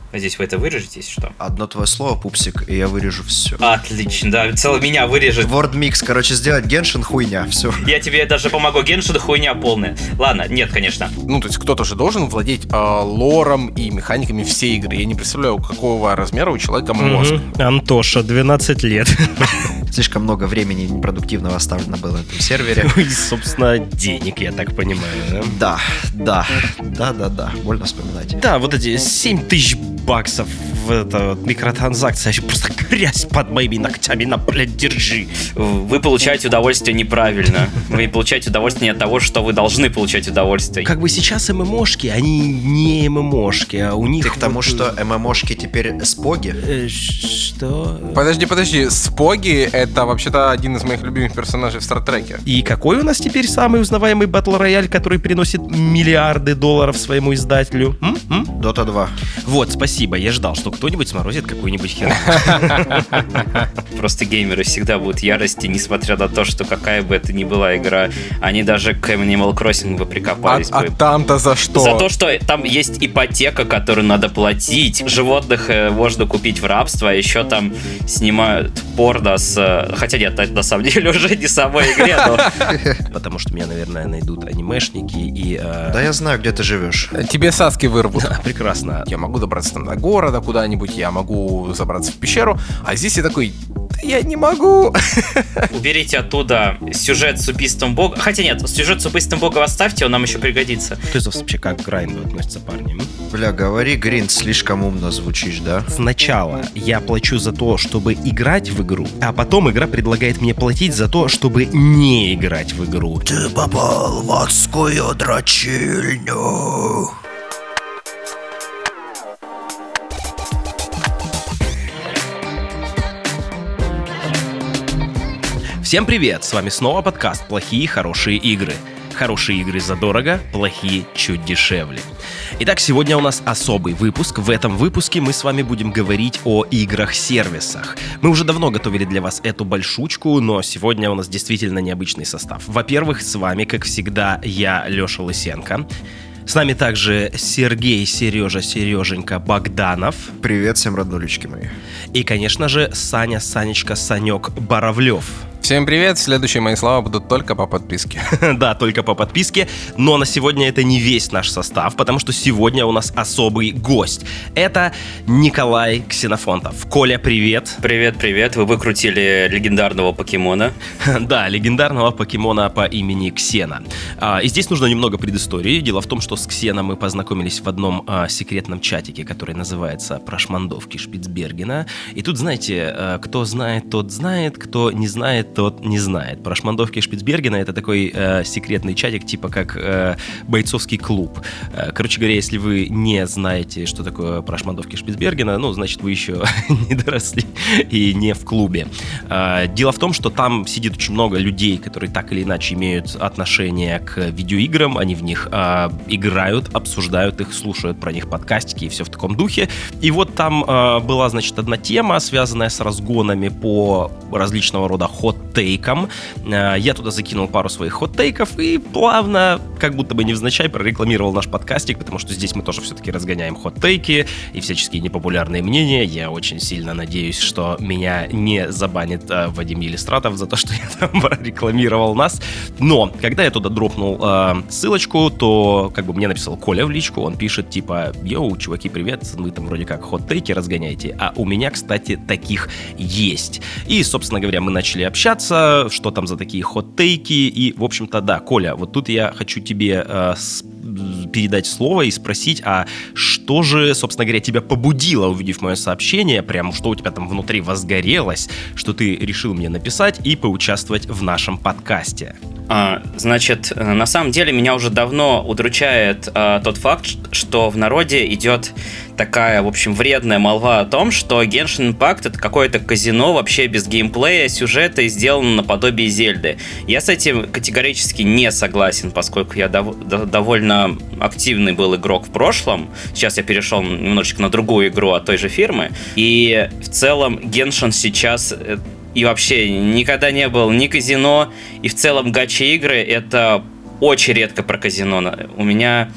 Здесь вы это вырежете, если что? Одно твое слово, пупсик, и я вырежу все. Отлично, да, целый меня вырежет. Word mix, короче, сделать Геншин хуйня, все. Я тебе даже помогу, Геншин хуйня полная. Ладно, нет, конечно. Ну, то есть кто-то же должен владеть лором и механиками всей игры. Я не представляю, какого размера у человека мозг. Антоша, 12 лет. Слишком много времени непродуктивного оставлено было на этом сервере. И, собственно, денег, я так понимаю. Да. Больно вспоминать. Да, вот эти 7000 баксов в это микротранзакция, просто грязь под моими ногтями, блядь, держи. Вы получаете удовольствие неправильно. Вы получаете удовольствие не от того, что вы должны получать удовольствие. Как бы сейчас ММОшки, они не ММОшки, а у них... Ты к тому, что ММОшки теперь споги? Что? Подожди, Споги — это вообще-то один из моих любимых персонажей в Стартреке. И какой у нас теперь самый узнаваемый батл-рояль, который приносит миллиарды долларов своему издателю? Dota 2. Вот, спасибо, я ждал, что кто-нибудь сморозит какую-нибудь херню. Просто геймеры всегда будут в ярости, несмотря на то, что какая бы это ни была игра. Они даже к Animal Crossing бы прикопались бы. А там-то за что? За то, что там есть ипотека, которую надо платить. Животных можно купить в рабство, а еще там снимают порно с... Хотя нет, это на самом деле уже не в самой игре, но... Потому что меня, наверное, найдут анимешники и... Да я знаю, где ты живешь. Тебе Саски вырвут. Прекрасно. Я могу добраться там до города куда-нибудь, я могу забраться в пещеру, а здесь я такой... Я не могу. Уберите оттуда сюжет с убийством бога. Хотя нет, сюжет с убийством бога оставьте, он нам еще пригодится. Кто из вас вообще как к грайнду относится, парни? Бля, говори, Грин, слишком умно звучишь, да? Сначала я плачу за то, чтобы играть в игру, а потом игра предлагает мне платить за то, чтобы не играть в игру. Ты попал в адскую дрочильню. Всем привет, с вами снова подкаст «Плохие хорошие игры». Хорошие игры задорого, плохие чуть дешевле. Итак, сегодня у нас особый выпуск. В этом выпуске мы с вами будем говорить о играх-сервисах. Мы уже давно готовили для вас эту большучку, но сегодня у нас действительно необычный состав. Во-первых, с вами, как всегда, я, Леша Лысенко. С нами также Сергей, Сереженька Богданов. Привет всем, роднулечки мои. И, конечно же, Санечка, Санек Боровлев. Всем привет, следующие мои слова будут только по подписке. Да, только по подписке, но на сегодня это не весь наш состав, потому что сегодня у нас особый гость. Это Николай Ксенофонтов. Коля, привет. Привет, вы выкрутили легендарного покемона. Да, легендарного покемона по имени Ксена. И здесь нужно немного предыстории. Дело в том, что с Ксеном мы познакомились в одном секретном чатике, который называется «Прошмандовки Шпицбергена». И тут, знаете, кто знает, тот знает, кто не знает, тот не знает. Прошмандовки Шпицбергена — это такой секретный чатик, типа как бойцовский клуб. Короче говоря, если вы не знаете, что такое Прошмандовки Шпицбергена, ну, значит, вы еще не доросли и не в клубе. Дело в том, что там сидит очень много людей, которые так или иначе имеют отношение к видеоиграм, они в них играют, обсуждают их, слушают про них подкастики и все в таком духе. И вот там была, значит, одна тема, связанная с разгонами по различного рода хот-тейкам. Я туда закинул пару своих хот-тейков и плавно, как будто бы невзначай, прорекламировал наш подкастик, потому что здесь мы тоже все-таки разгоняем хот-тейки и всяческие непопулярные мнения. Я очень сильно надеюсь, что меня не забанит Вадим Елистратов за то, что я там прорекламировал нас. Но, когда я туда дропнул ссылочку, то как бы мне написал Коля в личку, он пишет типа: «Йоу, чуваки, привет, вы там вроде как хот-тейки разгоняете, а у меня, кстати, таких есть». И, собственно говоря, мы начали общаться, что там за такие хот-тейки, и, в общем-то, да, Коля, вот тут я хочу тебе передать слово и спросить, а что же, собственно говоря, тебя побудило, увидев мое сообщение, прям что у тебя там внутри возгорелось, что ты решил мне написать и поучаствовать в нашем подкасте? Значит, на самом деле меня уже давно удручает тот факт, что в народе идет такая, в общем, вредная молва о том, что Genshin Impact — это какое-то казино вообще без геймплея, сюжета и сделано наподобие Зельды. Я с этим категорически не согласен, поскольку я довольно активный был игрок в прошлом. Сейчас я перешел немножечко на другую игру от той же фирмы. И в целом Genshin сейчас... И вообще никогда не был ни казино, и в целом гача-игры — это очень редко про казино. У меня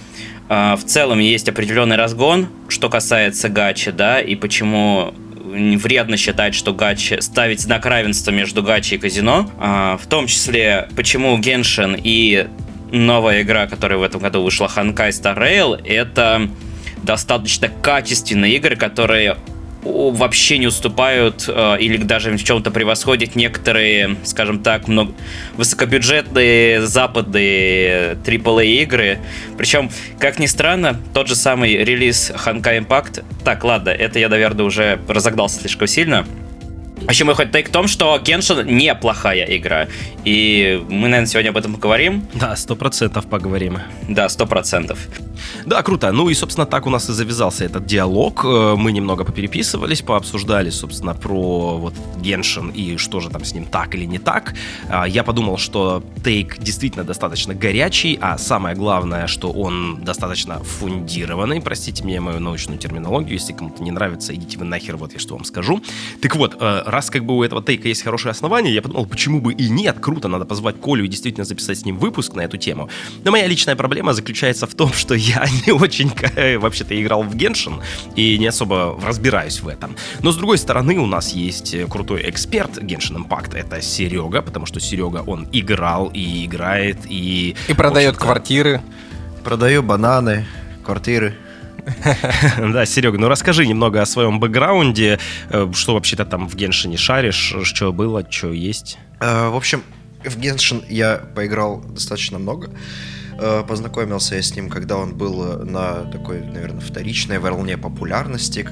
в целом есть определенный разгон, что касается гачи, да, и почему вредно считать, что гачи, ставить знак равенства между гачи и казино, в том числе, почему Genshin и новая игра, которая в этом году вышла, Honkai Star Rail, это достаточно качественные игры, которые вообще не уступают или даже в чем-то превосходят некоторые, скажем так, высокобюджетные западные AAA игры. Причем, как ни странно, тот же самый релиз Honkai Impact... Так, ладно, это я, наверное, уже разогнался слишком сильно. В общем, мой хот-тейк в том, что Genshin неплохая игра. И мы, наверное, сегодня об этом поговорим. Да, 100% поговорим. Да, 100%. Да, круто. Ну и, собственно, так у нас и завязался этот диалог. Мы немного попереписывались, пообсуждали, собственно, про вот Genshin и что же там с ним так или не так. Я подумал, что тейк действительно достаточно горячий, а самое главное, что он достаточно фундированный. Простите мне мою научную терминологию, если кому-то не нравится, идите вы нахер, вот я что вам скажу. Так вот, раз как бы у этого тейка есть хорошее основание, я подумал, почему бы и нет, круто, надо позвать Колю и действительно записать с ним выпуск на эту тему. Но моя личная проблема заключается в том, что я не очень вообще-то играл в Genshin и не особо разбираюсь в этом. Но с другой стороны, у нас есть крутой эксперт Genshin Impact, это Серега, потому что Серега, он играл и играет, и продает квартиры. Продаю бананы, квартиры. Да, Серега, ну расскажи немного о своем бэкграунде, что вообще-то там в Геншине шаришь, что было, что есть. В общем, в Genshin я поиграл достаточно много. Познакомился я с ним, когда он был на такой, наверное, вторичной волне популярности,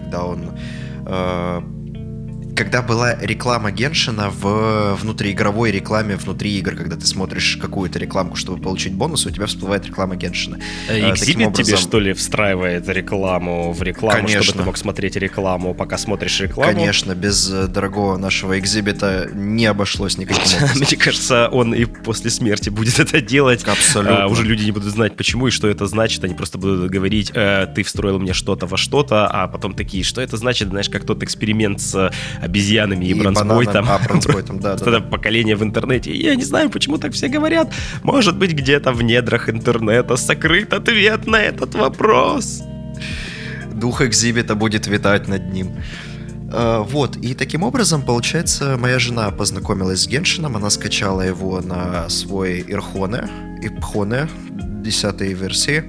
когда была реклама Геншина в внутриигровой рекламе внутри игр, когда ты смотришь какую-то рекламку, чтобы получить бонус, у тебя всплывает реклама Геншина. Экзибит тебе, что ли, встраивает рекламу в рекламу, Конечно. чтобы ты мог смотреть рекламу, пока смотришь рекламу? Конечно, без дорогого нашего экзибита не обошлось никаким образом. Мне кажется, он и после смерти будет это делать. Абсолютно. Уже люди не будут знать, почему и что это значит. Они просто будут говорить, ты встроил мне что-то во что-то, а потом такие, что это значит? Знаешь, как тот эксперимент с обезьянами и бронспойтом. Бронспойтом, да. Это поколение в интернете. Я не знаю, почему так все говорят. Может быть, где-то в недрах интернета сокрыт ответ на этот вопрос. Дух экзибита будет витать над ним. Вот, и таким образом, получается, моя жена познакомилась с Геншином, она скачала его на свой Ирхоне, 10-й версии,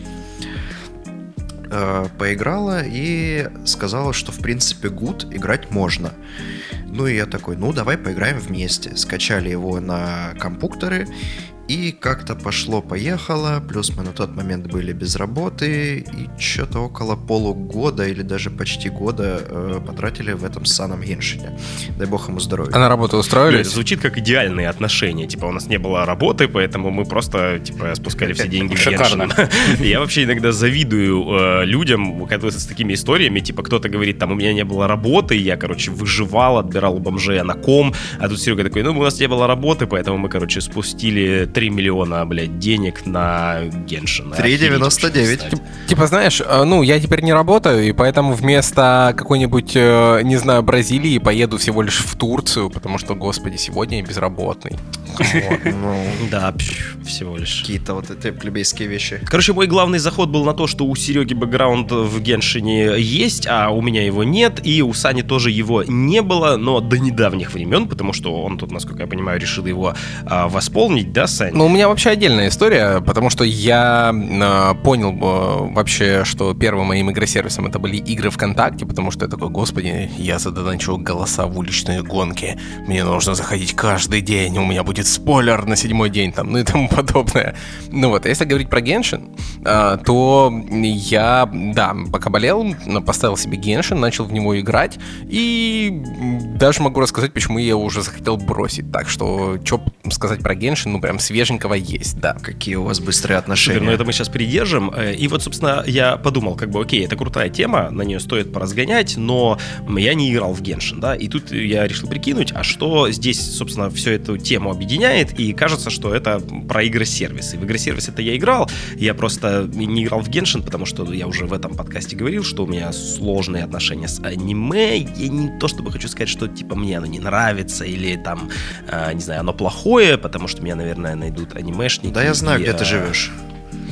поиграла и сказала, что в принципе good, играть можно. Ну и я такой, давай поиграем вместе. Скачали его на компьютеры, и как-то пошло-поехало, плюс мы на тот момент были без работы, и что-то около полугода или даже почти года потратили в этом ссаном Геншине. Дай бог ему здоровья. А на работу устроились? Звучит как идеальные отношения. Типа, у нас не было работы, поэтому мы просто спускали все деньги в Шикарно. Genshin. Я вообще иногда завидую людям с такими историями. Типа, кто-то говорит, там, у меня не было работы, я, выживал, отбирал у бомжей анаком, а тут Серега такой, у нас не было работы, поэтому мы, спустили 3 миллиона, денег на Genshin. 3,99. Типа, знаешь, я теперь не работаю, и поэтому вместо какой-нибудь, не знаю, Бразилии поеду всего лишь в Турцию, потому что, господи, сегодня я безработный. Да, всего лишь. Какие-то вот эти плебейские вещи. Мой главный заход был на то, что у Сереги бэкграунд в Геншине есть, а у меня его нет, и у Сани тоже его не было, но до недавних времен, потому что он тут, насколько я понимаю, решил его восполнить, да, Сань? У меня вообще отдельная история, потому что я понял вообще, что первым моим игросервисом это были игры ВКонтакте, потому что я такой, господи, я задоначу голоса в уличные гонки, мне нужно заходить каждый день, у меня будет спойлер на 7-й день, и тому подобное. Если говорить про Genshin, то я, пока болел, поставил себе Genshin, начал в него играть, и даже могу рассказать, почему я уже захотел бросить. Так что, что сказать про Genshin, прям свеженького есть, да. Какие у вас быстрые отношения. Супер, это мы сейчас передержим. И вот, собственно, я подумал, окей, это крутая тема, на нее стоит поразгонять, но я не играл в Genshin, да, и тут я решил прикинуть, а что здесь, собственно, всю эту тему объединяет, и кажется, что это про игросервисы. В игросервисы-то я играл, я просто не играл в Genshin, потому что я уже в этом подкасте говорил, что у меня сложные отношения с аниме, я не то чтобы хочу сказать, что, мне оно не нравится, или там, не знаю, оно плохое, потому что меня, наверное, найдут анимешники. Да, я знаю, где ты живешь.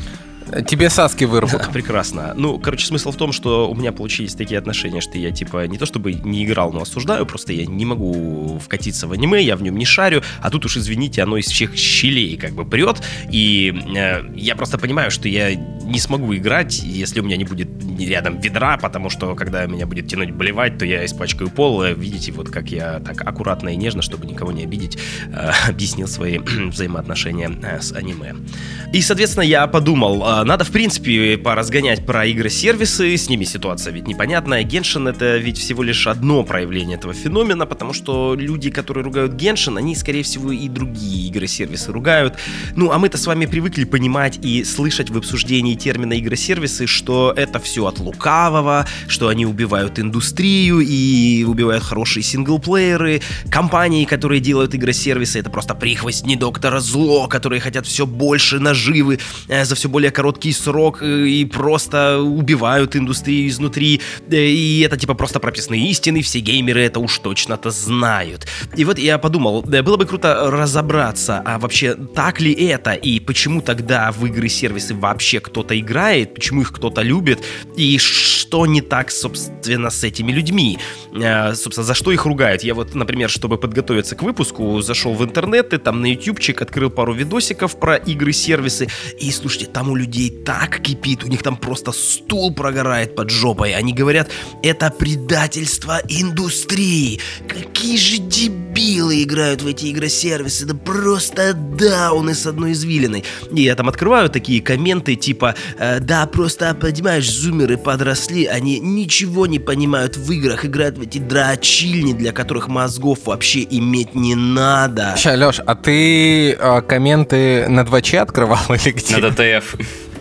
Тебе Саски вырвут. Прекрасно. Ну, короче, смысл в том, что у меня получились такие отношения, что я, типа, не то чтобы не играл, но осуждаю, просто я не могу вкатиться в аниме, я в нем не шарю, а тут уж, извините, оно из всех щелей как бы прет, и я просто понимаю, что я не смогу играть, если у меня не будет рядом ведра, потому что, когда меня будет тянуть блевать, то я испачкаю пол. Видите, вот как я так аккуратно и нежно, чтобы никого не обидеть, объяснил свои взаимоотношения с аниме. И, соответственно, я подумал, надо, в принципе, поразгонять про игры-сервисы, с ними ситуация ведь непонятная. Genshin — это ведь всего лишь одно проявление этого феномена, потому что люди, которые ругают Genshin, они, скорее всего, и другие игры-сервисы ругают. Ну, а мы-то с вами привыкли понимать и слышать в обсуждении термина игры-сервисы, что это все от лукавого, что они убивают индустрию и убивают хорошие синглплееры. Компании, которые делают игры-сервисы, это просто прихвостни доктора Зло, которые хотят все больше наживы за все более короткий срок и просто убивают индустрию изнутри. И это типа просто прописные истины, все геймеры это уж точно-то знают. И вот я подумал, было бы круто разобраться, а вообще так ли это, и почему тогда в игры-сервисы вообще кто-то играет, почему их кто-то любит, и что не так, собственно, с этими людьми. Собственно, за что их ругают. Я вот, например, чтобы подготовиться к выпуску, зашел в интернет, и там на ютубчик открыл пару видосиков про игры-сервисы, и, слушайте, там у людей так кипит, у них там просто стул прогорает под жопой. Они говорят, это предательство индустрии. Какие же дебилы играют в эти игры-сервисы, да просто дауны с одной извилиной. И я там открываю такие комменты, типа, да, просто, понимаешь, зумеры подросли, они ничего не понимают в играх, играют в эти дрочильни, для которых мозгов вообще иметь не надо. Ща, Лёш, а ты комменты на 2Ч открывал или где? На ДТФ.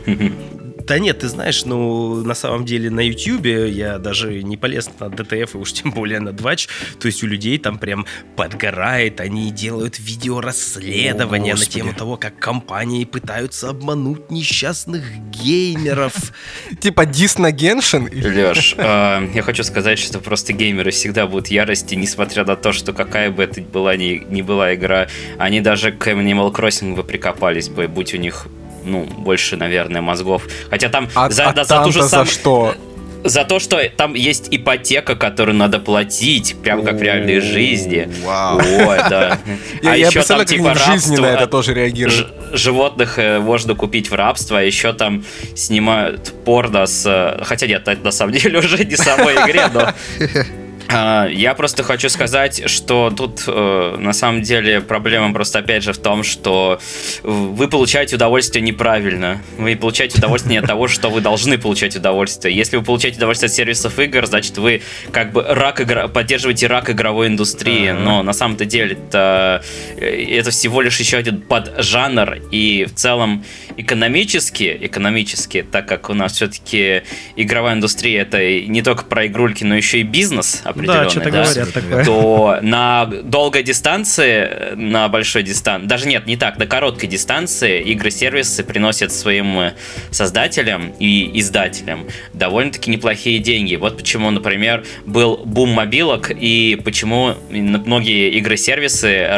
Да нет, ты знаешь, ну, на самом деле на Ютьюбе я даже не полез на ДТФ, и уж тем более на Двач. То есть у людей там прям подгорает, они делают видеорасследования на тему того, как компании пытаются обмануть несчастных геймеров. Типа дис на Genshin? Леш, я хочу сказать, что просто геймеры всегда будут в ярости, несмотря на то, что какая бы это была ни была игра. Они даже к Animal Crossing бы прикопались бы, будь у них... ну, больше, наверное, мозгов. Хотя там за ту же самую... За что? За то, что там есть ипотека, которую надо платить, прям как в реальной жизни. Вау. Ой, да. А еще там типа в жизни на это тоже реагируют. Животных можно купить в рабство, а еще там снимают порно с... Хотя нет, это на самом деле уже не в самой игре, но... Я просто хочу сказать, что тут на самом деле проблема просто опять же в том, что вы получаете удовольствие неправильно. Вы получаете удовольствие не от того, что вы должны получать удовольствие. Если вы получаете удовольствие от сервисов игр, значит вы как бы поддерживаете рак игровой индустрии. Но на самом-то деле это всего лишь еще один поджанр. И в целом экономически, так как у нас все-таки игровая индустрия это не только про игрульки, но еще и бизнес, да, что-то говорят такое. То на долгой дистанции, на большой дистанции, даже нет, не так, на короткой дистанции игры-сервисы приносят своим создателям и издателям довольно-таки неплохие деньги. Вот почему, например, был бум мобилок и почему многие игры-сервисы,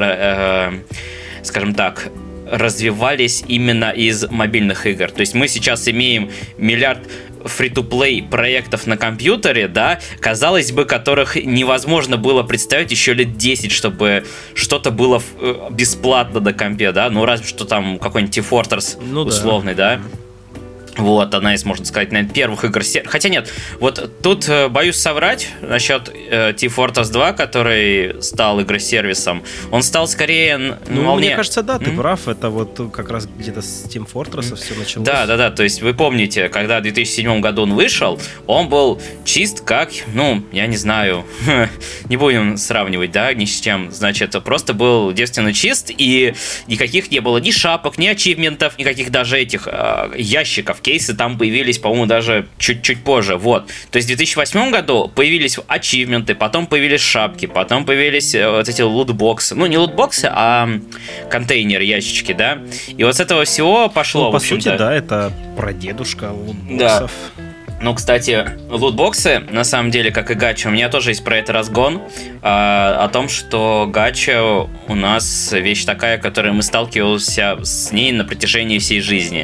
скажем так, развивались именно из мобильных игр. То есть мы сейчас имеем миллиард фри-то-плей проектов на компьютере, да, казалось бы, которых невозможно было представить еще лет 10, чтобы что-то было бесплатно на компе, да, ну разве что там какой-нибудь Team Fortress условный, да. Вот, одна из, можно сказать, наверное, первых игр. Хотя нет, вот тут боюсь соврать насчет Team Fortress 2, который стал игросервисом. Он стал скорее на волне... Мне кажется, да, ты прав. Это вот как раз где-то с Team Fortress все началось. Да. То есть вы помните, когда в 2007 году он вышел, он был чист как, ну, я не знаю, не будем сравнивать, да, ни с чем. Значит, просто был девственно чист, и никаких не было ни шапок, ни ачивментов, никаких даже этих ящиков. Кейсы там появились, по-моему, даже чуть-чуть позже. Вот. То есть в 2008 году появились ачивменты, потом появились шапки, потом появились вот эти лутбоксы. Ну, не лутбоксы, а контейнеры, ящички, да. И вот с этого всего пошло, ну, в общем-то. По сути, да, это прадедушка лутбоксов. Да. Ну, кстати, лутбоксы, на самом деле, как и гача, у меня тоже есть про это разгон, о том, что гача у нас вещь такая, которой мы сталкиваемся с ней на протяжении всей жизни.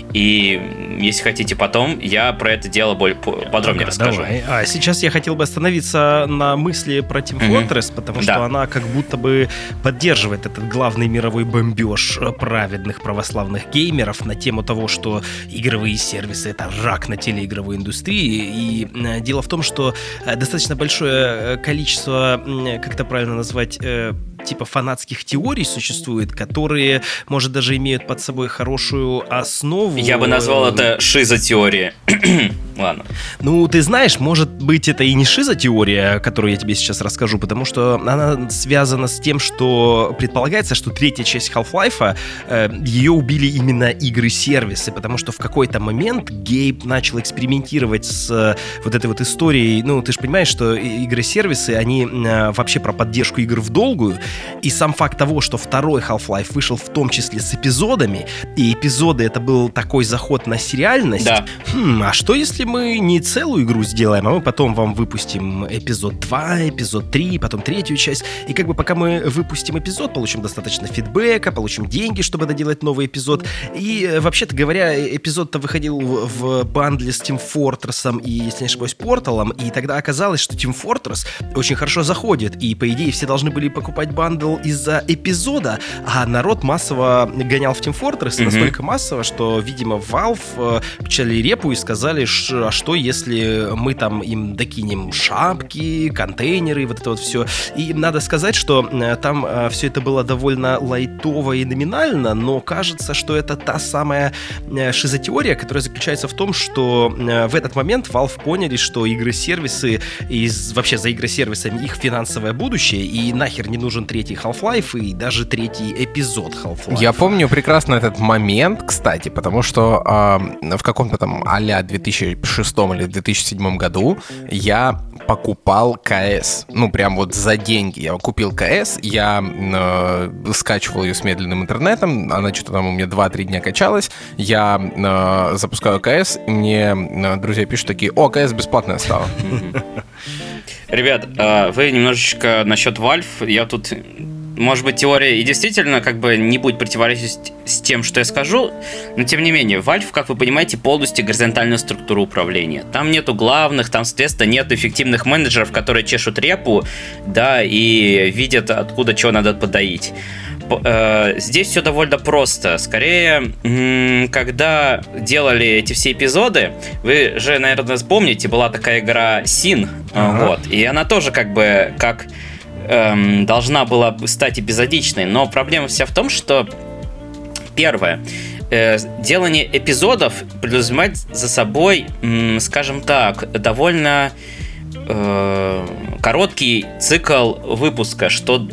И если хотите потом, я про это дело более подробнее расскажу. Давай. А сейчас я хотел бы остановиться на мысли про Team Fortress, потому что она как будто бы поддерживает этот главный мировой бомбеж праведных православных геймеров на тему того, что игровые сервисы — это рак на телеигровой индустрии. И дело в том, что достаточно большое количество, как это правильно назвать, типа фанатских теорий существует, которые, может, даже имеют под собой хорошую основу. Я бы назвал это шизотеория. Ладно. Ну, ты знаешь, может быть, это и не шизотеория, которую я тебе сейчас расскажу, потому что она связана с тем, что предполагается, что третья часть Half-Life, ее убили именно игры-сервисы, потому что в какой-то момент Гейб начал экспериментировать с вот этой вот историей. Ну, ты же понимаешь, что игры-сервисы, они вообще про поддержку игр в долгую, и сам факт того, что второй Half-Life вышел в том числе с эпизодами, и эпизоды — это был такой заход на сериальность. Да. А что если мы не целую игру сделаем, а мы потом вам выпустим эпизод 2, эпизод 3, потом третью часть, и как бы пока мы выпустим эпизод, получим достаточно фидбэка, получим деньги, чтобы доделать новый эпизод, и вообще-то говоря, эпизод-то выходил в бандле с Team Fortress и, если не ошибаюсь, Portal, и тогда оказалось, что Team Fortress очень хорошо заходит, и, по идее, все должны были покупать бандл из-за эпизода, а народ массово гонял в Team Fortress, настолько массово, что, видимо, Valve пчали репу и сказали, а что, если мы там им докинем шапки, контейнеры, вот это вот все. И надо сказать, что там все это было довольно лайтово и номинально, но кажется, что это та самая шизотеория, которая заключается в том, что в этот момент Valve поняли, что игры-сервисы, и вообще за игры-сервисами их финансовое будущее, и нахер не нужен третий Half-Life и даже третий эпизод Half-Life. Я помню прекрасно этот момент, кстати, потому что в каком-то там а-ля 2006 или 2007 году я покупал КС. Ну, прям вот за деньги. Я купил КС, я скачивал ее с медленным интернетом, она что-то там у меня 2-3 дня качалась, я запускаю КС, и мне друзья пишут такие: о, КС бесплатная стала. Ребят, вы немножечко насчет Valve, я тут... Может быть, теория и действительно как бы не будет противоречить с тем, что я скажу, но тем не менее, Valve, как вы понимаете, полностью горизонтальная структура управления. Там нету главных, там, соответственно, нету эффективных менеджеров, которые чешут репу, да, и видят, откуда чего надо подоить. Здесь все довольно просто. Скорее, когда делали эти все эпизоды, вы же, наверное, помните, была такая игра Sin, вот, и она тоже как бы как должна была стать эпизодичной, но проблема вся в том, что первое, делание эпизодов подразумевает за собой, скажем так, довольно короткий цикл выпуска, что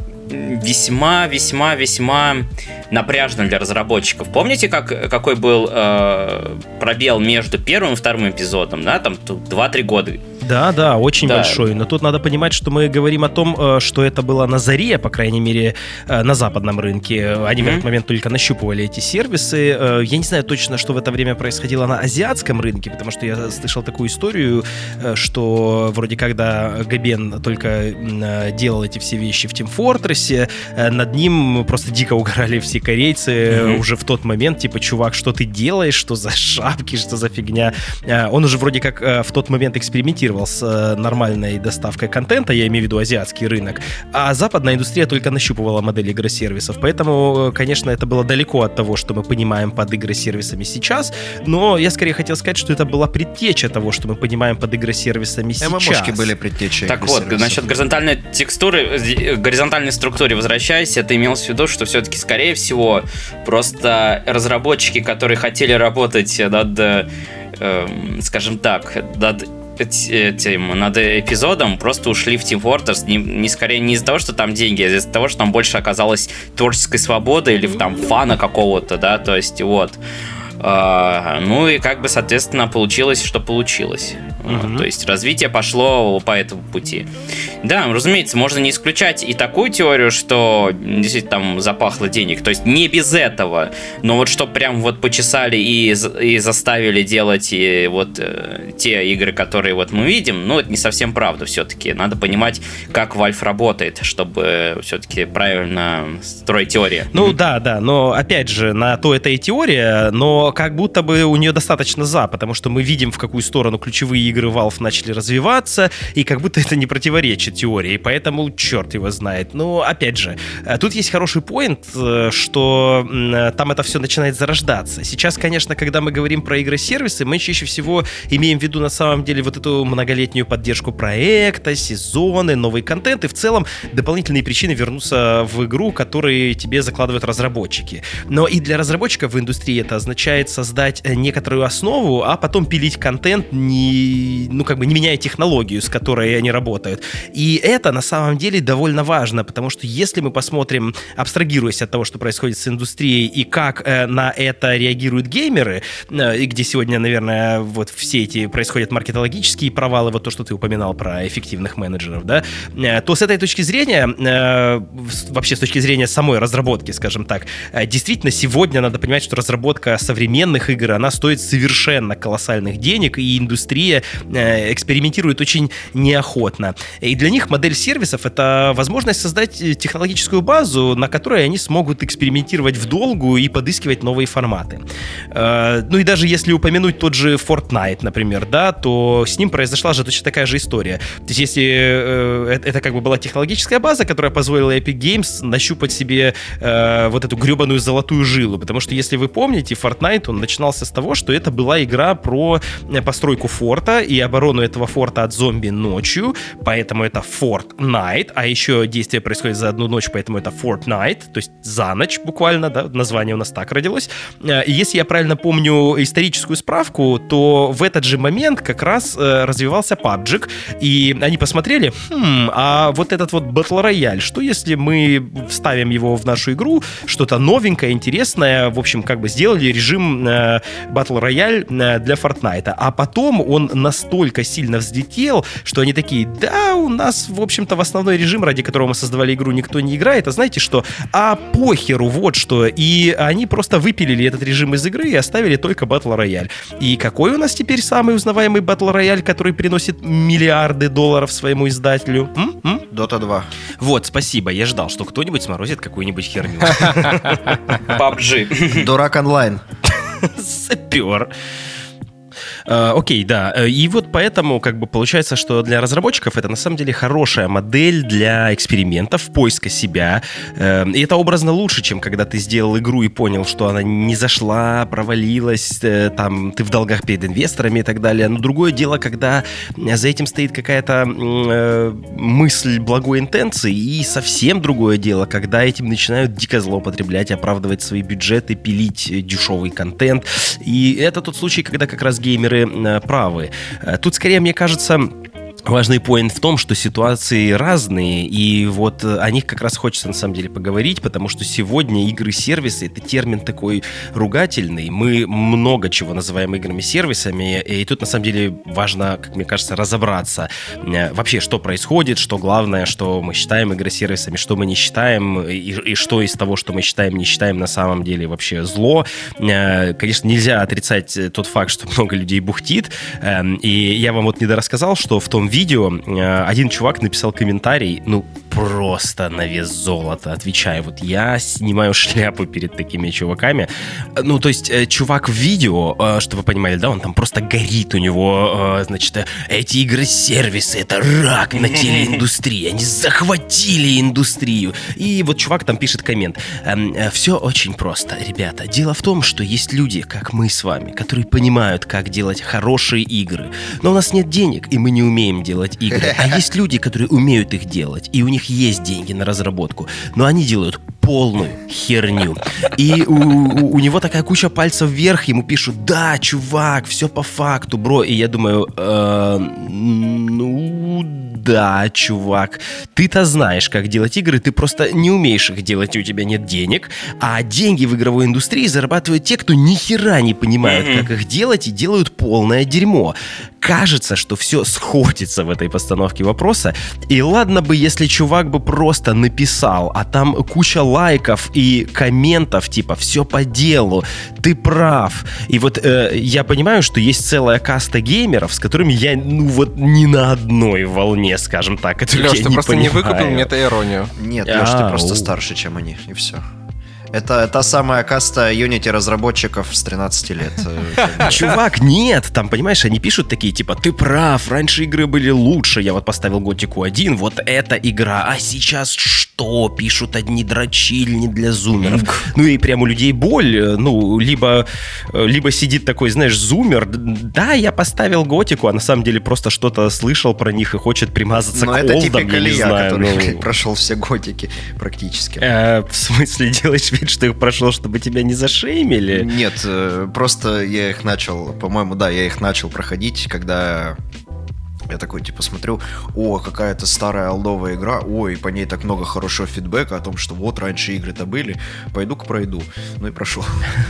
весьма напряжно для разработчиков. Помните, какой был пробел между первым и вторым эпизодом, да, там 2-3 года? Да, очень большой. Но тут надо понимать, что мы говорим о том, что это было на заре, по крайней мере, на западном рынке. Они в этот момент только нащупывали эти сервисы. Я не знаю точно, что в это время происходило на азиатском рынке, потому что я слышал такую историю, что вроде когда Габен только делал эти все вещи в Team Fortress, над ним просто дико угорали все корейцы уже в тот момент, типа, чувак, что ты делаешь, что за шапки, что за фигня. Он уже вроде как в тот момент экспериментировал с нормальной доставкой контента, я имею в виду азиатский рынок, а западная индустрия только нащупывала модели игросервисов, поэтому, конечно, это было далеко от того, что мы понимаем под игросервисами сейчас, но я скорее хотел сказать, что это была предтеча того, что мы понимаем под игросервисами сейчас. ММОшки были предтечей. Так вот, насчет горизонтальной текстуры, горизонтальной структуре возвращаясь, это имелось в виду, что все-таки, скорее всего, просто разработчики, которые хотели работать над, скажем так, над эпизодом, просто ушли в Team Fortress не скорее не из-за того, что там деньги, а из-за того, что там больше оказалось творческой свободы или там фана какого-то, да, то есть вот. Ну и как бы, соответственно, получилось, что получилось. То есть развитие пошло по этому пути. Да, разумеется, можно не исключать и такую теорию, что действительно там запахло денег. То есть не без этого, но вот что прям вот почесали и заставили делать и вот те игры, которые вот мы видим, ну, это не совсем правда все-таки. Надо понимать, как Valve работает, чтобы все-таки правильно строить теорию. Ну да, но опять же, на то это и теория, но как будто бы у нее достаточно потому что мы видим, в какую сторону ключевые игры Valve начали развиваться, и как будто это не противоречит теории, поэтому черт его знает. Но опять же, тут есть хороший поинт, что там это все начинает зарождаться. Сейчас, конечно, когда мы говорим про игры-сервисы, мы чаще всего имеем в виду на самом деле вот эту многолетнюю поддержку проекта, сезоны, новый контент и в целом дополнительные причины вернуться в игру, которые тебе закладывают разработчики. Но и для разработчиков в индустрии это означает создать некоторую основу, а потом пилить контент, не меняя технологию, с которой они работают. И это на самом деле довольно важно, потому что если мы посмотрим, абстрагируясь от того, что происходит с индустрией и как на это реагируют геймеры, и где сегодня, наверное, вот все эти происходят маркетологические провалы, вот то, что ты упоминал про эффективных менеджеров, да, то с этой точки зрения, вообще с точки зрения самой разработки, скажем так, действительно сегодня надо понимать, что разработка современных игр, она стоит совершенно колоссальных денег, и индустрия экспериментирует очень неохотно. И для них модель сервисов — это возможность создать технологическую базу, на которой они смогут экспериментировать в долгую и подыскивать новые форматы. Ну и даже если упомянуть тот же Fortnite, например, да, то с ним произошла же точно такая же история. То есть если это как бы была технологическая база, которая позволила Epic Games нащупать себе вот эту гребаную золотую жилу, потому что если вы помните, Fortnite, он начинался с того, что это была игра про постройку форта и оборону этого форта от зомби ночью, поэтому это Fortnite, а еще действие происходит за одну ночь, поэтому это Fortnite, то есть за ночь буквально, да, название у нас так родилось. И если я правильно помню историческую справку, то в этот же момент как раз развивался PUBG, и они посмотрели, а вот этот вот Battle Royale, что если мы вставим его в нашу игру, что-то новенькое, интересное, в общем, как бы сделали режим Battle Royale для Fortnite, а потом он настолько сильно взлетел, что они такие, да, у нас, в общем-то, в основной режим, ради которого мы создавали игру, никто не играет, а знаете что? А похеру, вот что. И они просто выпилили этот режим из игры и оставили только Battle Royale. И какой у нас теперь самый узнаваемый Battle Royale, который приносит миллиарды долларов своему издателю? Dota 2. Вот, спасибо, я ждал, что кто-нибудь сморозит какую-нибудь херню. PUBG. Дурак онлайн. Сапер. Окей, да. И вот поэтому как бы получается, что для разработчиков это на самом деле хорошая модель для экспериментов, поиска себя. И это образно лучше, чем когда ты сделал игру и понял, что она не зашла, провалилась, там ты в долгах перед инвесторами и так далее. Но другое дело, когда за этим стоит какая-то мысль благой интенции, и совсем другое дело, когда этим начинают дико злоупотреблять, оправдывать свои бюджеты, пилить дешевый контент. И это тот случай, когда как раз геймеры правы. Тут скорее, мне кажется, важный поинт в том, что ситуации разные, и вот о них как раз хочется на самом деле поговорить, потому что сегодня игры-сервисы — это термин такой ругательный. Мы много чего называем играми-сервисами, и тут на самом деле важно, как мне кажется, разобраться вообще, что происходит, что главное, что мы считаем игры-сервисами, что мы не считаем, и что из того, что мы считаем, не считаем, на самом деле вообще зло. Конечно, нельзя отрицать тот факт, что много людей бухтит, и я вам вот недорассказал, что в том видео один чувак написал комментарий, ну, просто на вес золота, отвечая, вот я снимаю шляпу перед такими чуваками. Ну, то есть, чувак в видео, чтобы вы понимали, да, он там просто горит, у него, значит, эти игры-сервисы, это рак на телеиндустрии, они захватили индустрию. И вот чувак там пишет коммент. Все очень просто, ребята. Дело в том, что есть люди, как мы с вами, которые понимают, как делать хорошие игры, но у нас нет денег, и мы не умеем делать игры. А есть люди, которые умеют их делать, и у них есть деньги на разработку, но они делают полную херню. И у него такая куча пальцев вверх, ему пишут: да, чувак, все по факту, бро. И я думаю, ну да, чувак, ты-то знаешь, как делать игры, ты просто не умеешь их делать, и у тебя нет денег, а деньги в игровой индустрии зарабатывают те, кто ни хера не понимают, как их делать, и делают полное дерьмо. Кажется, что все сходится в этой постановке вопроса, и ладно бы, если чувак бы просто написал, а там куча лайков и комментов, типа, все по делу, ты прав. И вот я понимаю, что есть целая каста геймеров, с которыми я, не на одной волне, скажем так. Леш, ты просто не выкупил мета-иронию. Нет, Леш, ты просто старше, чем они, и все. Это та самая каста Unity-разработчиков с 13 лет. Чувак, нет, там, понимаешь, они пишут такие, типа, ты прав, раньше игры были лучше, я вот поставил Готику 1, вот эта игра, а сейчас что? Пишут одни дрочильни для зумеров. Ну и прям у людей боль, либо сидит такой, знаешь, зумер, да, я поставил Готику, а на самом деле просто что-то слышал про них и хочет примазаться к олдам, я не знаю. Но это типа Илья, который прошел все Готики практически. В смысле, делаешь вид, что их прошел, чтобы тебя не зашеймили? Нет, просто я их начал, по-моему, я их начал проходить, когда я такой, типа, смотрю, какая-то старая олдовая игра, по ней так много хорошего фидбэка о том, что вот раньше игры-то были, пойду-ка пройду. Ну и прошел.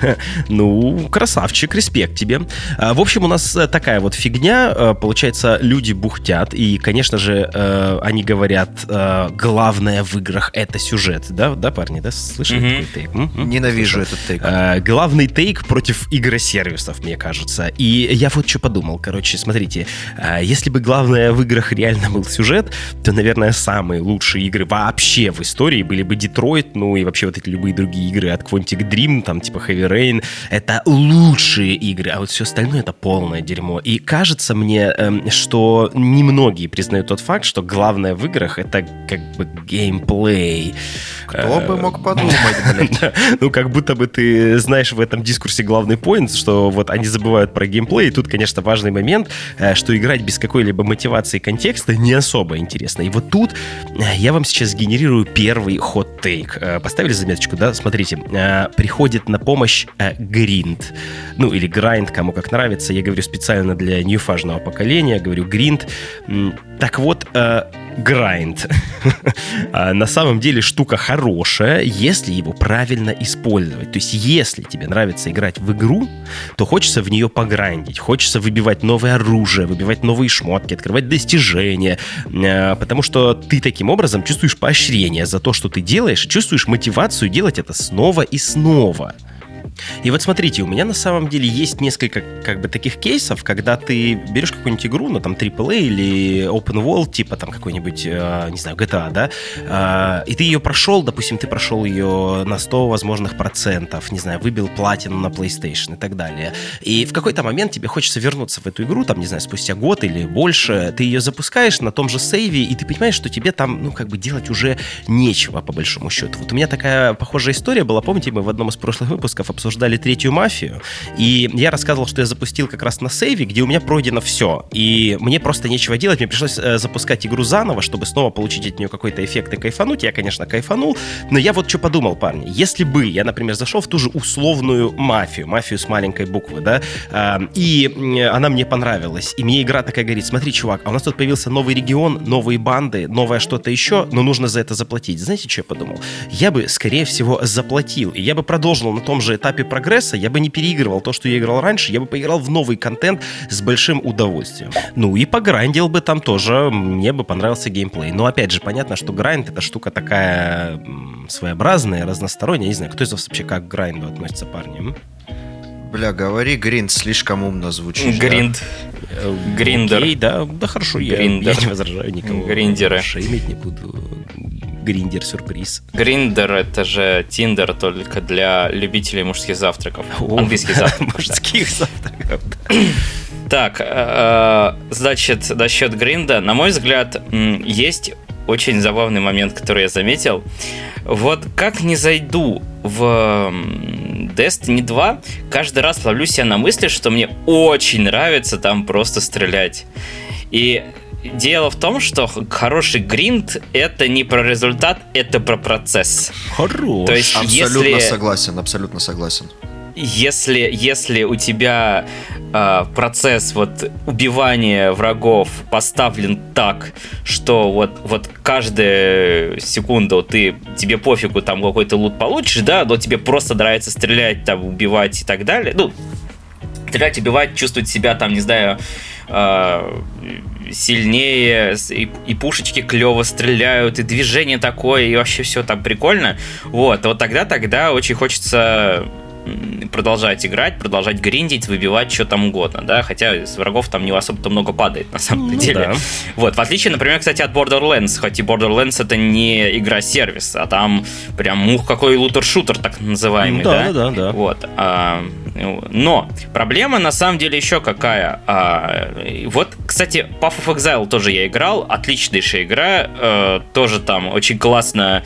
Ну, красавчик, респект тебе. В общем, у нас такая вот фигня, получается, люди бухтят, и, конечно же, они говорят, главное в играх — это сюжет, да, парни, да, слышали такой тейк? Ненавижу этот тейк. Главный тейк против игросервисов, мне кажется. И я вот что подумал, смотрите, если бы главное в играх реально был сюжет, то, наверное, самые лучшие игры вообще в истории были бы Детройт, и вообще вот эти любые другие игры от Quantic Dream, там типа Heavy Rain, это лучшие игры, а вот все остальное — это полное дерьмо. И кажется мне, что немногие признают тот факт, что главное в играх — это как бы геймплей. Кто бы мог подумать, блядь. Ну, как будто бы ты знаешь в этом дискурсе главный поинт, что вот они забывают про геймплей, и тут, конечно, важный момент, что играть без какой-либо мотивации и контекста не особо интересно. И вот тут я вам сейчас генерирую первый хот-тейк. Поставили заметочку, да? Смотрите, приходит на помощь гринд. Ну, или грайнд, кому как нравится. Я говорю специально для ньюфажного поколения, говорю гринд. Так вот, грайнд. На самом деле штука хорошая, если его правильно использовать. То есть, если тебе нравится играть в игру, то хочется в нее пограндить, хочется выбивать новое оружие, выбивать новые шмотки, открывать достижения, потому что ты таким образом чувствуешь поощрение за то, что ты делаешь, чувствуешь мотивацию делать это снова и снова. И вот смотрите, у меня на самом деле есть несколько как бы таких кейсов, когда ты берешь какую-нибудь игру, там AAA или Open World, типа там какой-нибудь, не знаю, GTA, да, и ты ее прошел, допустим, ты прошел ее на 100 возможных процентов, не знаю, выбил платину на PlayStation и так далее. И в какой-то момент тебе хочется вернуться в эту игру, там, не знаю, спустя год или больше, ты ее запускаешь на том же сейве, и ты понимаешь, что тебе там, как бы делать уже нечего, по большому счету. Вот у меня такая похожая история была, помните, мы в одном из прошлых выпусков обсуждали третью мафию, и я рассказывал, что я запустил как раз на сейве, где у меня пройдено все, и мне просто нечего делать, мне пришлось запускать игру заново, чтобы снова получить от нее какой-то эффект и кайфануть. Я, конечно, кайфанул, но я вот что подумал, парни, если бы я, например, зашел в ту же условную мафию с маленькой буквы, да, и она мне понравилась, и мне игра такая говорит: смотри, чувак, а у нас тут появился новый регион, новые банды, новое что-то еще, но нужно за это заплатить. Знаете, что я подумал? Я бы, скорее всего, заплатил, и я бы продолжил на том же этапе прогресса, я бы не переигрывал то, что я играл раньше, я бы поиграл в новый контент с большим удовольствием. Ну и пограндил бы там тоже, мне бы понравился геймплей. Но опять же, понятно, что грайнд — это штука такая своеобразная, разносторонняя. Я не знаю, кто из вас вообще как к грайнду относится, парни? Бля, говори гринд, слишком умно звучит. Гринд. Да? Гриндер. Окей, да, хорошо, я не возражаю никого. Гриндеры. Шеймить не буду. Гриндер-сюрприз. Гриндер — это же Тиндер, только для любителей мужских завтраков. Английских завтраков. Мужских завтраков, Так, значит, насчет гринда, на мой взгляд, есть очень забавный момент, который я заметил. Вот как не зайду в Destiny 2, каждый раз ловлю себя на мысли, что мне очень нравится там просто стрелять. И дело в том, что хороший гринд — это не про результат, это про процесс. Хорош. То есть, абсолютно согласен. если у тебя процесс вот убивания врагов поставлен так, что вот каждая секунда тебе пофигу, там какой-то лут получишь, да, но тебе просто нравится стрелять, там, убивать и так далее, ну, стрелять, убивать, чувствовать себя, там, не знаю, сильнее, и пушечки клево стреляют, и движение такое, и вообще все там прикольно, вот тогда очень хочется продолжать играть, продолжать гриндить, выбивать что там угодно, да, хотя с врагов там не особо-то много падает, на самом деле. Да. Вот, в отличие, например, кстати, от Borderlands, хоть и Borderlands это не игра-сервис, а там прям какой лутер-шутер, так называемый, да? Да. Вот. Но проблема на самом деле еще какая. Вот, кстати, Path of Exile тоже я играл, отличнейшая игра, тоже там очень классно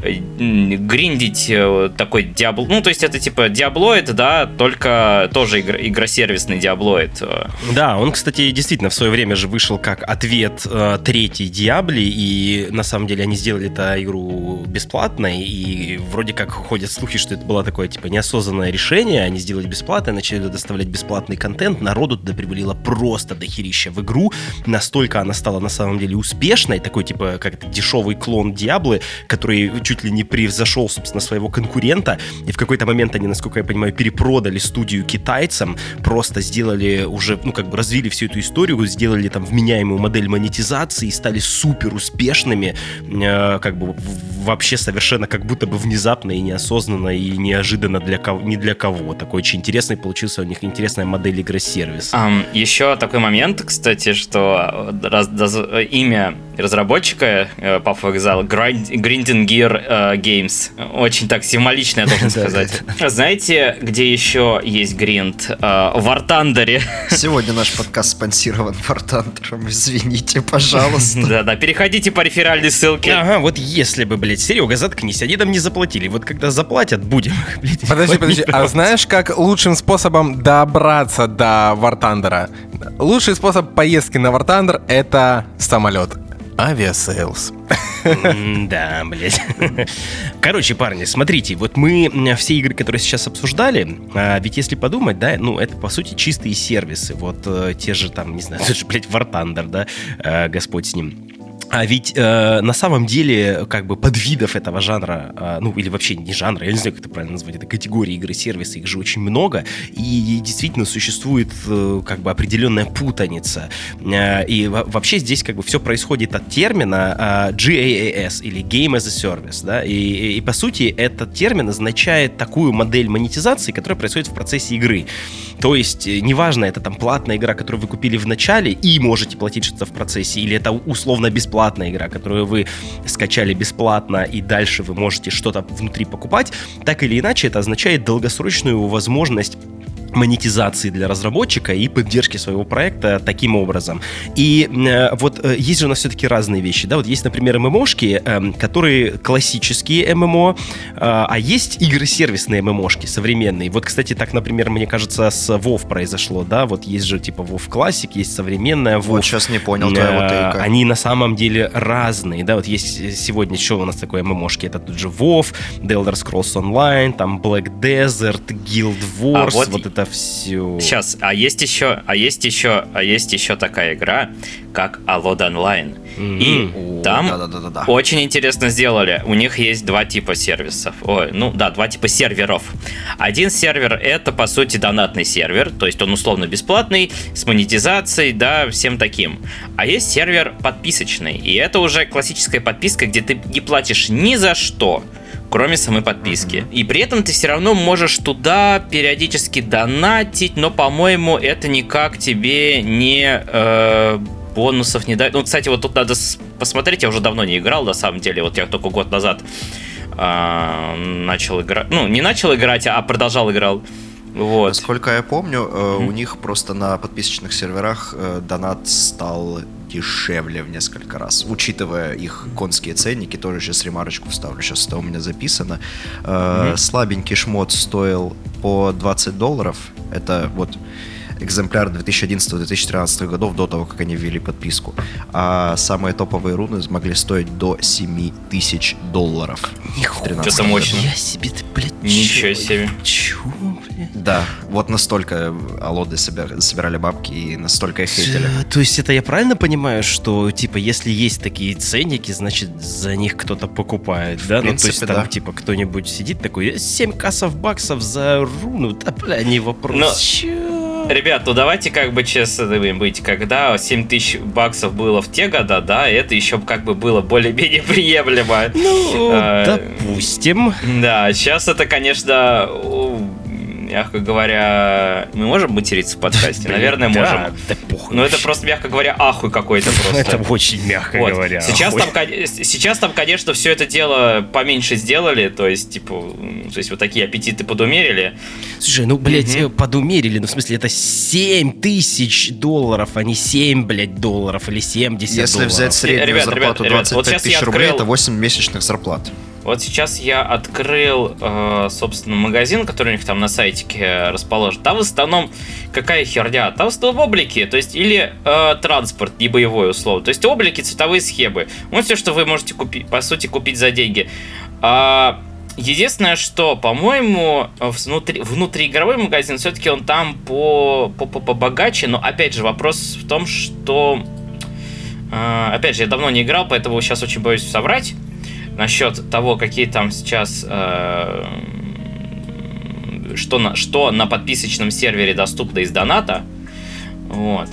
гриндить такой Diablo, ну, то есть это типа Diabloid, да, только тоже игросервисный Diabloid. Да, он, кстати, действительно в свое время же вышел как ответ третьей Diablo, и на самом деле они сделали эту игру бесплатной, и вроде как ходят слухи, что это было такое, типа, неосознанное решение, они сделали бесплатно, начали доставлять бесплатный контент, народу туда привалило просто дохерища в игру, настолько она стала на самом деле успешной, такой, типа, как-то дешевый клон Diablo, который чуть ли не превзошел, собственно, своего конкурента, и в какой-то момент они, насколько я понимаю, перепродали студию китайцам, просто сделали уже, ну, как бы развили всю эту историю, сделали там вменяемую модель монетизации и стали супер успешными, как бы вообще совершенно как будто бы внезапно и неосознанно и неожиданно ни для кого. Такой очень интересный получился у них интересная модель игры-сервиса. Еще такой момент, кстати, что имя разработчика Path of Exile Grinding Gear Games. Очень так символично, я должен сказать. Знаете, где еще есть гринд? В War Thunder. Сегодня наш подкаст спонсирован War Thunder. Извините, пожалуйста. Да-да, переходите по реферальной ссылке. Ага, вот если бы, блядь, Серега, заткнись, они нам не заплатили. Вот когда заплатят, будем, блядь. Подожди, а знаешь, как лучшим способом добраться до War Thunder? Лучший способ поездки на War Thunder — это самолет. Авиасейлс. Да, блядь. Короче, парни, смотрите, вот мы все игры, которые сейчас обсуждали, ведь если подумать, да, ну, это, по сути, чистые сервисы. Вот те же там, не знаю, тот же, блядь, War Thunder, да, Господь с ним. А ведь на самом деле как бы подвидов этого жанра, ну или вообще не жанра, я не знаю, как это правильно назвать, это категории игры-сервисы, их же очень много, и действительно существует как бы определенная путаница. И вообще здесь как бы все происходит от термина GAAS или Game as a Service, да, и по сути этот термин означает такую модель монетизации, которая происходит в процессе игры. То есть неважно, это там платная игра, которую вы купили в начале и можете платить что-то в процессе, или это условно бесплатная игра, которую вы скачали бесплатно, и дальше вы можете что-то внутри покупать, так или иначе это означает долгосрочную возможность монетизации для разработчика и поддержки своего проекта таким образом. И вот есть же у нас все-таки разные вещи, да, вот есть, например, ММОшки, которые классические ММО, а есть игры-сервисные ММОшки, современные. Вот, кстати, так, например, мне кажется, с WoW произошло, да, вот есть же типа WoW Classic, есть современная WoW. Вот сейчас не понял твоего тейка. Они на самом деле разные, да, вот есть сегодня еще у нас такое ММОшки, это тут же WoW, The Elder Scrolls Online, там Black Desert, Guild Wars, вот это все. Сейчас, есть еще такая игра, как Alod Online. И там очень интересно сделали. У них есть два типа сервисов. Два типа серверов. Один сервер — это, по сути, донатный сервер, то есть он условно бесплатный, с монетизацией, да, всем таким. А есть сервер подписочный, и это уже классическая подписка, где ты не платишь ни за что, кроме самой подписки. И при этом ты все равно можешь туда периодически донатить, но, по-моему, это никак тебе не бонусов не дает. Ну, кстати, вот тут надо посмотреть, я уже давно не играл, на самом деле. Вот я только год назад начал играть. Ну, не начал играть, а продолжал играл. Вот. Насколько я помню, у них просто на подписочных серверах донат стал дешевле в несколько раз, учитывая их конские ценники. Тоже сейчас ремарочку вставлю, сейчас это у меня записано. Слабенький шмот стоил по $20. Это вот экземпляр 2011-2013 годов, до того, как они ввели подписку. А самые топовые руны могли стоить до $7000. Это мощно. Я себе, блядь, ничего себе. Чего, блядь? Да, вот настолько алоды собирали бабки и настолько их хейтили. То есть это я правильно понимаю, что, типа, если есть такие ценники, значит, за них кто-то покупает, да? В принципе, то есть там, да. типа, кто-нибудь сидит такой, 7 кассов баксов за руну, да, бля, не вопрос. Чё? Ребят, ну давайте как бы честными быть, когда 7 тысяч баксов было в те года, да, это еще как бы было более-менее приемлемо. Ну, допустим. Да, сейчас это, конечно, мягко говоря, мы можем материться в подкасте? Наверное, можем. Да похуй. Но это просто, мягко говоря, ахуй какой-то просто. Это очень мягко говоря. Сейчас там, конечно, все это дело поменьше сделали, то есть, типа, вот такие аппетиты подумерили. Слушай, ну, блядь, подумерили, ну, в смысле, это $7 тысяч, а не 7, блядь, долларов или 70 Если долларов. взять среднюю зарплату ребят, 25 вот сейчас тысяч я рублей, открыл- это 8 месячных зарплат. Вот сейчас я открыл, собственно, магазин, который у них там на сайтике расположен. Там в основном какая херня? Там в основном облики, то есть или транспорт, не боевой условно. То есть облики, цветовые схемы. Вот все, что вы можете купить, по сути, купить за деньги. Единственное, что, по-моему, внутриигровой магазин, все-таки он там побогаче, но, опять же, вопрос в том, что... Опять же, я давно не играл, поэтому сейчас очень боюсь соврать насчет того, какие там сейчас... Что на подписочном сервере доступно из доната. Вот.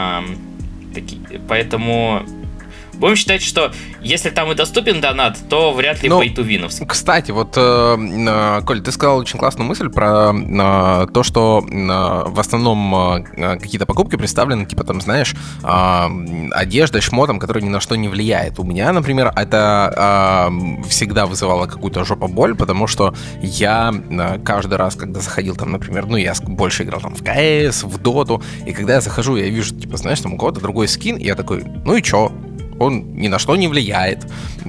Поэтому... Будем считать, что если там и доступен донат, то вряд ли pay-to-win. Кстати, вот, Коль, ты сказал очень классную мысль про то, что в основном какие-то покупки представлены, типа там, знаешь, одеждой, шмотом, который ни на что не влияет. У меня, например, это всегда вызывало какую-то жопоболь, потому что я каждый раз, когда заходил там, например, я больше играл там в КС, в Доту, и когда я захожу, я вижу, типа, знаешь, там у кого-то другой скин, и я такой, ну и чё? Он ни на что не влияет.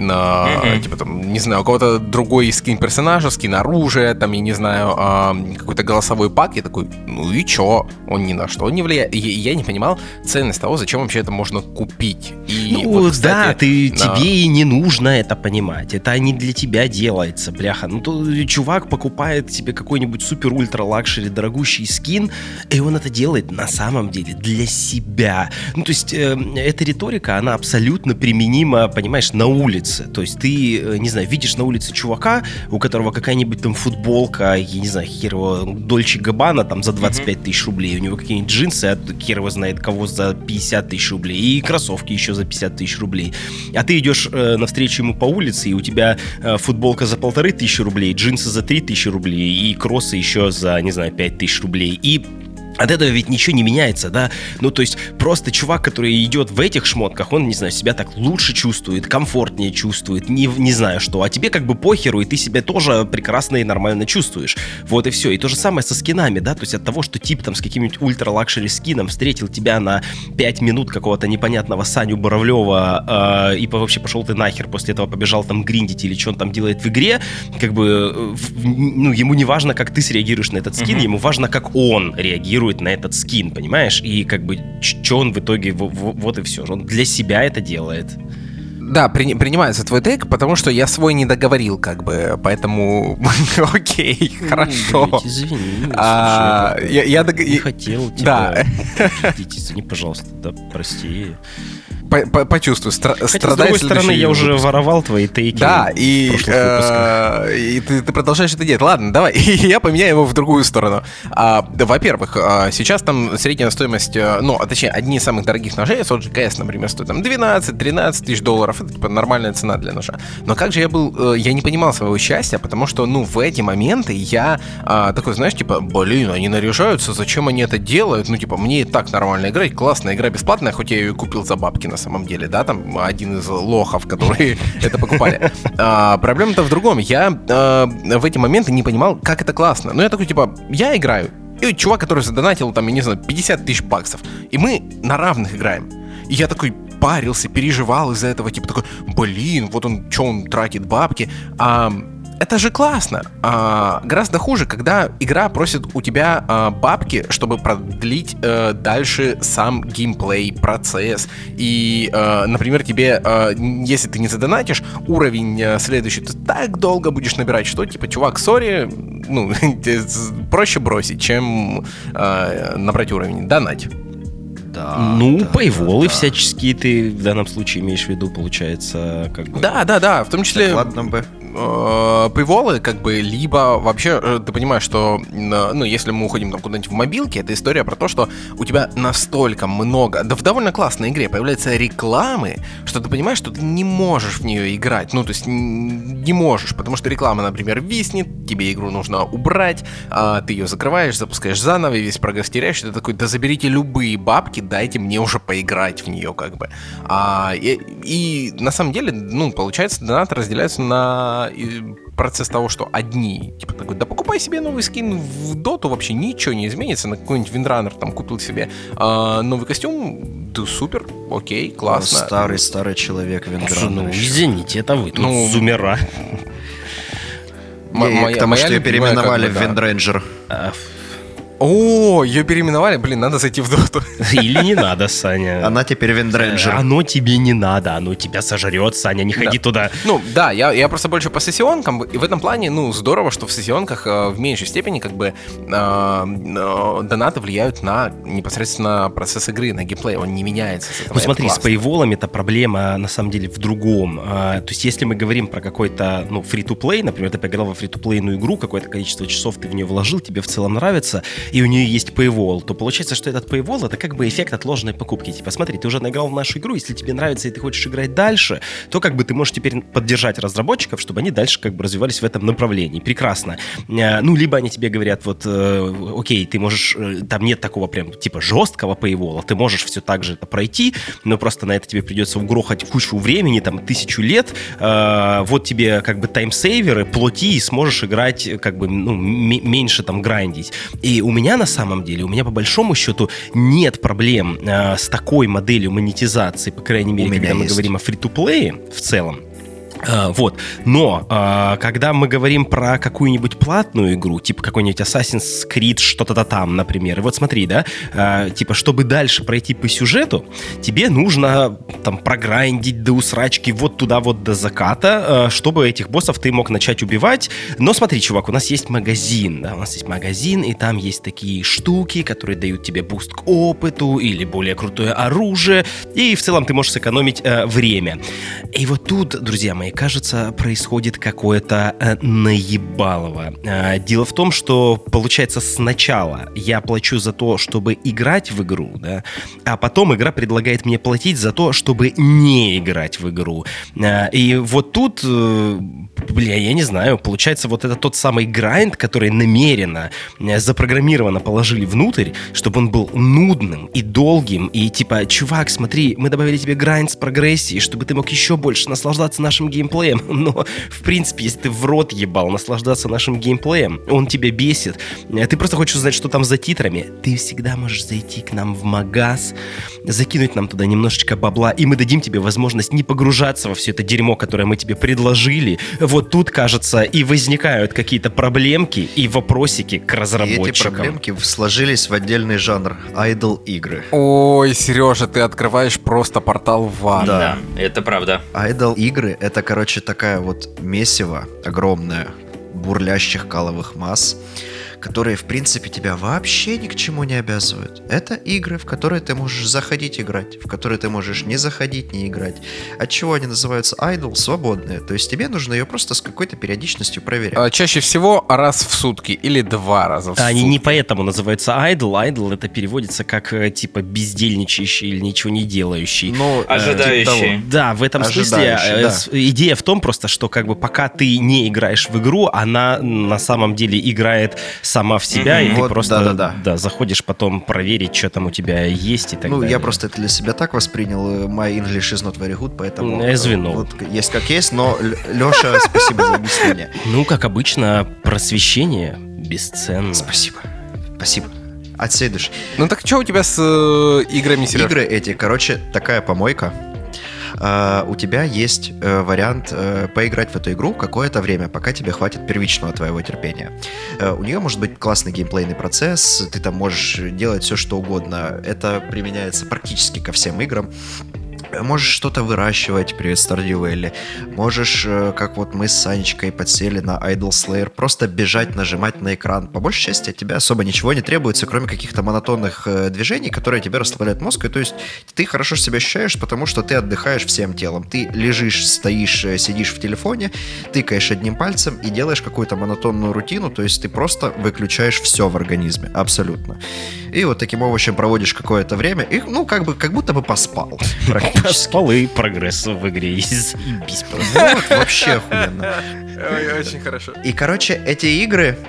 Типа там, не знаю, у кого-то другой скин персонажа, скин оружия, там, я не знаю, какой-то голосовой пак. Я такой, ну и чё? Он ни на что не влияет. И я не понимал ценность того, зачем вообще это можно купить. И ну, вот, кстати, тебе и не нужно это понимать. Это не для тебя делается, бляха. Ну, то чувак покупает себе какой-нибудь супер-ультра-лакшери дорогущий скин, и он это делает на самом деле для себя. Ну, то есть, эта риторика, она абсолютно применима, понимаешь, на улице. То есть ты, не знаю, видишь на улице чувака, у которого какая-нибудь там футболка, я не знаю, хер его, Дольче Габбана там за 25 тысяч рублей, у него какие-нибудь джинсы от хер его знает кого за 50 тысяч рублей, и кроссовки еще за 50 тысяч рублей. А ты идешь навстречу ему по улице, и у тебя футболка за 1500 рублей, джинсы за 3000 рублей, и кроссы еще за, не знаю, 5000 рублей. И от этого ведь ничего не меняется, да? Ну, то есть, просто чувак, который идет в этих шмотках, он, не знаю, себя так лучше чувствует, комфортнее чувствует, не знаю что. А тебе как бы похеру, и ты себя тоже прекрасно и нормально чувствуешь. Вот и все. И то же самое со скинами, да? То есть, от того, что тип там с каким-нибудь ультра-лакшери скином встретил тебя на 5 минут какого-то непонятного Саню Боровлева и вообще пошел ты нахер, после этого побежал там гриндить или что он там делает в игре, как бы, ну, ему не важно, как ты среагируешь на этот скин, ему важно, как он реагирует на этот скин, понимаешь? И как бы, что он в итоге, вот и все. Он для себя это делает. Да, принимается твой тейк, потому что я свой не договорил, как бы, поэтому окей, хорошо. Блядь, извини, я не хотел тебя. Да. Извини, пожалуйста, да, прости. Почувствую, Хотя, с другой стороны, я уже воровал твои тейки. Да, и ты продолжаешь это делать. Ладно, давай, я поменяю его в другую сторону. Во-первых, сейчас там средняя стоимость, точнее, одни из самых дорогих ножей, тот же КС, например, стоит там 12-13 тысяч долларов. Это типа нормальная цена для ножа. Но как же я не понимал своего счастья, потому что, в эти моменты я такой, знаешь, типа, блин, они наряжаются, зачем они это делают? Ну, типа, мне и так нормально играть, классная игра бесплатная, хоть я ее купил за бабки на самом деле, да, там один из лохов, которые это покупали. Проблема-то в другом. Я в эти моменты не понимал, как это классно. Но я такой, типа, я играю, и чувак, который задонатил, там, я не знаю, 50 тысяч баксов, и мы на равных играем. И я такой парился, переживал из-за этого, типа такой, блин, вот он, что он тратит бабки. это же классно. Гораздо хуже, когда игра просит у тебя бабки, чтобы продлить дальше сам геймплей, процесс. И, например, тебе, если ты не задонатишь, уровень следующий, ты так долго будешь набирать, что типа, чувак, сори, ну, проще бросить, чем набрать уровень. Донать. пейволы всяческие ты в данном случае имеешь в виду, получается, как бы... Да, в том числе... Ладно бы. Пейволы, как бы, либо вообще, ты понимаешь, что, ну, если мы уходим там куда-нибудь в мобилке, это история про то, что у тебя настолько много, да в довольно классной игре появляются рекламы, что ты понимаешь, что ты не можешь в нее играть, ну, то есть не можешь, потому что реклама, например, виснет, тебе игру нужно убрать, ты ее закрываешь, запускаешь заново, и весь прогресс теряешь, и ты такой, да заберите любые бабки, дайте мне уже поиграть в нее, как бы. И на самом деле, ну, получается, донаты разделяются на процесс того, что одни, типа, такой, да покупай себе новый скин в доту, вообще ничего не изменится, на какой-нибудь виндранер там купил себе новый костюм, да супер, окей, классно. Старый человек виндранер. Ну, извините, это вы тут зумера. К тому, что ее переименовали в Виндрейнджер. О, ее переименовали? Блин, надо зайти в доту. Или не надо, Саня. Она теперь Виндрейнджер. Оно тебе не надо, оно тебя сожрет, Саня, не ходи туда. Ну, да, я просто больше по сессионкам, и в этом плане, ну, здорово, что в сессионках в меньшей степени, как бы, донаты влияют на непосредственно процесс игры, на геймплей, он не меняется. Ну, смотри, с пейволами эта проблема, на самом деле, в другом. То есть, если мы говорим про какой-то, ну, фри-то-плей, например, ты поиграл во фри-то-плейную игру, какое-то количество часов ты в нее вложил, тебе в целом нравится, и у нее есть paywall, то получается, что этот paywall — это как бы эффект отложенной покупки. Типа, смотри, ты уже наиграл в нашу игру, если тебе нравится и ты хочешь играть дальше, то как бы ты можешь теперь поддержать разработчиков, чтобы они дальше как бы развивались в этом направлении. Прекрасно. Ну, либо они тебе говорят, вот, окей, ты можешь, там нет такого прям, типа, жесткого paywall, ты можешь все так же это пройти, но просто на это тебе придется угрохать кучу времени, там, 1000 лет, вот тебе как бы таймсейверы, плати и сможешь играть как бы, ну, меньше там грандить. И у меня на самом деле, у меня по большому счету нет проблем с такой моделью монетизации, по крайней мере, когда мы говорим о фри-то-плее в целом. Вот, но когда мы говорим про какую-нибудь платную игру, типа какой-нибудь Assassin's Creed, что-то там, например, и вот смотри, да, типа, чтобы дальше пройти по сюжету, тебе нужно там програндить до усрачки вот туда вот до заката, чтобы этих боссов ты мог начать убивать. Но смотри, чувак, у нас есть магазин, да, у нас есть магазин, и там есть такие штуки, которые дают тебе буст к опыту или более крутое оружие, и в целом ты можешь сэкономить время. И вот тут, друзья мои, кажется, происходит какое-то наебалово. Дело в том, что, получается, сначала я плачу за то, чтобы играть в игру, да, а потом игра предлагает мне платить за то, чтобы не играть в игру. И вот тут, я не знаю, получается, вот это тот самый грайнд, который намеренно, запрограммированно положили внутрь, чтобы он был нудным и долгим, и типа, чувак, смотри, мы добавили тебе грайнд с прогрессией, чтобы ты мог еще больше наслаждаться нашим геймплеем, но, в принципе, если ты в рот ебал наслаждаться нашим геймплеем, он тебя бесит, ты просто хочешь узнать, что там за титрами, ты всегда можешь зайти к нам в магаз, закинуть нам туда немножечко бабла, и мы дадим тебе возможность не погружаться во все это дерьмо, которое мы тебе предложили. Вот тут, кажется, и возникают какие-то проблемки и вопросики к разработчикам. И эти проблемки сложились в отдельный жанр — idle-игры. Ой, Сережа, ты открываешь просто портал в ад. Да, это правда. Idle-игры — это, короче, такая вот месиво огромное бурлящих каловых масс, которые, в принципе, тебя вообще ни к чему не обязывают. Это игры, в которые ты можешь заходить играть, в которые ты можешь не заходить, не играть. Отчего они называются idle? Свободные. То есть тебе нужно ее просто с какой-то периодичностью проверять. Чаще всего раз в сутки или 2 раза в сутки. Они не поэтому называются idle. Idle — это переводится как, типа, бездельничающий или ничего не делающий. Ну, ожидающий. Да, в этом смысле идея в том просто, что как бы пока ты не играешь в игру, она на самом деле играет сама в себя, и ты вот, просто заходишь потом проверить, что там у тебя есть и так далее. Ну, я просто это для себя так воспринял. My English is not very good, поэтому вот есть как есть, но, Леша, спасибо за объяснение. Ну, как обычно, просвещение бесценно. Спасибо. От всей души. Ну так что у тебя с играми, Сереж? Игры эти, короче, такая помойка. у тебя есть вариант поиграть в эту игру какое-то время, пока тебе хватит первичного твоего терпения. У нее может быть классный геймплейный процесс, ты там можешь делать все, что угодно. Это применяется практически ко всем играм. Можешь что-то выращивать, привет, Stardew Valley. Можешь, как вот мы с Санечкой подсели на Idle Slayer, просто бежать, нажимать на экран. По большей части от тебя особо ничего не требуется, кроме каких-то монотонных движений, которые тебе расслабляют мозг. И то есть ты хорошо себя ощущаешь, потому что ты отдыхаешь всем телом. Ты лежишь, стоишь, сидишь в телефоне, тыкаешь одним пальцем и делаешь какую-то монотонную рутину. То есть ты просто выключаешь все в организме. Абсолютно. И вот таким овощем проводишь какое-то время и, как будто бы поспал. Поспал и прогресс в игре из Вот, вообще охуенно. Очень хорошо. И, короче, эти игры,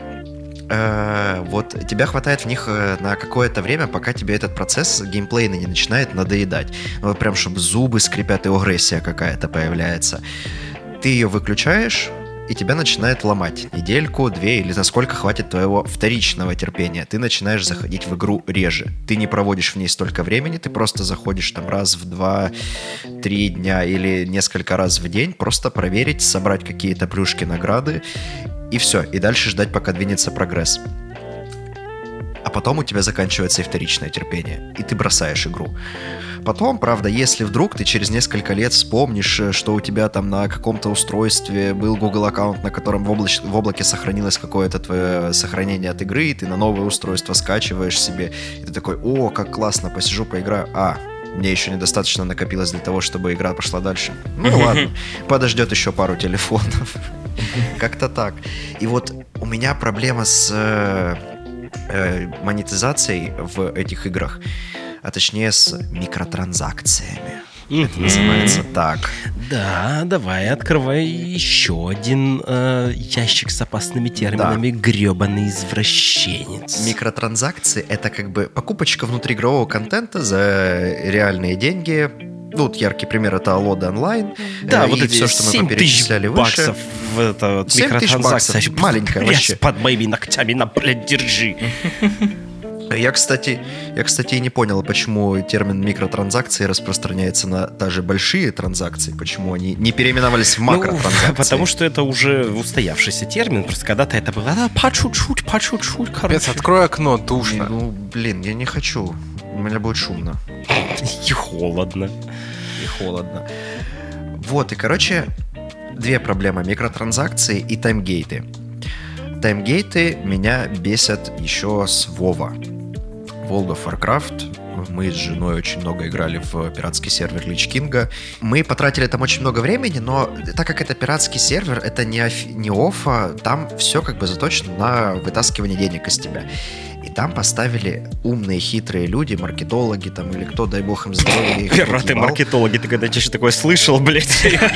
вот тебя хватает в них на какое-то время, пока тебе этот процесс геймплейный не начинает надоедать. Вот прям, чтобы зубы скрипят и агрессия какая-то появляется. Ты ее выключаешь, и тебя начинает ломать недельку, две или насколько хватит твоего вторичного терпения. Ты начинаешь заходить в игру реже. Ты не проводишь в ней столько времени, ты просто заходишь там раз в 2-3 дня или несколько раз в день, просто проверить, собрать какие-то плюшки, награды, и все. И дальше ждать, пока двинется прогресс. А потом у тебя заканчивается и вторичное терпение, и ты бросаешь игру. Потом, правда, если вдруг ты через несколько лет вспомнишь, что у тебя там на каком-то устройстве был Google аккаунт, на котором в облаке сохранилось какое-то твое сохранение от игры, и ты на новое устройство скачиваешь себе, и ты такой: о, как классно, посижу, поиграю. Мне еще недостаточно накопилось для того, чтобы игра пошла дальше. Ну ладно, подождет еще пару телефонов. Как-то так. И вот у меня проблема с монетизацией в этих играх, а точнее с микротранзакциями. Это называется так. Да, давай, открывай еще один ящик с опасными терминами. Да. Гребаный извращенец. Микротранзакции — это как бы покупочка внутриигрового контента за реальные деньги. Ну, вот яркий пример — это Allo Online. Да, вот и эти все, что мы поперечисляли выше. В это, 7 тысяч баксов, маленькая вообще. Под моими ногтями, блядь, держи. Я, кстати, и не понял, почему термин микротранзакции распространяется на даже большие транзакции, почему они не переименовались в макротранзакции. Потому что это уже устоявшийся термин, просто когда-то это было по чуть-чуть, короче. Капец, открой окно, душно. Я не хочу, у меня будет шумно. И холодно. Вот, и, короче, две проблемы: микротранзакции и таймгейты. Таймгейты меня бесят еще с Вова. World of Warcraft. Мы с женой очень много играли в пиратский сервер Лич Кинга. Мы потратили там очень много времени, но так как это пиратский сервер, это не оффа, там все как бы заточено на вытаскивание денег из тебя. И там поставили умные, хитрые люди, маркетологи там, или кто, дай бог им здоровья. Пираты-маркетологи, ты когда-нибудь что такое слышал, блядь?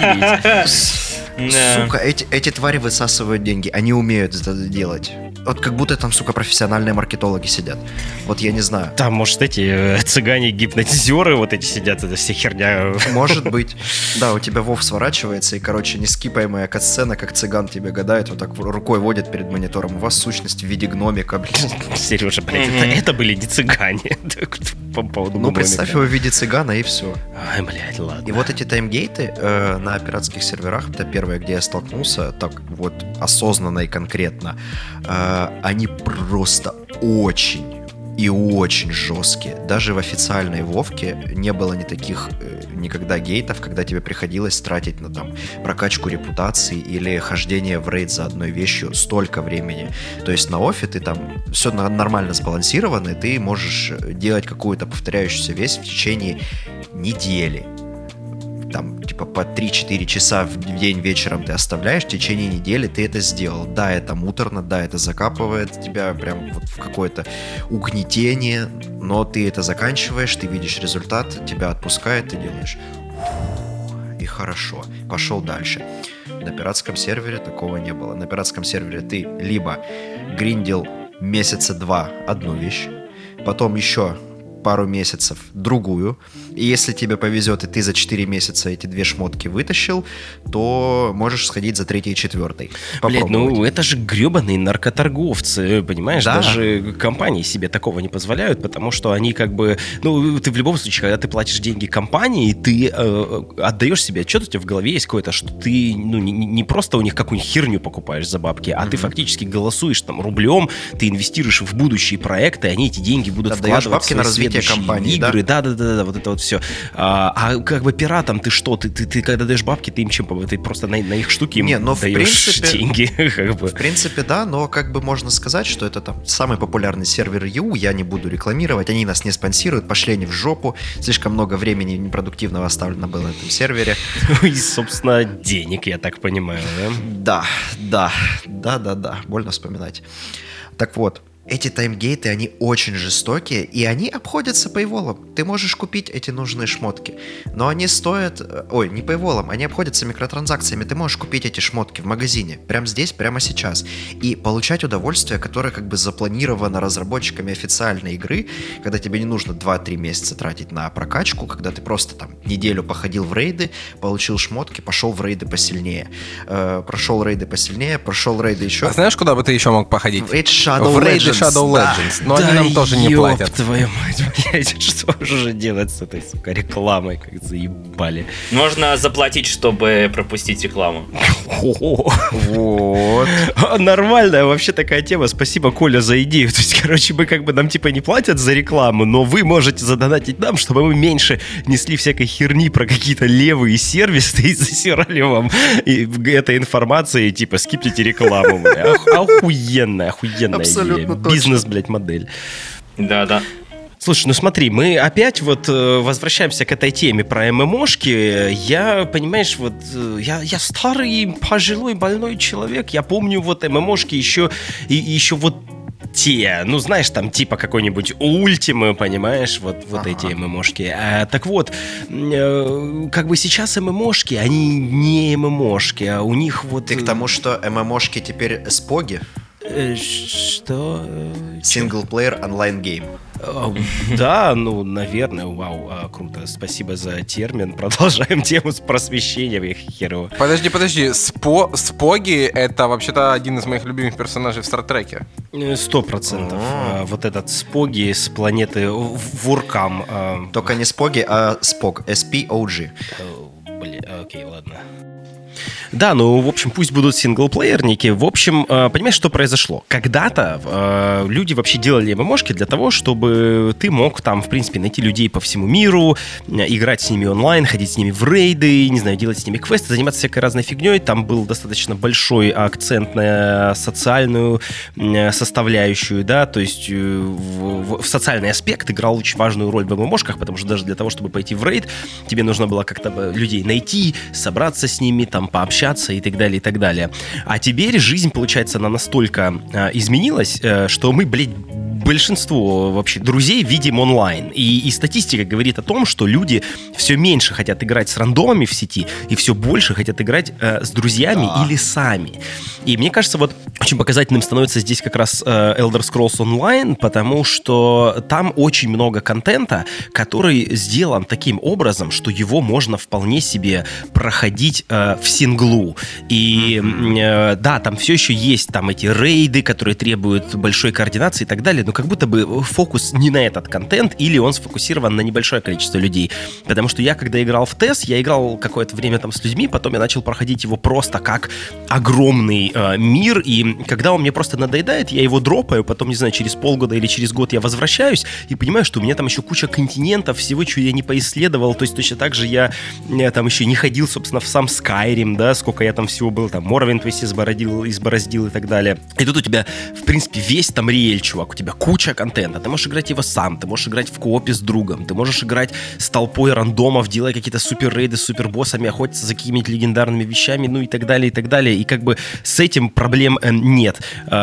Сука, эти твари высасывают деньги, они умеют это делать. Вот как будто там, сука, профессиональные маркетологи сидят. Вот я не знаю. Там, может, эти цыгане-гипнотизеры вот эти сидят, это вся херня. Может быть. Да, у тебя Вов сворачивается, и, короче, нескипаемая катсцена, как цыган тебе гадает, вот так рукой водит перед монитором. У вас сущность в виде гномика, блин. Сережа, блядь, это были не цыгане. По поводу гномика. Представь его в виде цыгана, и все. Ай, блядь, ладно. И вот эти таймгейты на пиратских серверах, это первое, где я столкнулся, так вот осознанно и конкретно, они просто очень и очень жесткие. Даже в официальной Вовке не было никогда гейтов, когда тебе приходилось тратить на там прокачку репутации или хождение в рейд за одной вещью столько времени. То есть на оффе ты там все нормально сбалансировано, и ты можешь делать какую-то повторяющуюся вещь в течение недели. Там, типа, по 3-4 часа в день вечером ты оставляешь, в течение недели ты это сделал. Да, это муторно, да, это закапывает тебя прям вот в какое-то угнетение, но ты это заканчиваешь, ты видишь результат, тебя отпускает, ты делаешь. И хорошо, пошел дальше. На пиратском сервере такого не было. На пиратском сервере ты либо гриндил месяца 2 одну вещь, потом еще пару месяцев другую, и если тебе повезет, и ты за 4 месяца эти 2 шмотки вытащил, то можешь сходить за 3-й и 4-й. Блядь, ну это же гребаные наркоторговцы, понимаешь? Да. Даже компании себе такого не позволяют, потому что они как бы... Ну, ты в любом случае, когда ты платишь деньги компании, ты отдаешь себе отчет, у тебя в голове есть какое-то, что ты не просто у них какую-нибудь херню покупаешь за бабки, а ты фактически голосуешь там рублем, ты инвестируешь в будущие проекты, они эти деньги будут отдаешь вкладывать бабки в на свои развитие следующие компании, игры. Да, вот это вот все. А как бы пиратам ты что? Ты когда даешь бабки, ты им чем? Ты просто на их штуки им даешь деньги. Как бы. В принципе, да, но как бы можно сказать, что это там самый популярный сервер EU, я не буду рекламировать, они нас не спонсируют, пошли они в жопу, слишком много времени непродуктивного оставлено было на этом сервере. И, собственно, денег, я так понимаю, да? Да, больно вспоминать. Так вот, эти таймгейты, они очень жестокие, и они обходятся пейволом. Ты можешь купить эти нужные шмотки, но они стоят... Ой, не пейволом, они обходятся микротранзакциями. Ты можешь купить эти шмотки в магазине, прямо здесь, прямо сейчас, и получать удовольствие, которое как бы запланировано разработчиками официальной игры, когда тебе не нужно 2-3 месяца тратить на прокачку, когда ты просто там неделю походил в рейды, получил шмотки, пошел в рейды посильнее. Прошел рейды посильнее, прошел рейды еще... А знаешь, куда бы ты еще мог походить? В рейды Shadow Legends, но они нам тоже не платят. Твою мать, блядь, что же делать с этой, сука, рекламой, как заебали. Можно заплатить, чтобы пропустить рекламу. Вот. Нормальная вообще такая тема, спасибо, Коля, за идею. То есть, короче, мы как бы нам типа не платят за рекламу, но вы можете задонатить нам, чтобы мы меньше несли всякой херни про какие-то левые сервисы и засирали вам этой информацией, типа, скипните рекламу. Охуенная идея. Бизнес, блядь, модель. Да. Слушай, ну смотри, мы опять вот возвращаемся к этой теме про ММОшки. Я, понимаешь, вот я старый, пожилой, больной человек. Я помню вот ММОшки еще вот те, ну знаешь, там типа какой-нибудь Ультимы, понимаешь, вот эти ММОшки. Так вот, как бы сейчас ММОшки, они не ММОшки, а у них вот... Ты к тому, что ММОшки теперь споги? Что? Синглплеер онлайн-гейм. Да, ну, наверное, вау, круто, спасибо за термин. Продолжаем тему с просвещением их херово. Подожди, Споги — это вообще-то один из моих любимых персонажей в Стартреке. 100%. Вот этот Споги с планеты Вуркам. Только не Споги, а Спог, S-P-O-G. Блин, окей, ладно. Да, ну, в общем, пусть будут синглплеерники. В общем, понимаешь, что произошло? Когда-то люди вообще делали ММОшки для того, чтобы ты мог там, в принципе, найти людей по всему миру, играть с ними онлайн, ходить с ними в рейды, не знаю, делать с ними квесты, заниматься всякой разной фигней. Там был достаточно большой акцент на социальную составляющую, да, то есть в социальный аспект играл очень важную роль в ММОшках, потому что даже для того, чтобы пойти в рейд, тебе нужно было как-то людей найти, собраться с ними, там, пообщаться и так далее, и так далее. А теперь жизнь, получается, она настолько изменилась, что мы, блядь, большинство вообще друзей видим онлайн. И статистика говорит о том, что люди все меньше хотят играть с рандомами в сети и все больше хотят играть с друзьями или сами. И мне кажется, вот очень показательным становится здесь как раз Elder Scrolls Online, потому что там очень много контента, который сделан таким образом, что его можно вполне себе проходить в синглу. И да, там все еще есть там эти рейды, которые требуют большой координации и так далее, но как будто бы фокус не на этот контент, или он сфокусирован на небольшое количество людей. Потому что я, когда играл в TES, я играл какое-то время там с людьми, потом я начал проходить его просто как огромный мир, и когда он мне просто надоедает, я его дропаю, потом, не знаю, через полгода или через год я возвращаюсь и понимаю, что у меня там еще куча континентов, всего, чего я не поисследовал, то есть точно так же я там еще не ходил, собственно, в сам Skyrim, да, сколько я там всего был, там, Morrowind весь избороздил и так далее. И тут у тебя, в принципе, весь там Риэль, чувак, у тебя куча контента, ты можешь играть его сам, ты можешь играть в коопе с другом, ты можешь играть с толпой рандомов, делать какие-то супер-рейды с супербоссами, охотиться за какими-то легендарными вещами, ну и так далее, и так далее. И как бы с этим проблем нет.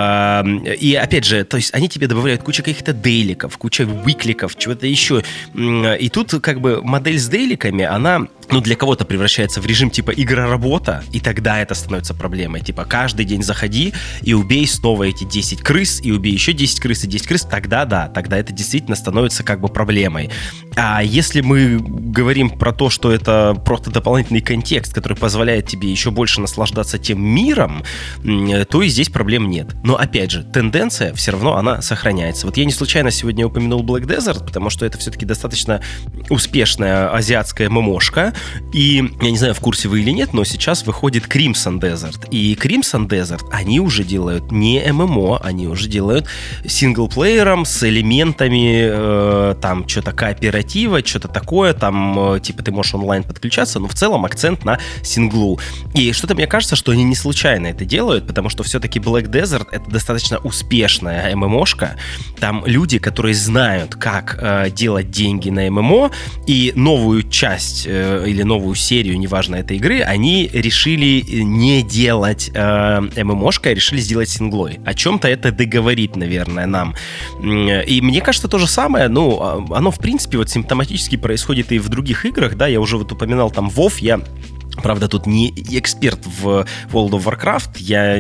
И опять же, то есть они тебе добавляют кучу каких-то дейликов, кучу викликов, чего-то еще. И тут как бы модель с дейликами, она... Ну, для кого-то превращается в режим типа игра-работа, и тогда это становится проблемой. Типа, каждый день заходи и убей снова эти 10 крыс, и убей еще 10 крыс и 10 крыс, тогда да, тогда это действительно становится как бы проблемой. А если мы говорим про то, что это просто дополнительный контекст, который позволяет тебе еще больше наслаждаться тем миром, то и здесь проблем нет. Но, опять же, тенденция все равно, она сохраняется. Вот я не случайно сегодня упомянул Black Desert, потому что это все-таки достаточно успешная азиатская ММОшка. И, я не знаю, в курсе вы или нет, но сейчас выходит Crimson Desert. И Crimson Desert, они уже делают не ММО, они уже делают синглплеером с элементами там что-то кооператива, что-то такое, там типа ты можешь онлайн подключаться, но в целом акцент на синглу. И что-то мне кажется, что они не случайно это делают, потому что все-таки Black Desert — это достаточно успешная ММОшка. Там люди, которые знают, как делать деньги на ММО, и новую часть или новую серию, неважно, этой игры, они решили не делать ММОшкой, а решили сделать синглой. О чем-то это договорит, наверное, нам. И мне кажется, то же самое, ну, оно, в принципе, вот симптоматически происходит и в других играх, да, я уже вот упоминал там WoW, я... Правда, тут не эксперт в World of Warcraft, я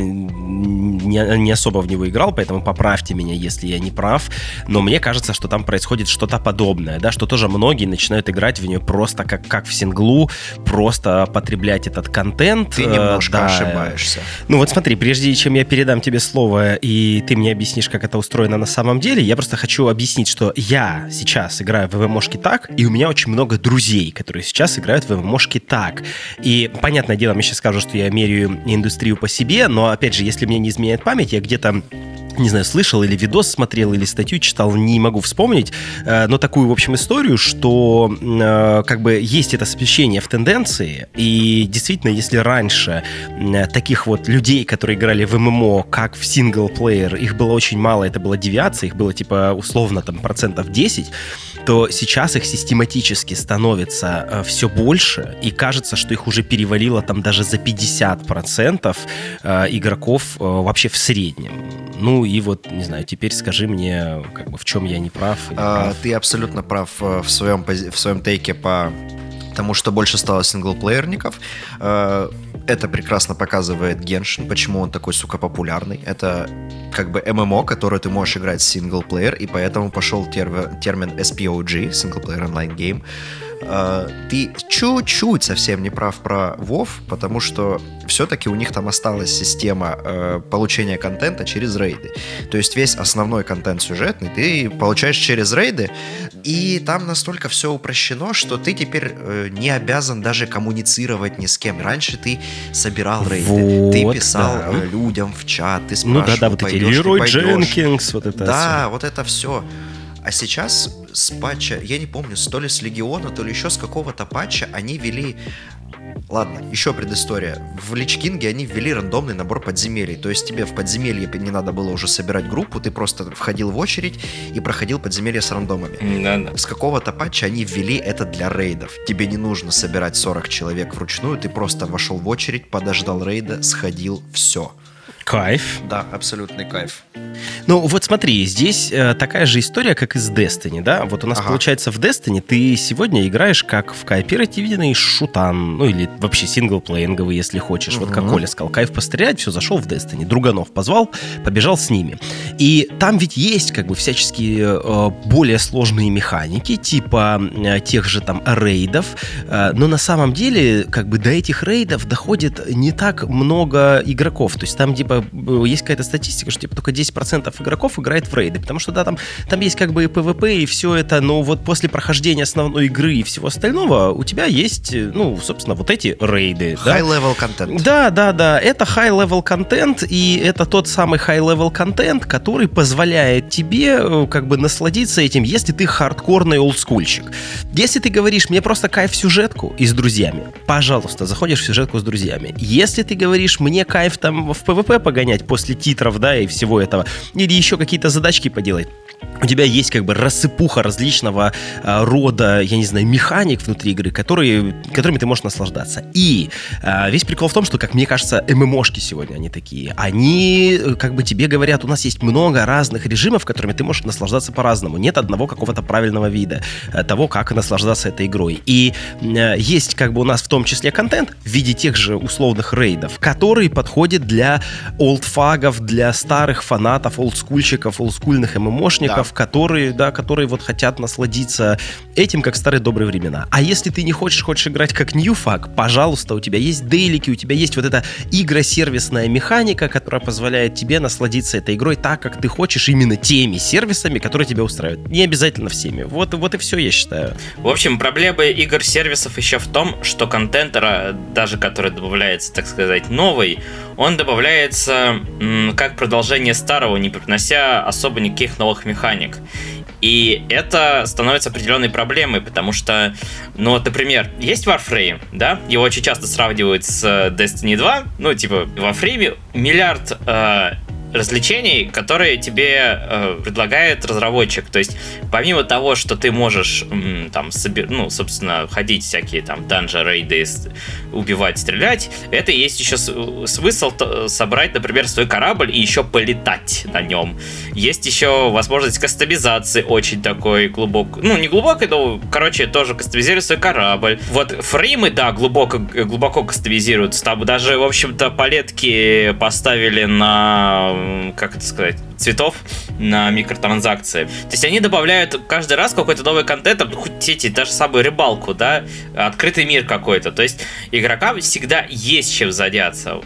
не особо в него играл, поэтому поправьте меня, если я не прав, но мне кажется, что там происходит что-то подобное, да, что тоже многие начинают играть в нее просто как в синглу, просто потреблять этот контент. Ты немножко ошибаешься. Ну вот смотри, прежде чем я передам тебе слово, и ты мне объяснишь, как это устроено на самом деле, я просто хочу объяснить, что я сейчас играю в ММОшки так, и у меня очень много друзей, которые сейчас играют в ММОшки так. И, понятное дело, мне сейчас скажут, что я меряю индустрию по себе, но, опять же, если мне не изменяет память, я где-то, не знаю, слышал или видос смотрел, или статью читал, не могу вспомнить, но такую, в общем, историю, что как бы есть это смещение в тенденции, и действительно, если раньше таких вот людей, которые играли в ММО, как в синглплеер, их было очень мало, это была девиация, их было типа условно там 10%, то сейчас их систематически становится все больше, и кажется, что их уже перевалило там даже за 50% игроков вообще в среднем. Ну и вот, не знаю, теперь скажи мне, как бы, в чем я не прав. Ты абсолютно прав в своем тейке по тому, что больше стало синглплеерников. Это прекрасно показывает Genshin, почему он такой, сука, популярный. Это как бы ММО, который ты можешь играть синглплеер, и поэтому пошел термин SPOG, Single Player Online Game. Ты чуть-чуть совсем не прав про WoW, потому что все-таки у них там осталась система получения контента через рейды. То есть весь основной контент сюжетный ты получаешь через рейды, и там настолько все упрощено, что ты теперь не обязан даже коммуницировать ни с кем. Раньше ты собирал рейды, вот, ты писал да. Людям в чат, ты спрашивал, ну да, вот эти Лерой Дженкинс, вот это да, все. Вот это все. А сейчас с патча, я не помню, то ли с Легиона, то ли еще с какого-то патча они ввели... Ладно, еще предыстория. В Лич Кинге они ввели рандомный набор подземелий. То есть тебе в подземелье не надо было уже собирать группу, ты просто входил в очередь и проходил подземелье с рандомами. Да-да. С какого-то патча они ввели это для рейдов. Тебе не нужно собирать 40 человек вручную, ты просто вошел в очередь, подождал рейда, сходил, все. Кайф. Да, абсолютный кайф. Ну, вот смотри, здесь такая же история, как и с Destiny, да? Вот у нас, получается, в Destiny ты сегодня играешь как в кооперативный шутан, ну, или вообще синглплеинговый, если хочешь. Вот как Коля сказал, кайф пострелять, все, зашел в Destiny, друганов позвал, побежал с ними. И там ведь есть, как бы, всяческие более сложные механики, типа тех же там рейдов, но на самом деле, как бы, до этих рейдов доходит не так много игроков. То есть там, типа, есть какая-то статистика, что, типа, только 10% игроков играет в рейды, потому что, да, там есть как бы и PvP, и все это, но вот после прохождения основной игры и всего остального у тебя есть, ну, собственно, вот эти рейды. High-level контент. Да, это high-level контент, и это тот самый high-level контент, который позволяет тебе, как бы, насладиться этим, если ты хардкорный олдскульщик. Если ты говоришь, мне просто кайф сюжетку и с друзьями, пожалуйста, заходишь в сюжетку с друзьями. Если ты говоришь, мне кайф там в PvP погонять после титров, да, и всего этого, или еще какие-то задачки поделать, у тебя есть как бы рассыпуха различного рода, я не знаю, механик внутри игры, которыми ты можешь наслаждаться. И весь прикол в том, что, как мне кажется, ММОшки сегодня, они такие. Они как бы тебе говорят, у нас есть много разных режимов, которыми ты можешь наслаждаться по-разному. Нет одного какого-то правильного вида того, как наслаждаться этой игрой. И есть как бы у нас в том числе контент в виде тех же условных рейдов, который подходит для олдфагов, для старых фанатов, олдскульщиков, олдскульных ММОшников, которые вот хотят насладиться этим, как в старые добрые времена. А если ты не хочешь играть как ньюфаг, пожалуйста, у тебя есть дейлики, у тебя есть вот эта игросервисная механика, которая позволяет тебе насладиться этой игрой так, как ты хочешь, именно теми сервисами, которые тебя устраивают. Не обязательно всеми. Вот и все, я считаю. В общем, проблема игр-сервисов еще в том, что контент, даже который добавляется, так сказать, новый, он добавляется как продолжение старого, не принося особо никаких новых механик. И это становится определенной проблемой, потому что, ну вот, например, есть Warframe, да, его очень часто сравнивают с Destiny 2, ну, типа, в Warframe миллиард развлечений, которые тебе предлагает разработчик. То есть, помимо того, что ты можешь там, собственно, ходить всякие там данжи, рейды, убивать, стрелять, это есть еще смысл собрать, например, свой корабль и еще полетать на нем. Есть еще возможность кастомизации очень такой глубокой, ну, не глубокой, но, короче, тоже кастомизируй свой корабль. Вот фреймы, да, глубоко кастомизируются. Там даже, в общем-то, палетки поставили на, как это сказать, цветов на микротранзакции. То есть они добавляют каждый раз какой-то новый контент, хоть эти, даже самую рыбалку, да, открытый мир какой-то. То есть игрокам всегда есть чем заняться.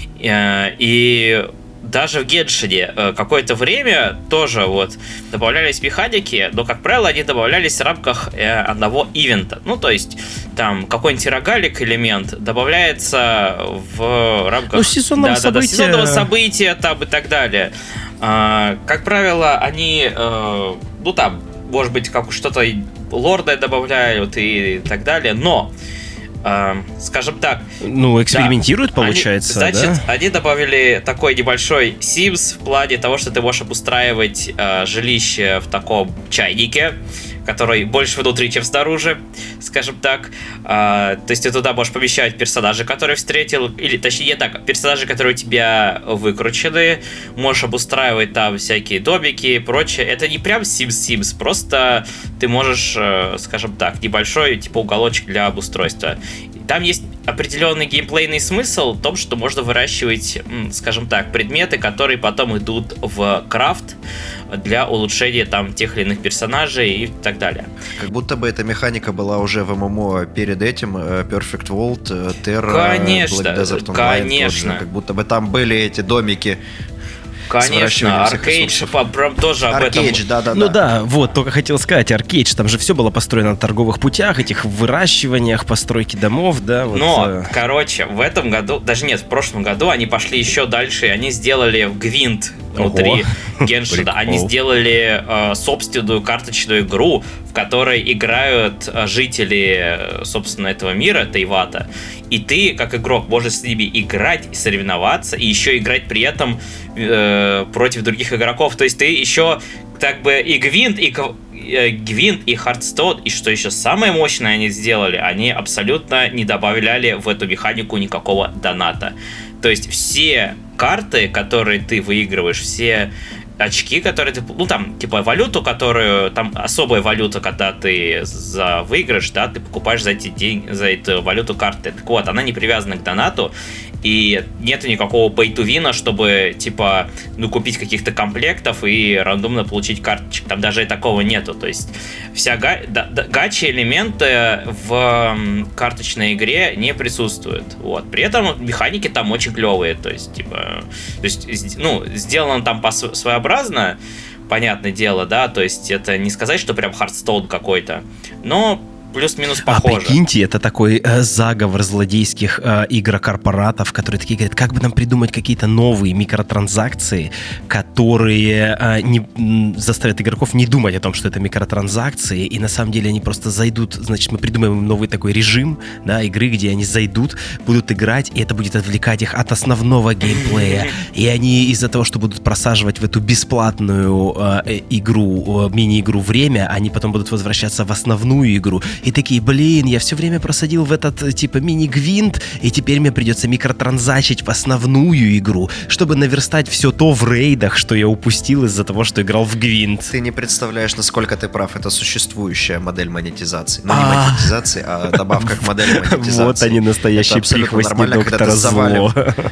И даже в Геншине какое-то время тоже вот добавлялись механики, но, как правило, они добавлялись в рамках одного ивента. Ну, то есть, там какой-нибудь рогалик элемент добавляется в рамках сезонного события там и так далее. Как правило, они, ну, там, может быть, как что-то лорда добавляют и так далее, но скажем так... Ну, экспериментируют, да, получается, значит, они добавили такой небольшой Sims в плане того, что ты можешь обустраивать жилище в таком чайнике, который больше внутри, чем снаружи, скажем так. То есть ты туда можешь помещать персонажей, которые встретил, или, точнее, не так, персонажи, которые у тебя выкручены, можешь обустраивать там всякие домики и прочее. Это не прям Sims, просто ты можешь, скажем так, небольшой типа уголочек для обустройства. Там есть определенный геймплейный смысл в том, что можно выращивать, скажем так, предметы, которые потом идут в крафт для улучшения там тех или иных персонажей и так далее. Как будто бы эта механика была уже в ММО перед этим, Perfect World, Terra, конечно, Black Desert Online. Конечно. Тоже, как будто бы там были эти домики. Конечно, Аркейдж тоже об этом. Да. Ну да, вот, только хотел сказать, Аркейдж, там же все было построено на торговых путях, этих выращиваниях, постройке домов, да. Вот. Но, короче, в этом году, даже нет, в прошлом году они пошли еще дальше, и они сделали Гвинт внутри Геншина. Они сделали собственную карточную игру, в которой играют жители, собственно, этого мира, Тейвата. И ты, как игрок, можешь с ними играть, соревноваться, и еще играть при этом против других игроков. То есть ты еще как бы и Гвинт, и Hearthstone, и что еще самое мощное они сделали, они абсолютно не добавляли в эту механику никакого доната. То есть все карты, которые ты выигрываешь, все очки, которые ты... Ну, там, типа, валюту, которую... Там особая валюта, когда ты за выигрыш, да, ты покупаешь за эти деньги, за эту валюту карты. Так вот, она не привязана к донату, и нету никакого pay-to-win, чтобы, типа, ну, купить каких-то комплектов и рандомно получить карточек. Там даже и такого нету. То есть вся гачи-элементы в карточной игре не присутствуют. Вот. При этом механики там очень клевые. То есть, ну, сделано там своеобразно, понятное дело, да, то есть это не сказать, что прям Hearthstone какой-то, но плюс-минус похоже. А прикиньте, это такой заговор злодейских игрокорпоратов, которые такие говорят, как бы нам придумать какие-то новые микротранзакции, которые заставят игроков не думать о том, что это микротранзакции, и на самом деле они просто зайдут, значит, мы придумаем новый такой режим, да, игры, где они зайдут, будут играть, и это будет отвлекать их от основного геймплея, и они из-за того, что будут просаживать в эту бесплатную игру, мини-игру время, они потом будут возвращаться в основную игру, и такие, блин, я все время просадил в этот, типа, мини-гвинт, и теперь мне придется микротранзачить в основную игру, чтобы наверстать все то в рейдах, что я упустил из-за того, что играл в гвинт. Ты не представляешь, насколько ты прав. Это существующая модель монетизации. Ну, не монетизации, а добавка к модели монетизации. Вот они, настоящие прихвостни доктора Зло.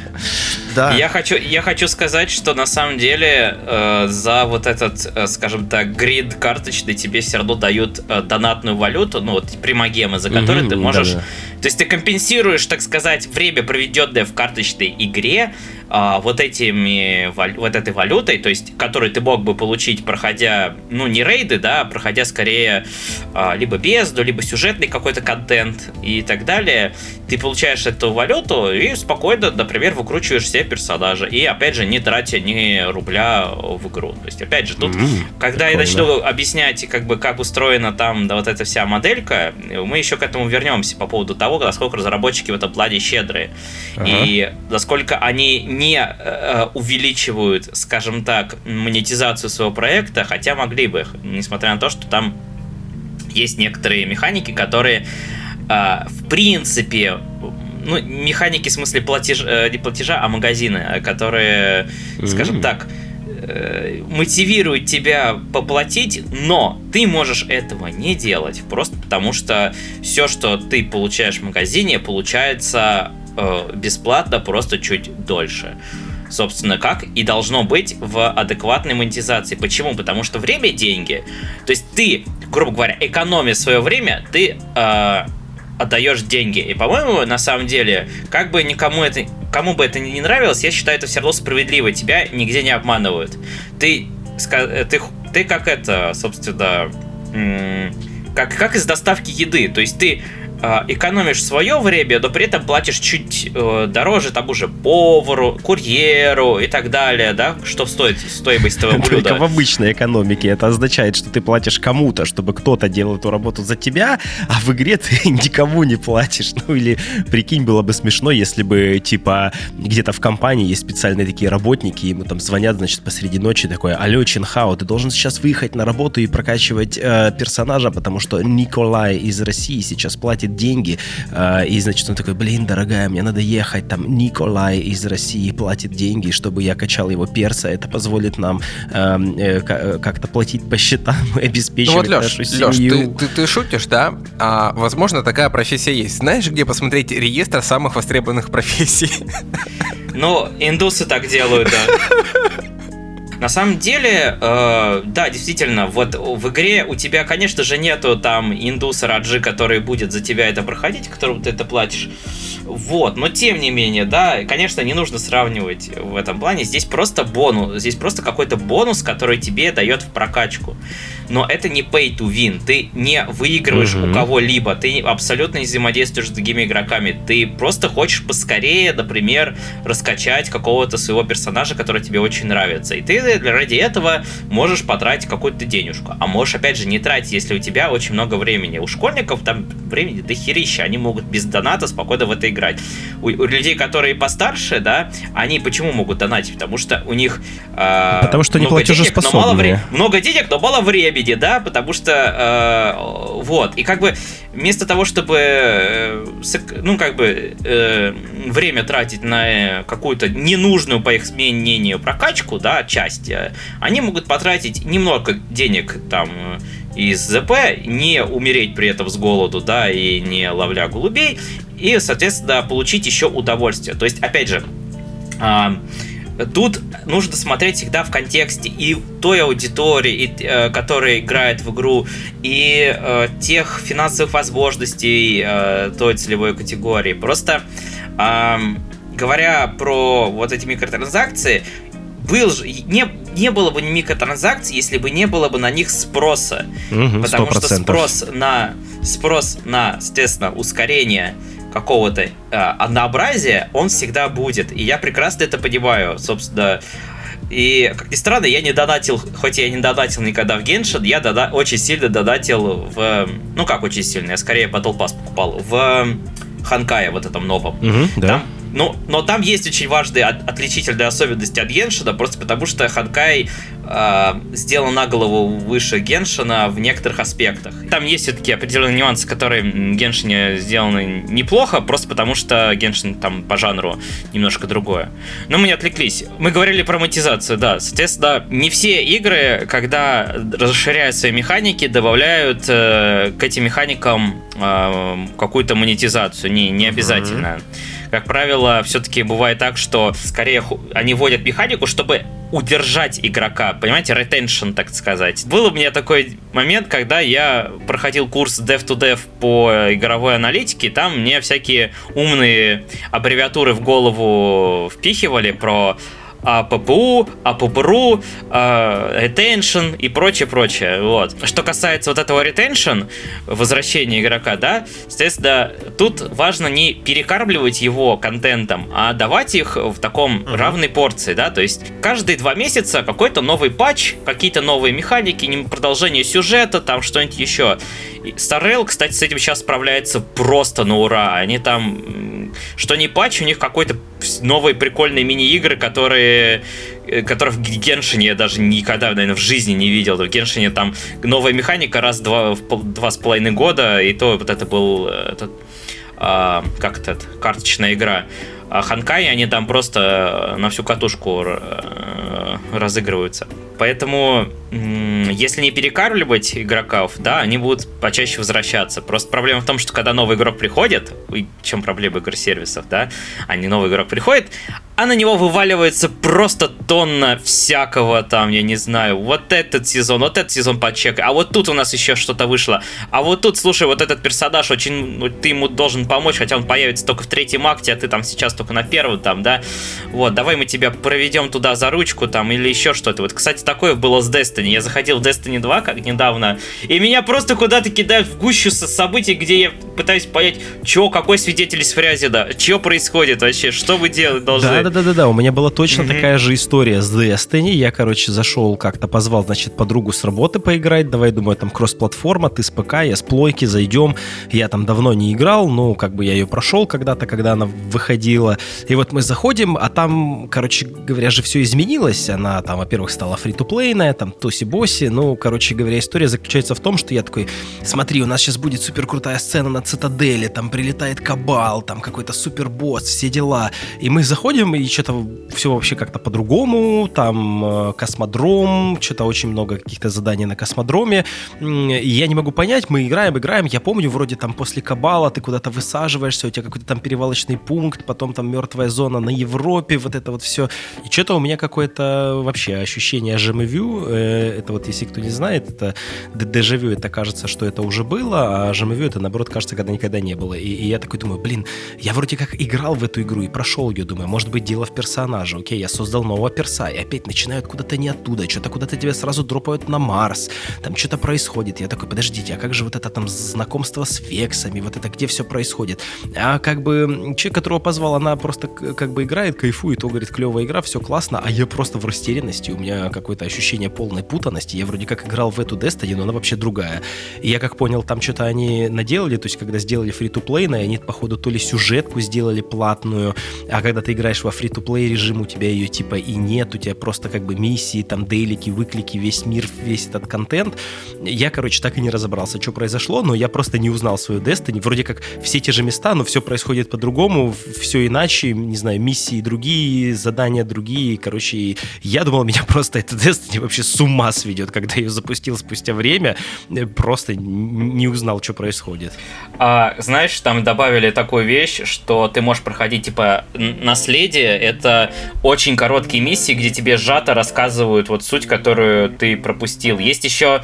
Да. Я хочу сказать, что на самом деле за вот этот, скажем так, грид карточный тебе все равно дают донатную валюту, ну вот примагемы, за которые ты можешь... Да. То есть ты компенсируешь, так сказать, время, проведенное в карточной игре, вот этой валютой, то есть, которую ты мог бы получить, проходя, ну, не рейды, да, а проходя скорее либо бездну, либо сюжетный какой-то контент и так далее. Ты получаешь эту валюту и спокойно, например, выкручиваешь себе персонажа. И, опять же, не тратя ни рубля в игру. То есть, опять же, тут, когда я начну объяснять, как устроена там вот эта вся моделька, мы еще к этому вернемся по поводу того, насколько разработчики в этом плане щедрые. И насколько они не увеличивают, скажем так, монетизацию своего проекта, хотя могли бы, несмотря на то, что там есть некоторые механики, которые в принципе, ну, механики в смысле не платежа, а магазины, которые, скажем так, мотивируют тебя поплатить, но ты можешь этого не делать, просто потому что все, что ты получаешь в магазине, получается бесплатно, просто чуть дольше. Собственно, как и должно быть в адекватной монетизации. Почему? Потому что время – деньги. То есть ты, грубо говоря, экономя свое время, ты отдаешь деньги. И, по-моему, на самом деле, как бы кому бы это ни нравилось, я считаю, это все равно справедливо. Тебя нигде не обманывают. Ты как это, собственно, как из доставки еды. То есть ты экономишь свое время, но при этом платишь чуть дороже тому же повару, курьеру и так далее, да, что стоит стоимость твоего блюда. Только в обычной экономике это означает, что ты платишь кому-то, чтобы кто-то делал эту работу за тебя, а в игре ты никому не платишь. Ну или, прикинь, было бы смешно, если бы, типа, где-то в компании есть специальные такие работники, ему там звонят, значит, посреди ночи, такой: алло, Чинхао, ты должен сейчас выехать на работу и прокачивать персонажа, потому что Николай из России сейчас платит деньги, и, значит, он такой: блин, дорогая, мне надо ехать, там Николай из России платит деньги, чтобы я качал его перса, это позволит нам как-то платить по счетам и обеспечивать нашу семью. Лёш, ты шутишь, да? Возможно, такая профессия есть. Знаешь, где посмотреть реестр самых востребованных профессий? Ну, индусы так делают, да. На самом деле, да, действительно, вот в игре у тебя, конечно же, нету там индуса Раджи, который будет за тебя это проходить, которому ты это платишь. Вот, но тем не менее, да, конечно, не нужно сравнивать в этом плане. Здесь просто бонус, здесь просто какой-то бонус, который тебе дает в прокачку. Но это не pay to win. Ты не выигрываешь у кого-либо, ты абсолютно не взаимодействуешь с другими игроками. Ты просто хочешь поскорее, например, раскачать какого-то своего персонажа, который тебе очень нравится. И ты ради этого можешь потратить какую-то денежку. А можешь, опять же, не тратить, если у тебя очень много времени. У школьников там времени дохерища, они могут без доната спокойно в это играть. У людей, которые постарше, да, они почему могут донатить? Потому что у них потому что они платежеспособные. Много денег, но мало времени, да, потому что вот, и как бы вместо того, чтобы время тратить на какую-то ненужную, по их мнению, прокачку, да, часть, они могут потратить немного денег там из ЗП, не умереть при этом с голоду, да, и не ловля голубей, и, соответственно, получить еще удовольствие. То есть, опять же, тут нужно смотреть всегда в контексте и той аудитории, которая играет в игру, и тех финансовых возможностей той целевой категории. Просто говоря про вот эти микротранзакции, не было бы микротранзакций, если бы не было бы на них спроса. 100%. Потому что спрос на, соответственно, ускорение какого-то однообразия, он всегда будет. И я прекрасно это понимаю, собственно. И, как ни странно, я не донатил, хоть я не донатил никогда в Геншин, я очень сильно донатил в... Ну, как очень сильно, я скорее Battle Pass покупал. В Ханкае вот этом новом. Да. Но там есть очень важные отличительные особенности от Геншина, просто потому что Ханкай сделан на голову выше Геншина в некоторых аспектах. Там есть все-таки определенные нюансы, которые в Геншине сделаны неплохо, просто потому что Геншин там по жанру немножко другое. Но мы не отвлеклись. Мы говорили про монетизацию, да. Соответственно, не все игры, когда расширяют свои механики, добавляют к этим механикам какую-то монетизацию. Не обязательно. Как правило, все-таки бывает так, что скорее они вводят механику, чтобы удержать игрока, понимаете, retention, так сказать. Был у меня такой момент, когда я проходил курс Dev to Dev по игровой аналитике, там мне всякие умные аббревиатуры в голову впихивали про АППУ, АППРУ, retention и прочее. Вот. Что касается вот этого retention, возвращения игрока, да, соответственно, тут важно не перекармливать его контентом, а давать их в таком равной порции, да, то есть каждые 2 месяца какой-то новый патч, какие-то новые механики, продолжение сюжета, там что-нибудь еще. Star Rail, кстати, с этим сейчас справляется просто на ура. Они там, что не патч, у них какой-то новые прикольные мини-игры, которые в Геншине я даже никогда, наверное, в жизни не видел. В Геншине там новая механика раз в 2,5 года, и то вот это был карточная игра. А Ханкай, они там просто на всю катушку разыгрываются. Поэтому, если не перекармливать игроков, да, они будут почаще возвращаться. Просто проблема в том, что когда новый игрок приходит, в чем проблема игр-сервисов, да, новый игрок приходит, а на него вываливается просто тонна всякого там, я не знаю, вот этот сезон почекай, а вот тут у нас еще что-то вышло, а вот тут, слушай, вот этот персонаж очень, ты ему должен помочь, хотя он появится только в 3-м акте, а ты там сейчас только на 1-м там, да, вот, давай мы тебя проведем туда за ручку там или еще что-то. Вот, кстати, такое было с Destiny. Я заходил в Destiny 2 как недавно, и меня просто куда-то кидают в гущу событий, где я пытаюсь понять, какой свидетель из Фрязина, что происходит вообще, что вы делать должны. Да, у меня была точно такая же история с Destiny. Я, зашел как-то, позвал, подругу с работы поиграть. Давай, думаю, там кросс-платформа, ты с ПК, я с плойки, зайдем. Я там давно не играл, я ее прошел когда-то, когда она выходила. И вот мы заходим, а там, же все изменилось. Она там, во-первых, стала фри-то-плейная, там тоси-боси. История заключается в том, что я такой, смотри, у нас сейчас будет супер крутая сцена на Цитадели, там прилетает Кабал, там какой-то супер-босс, все дела. И мы заходим, и что-то все вообще как-то по-другому, там космодром, что-то очень много каких-то заданий на космодроме, и я не могу понять, мы играем, я помню, вроде там после Кабала ты куда-то высаживаешься, у тебя какой-то там перевалочный пункт, потом там мертвая зона на Европе, вот это вот все, и что-то у меня какое-то вообще ощущение жемевю, это вот, если кто не знает, это дежавю, это кажется, что это уже было, а жемевю это, наоборот, кажется, когда никогда не было, и я такой думаю, я вроде как играл в эту игру и прошел ее, думаю, может быть, дело в персонаже. Окей, я создал нового перса, и опять начинают куда-то не оттуда, что-то куда-то тебя сразу дропают на Марс, там что-то происходит. Я такой, подождите, а как же вот это там знакомство с вексами, вот это где все происходит? А человек, которого позвал, она просто играет, кайфует, он говорит, клевая игра, все классно, а я просто в растерянности, у меня какое-то ощущение полной путанности, я вроде как играл в эту Destiny, но она вообще другая. И я как понял, там что-то они наделали, то есть когда сделали фри-то-плейное, они, походу, то ли сюжетку сделали платную, а когда ты играешь во фри-то-плей режим, у тебя ее типа и нет, у тебя просто миссии, там дейлики, выклики, весь мир, весь этот контент. Я, так и не разобрался, что произошло, но я просто не узнал свою Destiny. Вроде как все те же места, но все происходит по-другому, все иначе, не знаю, миссии другие, задания другие, я думал, меня просто эта Destiny вообще с ума сведет, когда ее запустил спустя время, просто не узнал, что происходит. Знаешь, там добавили такую вещь, что ты можешь проходить, наследие, это очень короткие миссии, где тебе сжато рассказывают вот суть, которую ты пропустил. Есть еще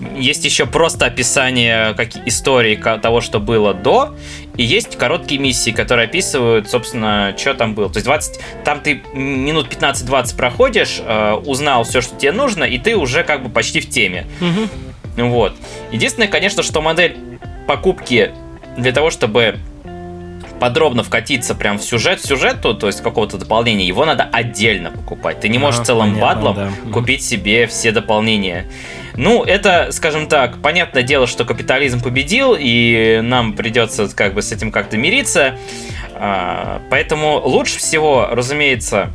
просто описание истории того, что было до, и есть короткие миссии, которые описывают, собственно, что там было. То есть там ты минут 15-20 проходишь, узнал все, что тебе нужно, и ты уже почти в теме. Вот. Единственное, конечно, что модель покупки для того, чтобы подробно вкатиться прям в сюжет, то есть какого-то дополнения, его надо отдельно покупать. Ты не можешь целым бандлом купить себе все дополнения. Ну, это, скажем так, понятное дело, что капитализм победил, и нам придется как бы с этим как-то мириться. Поэтому лучше всего, разумеется,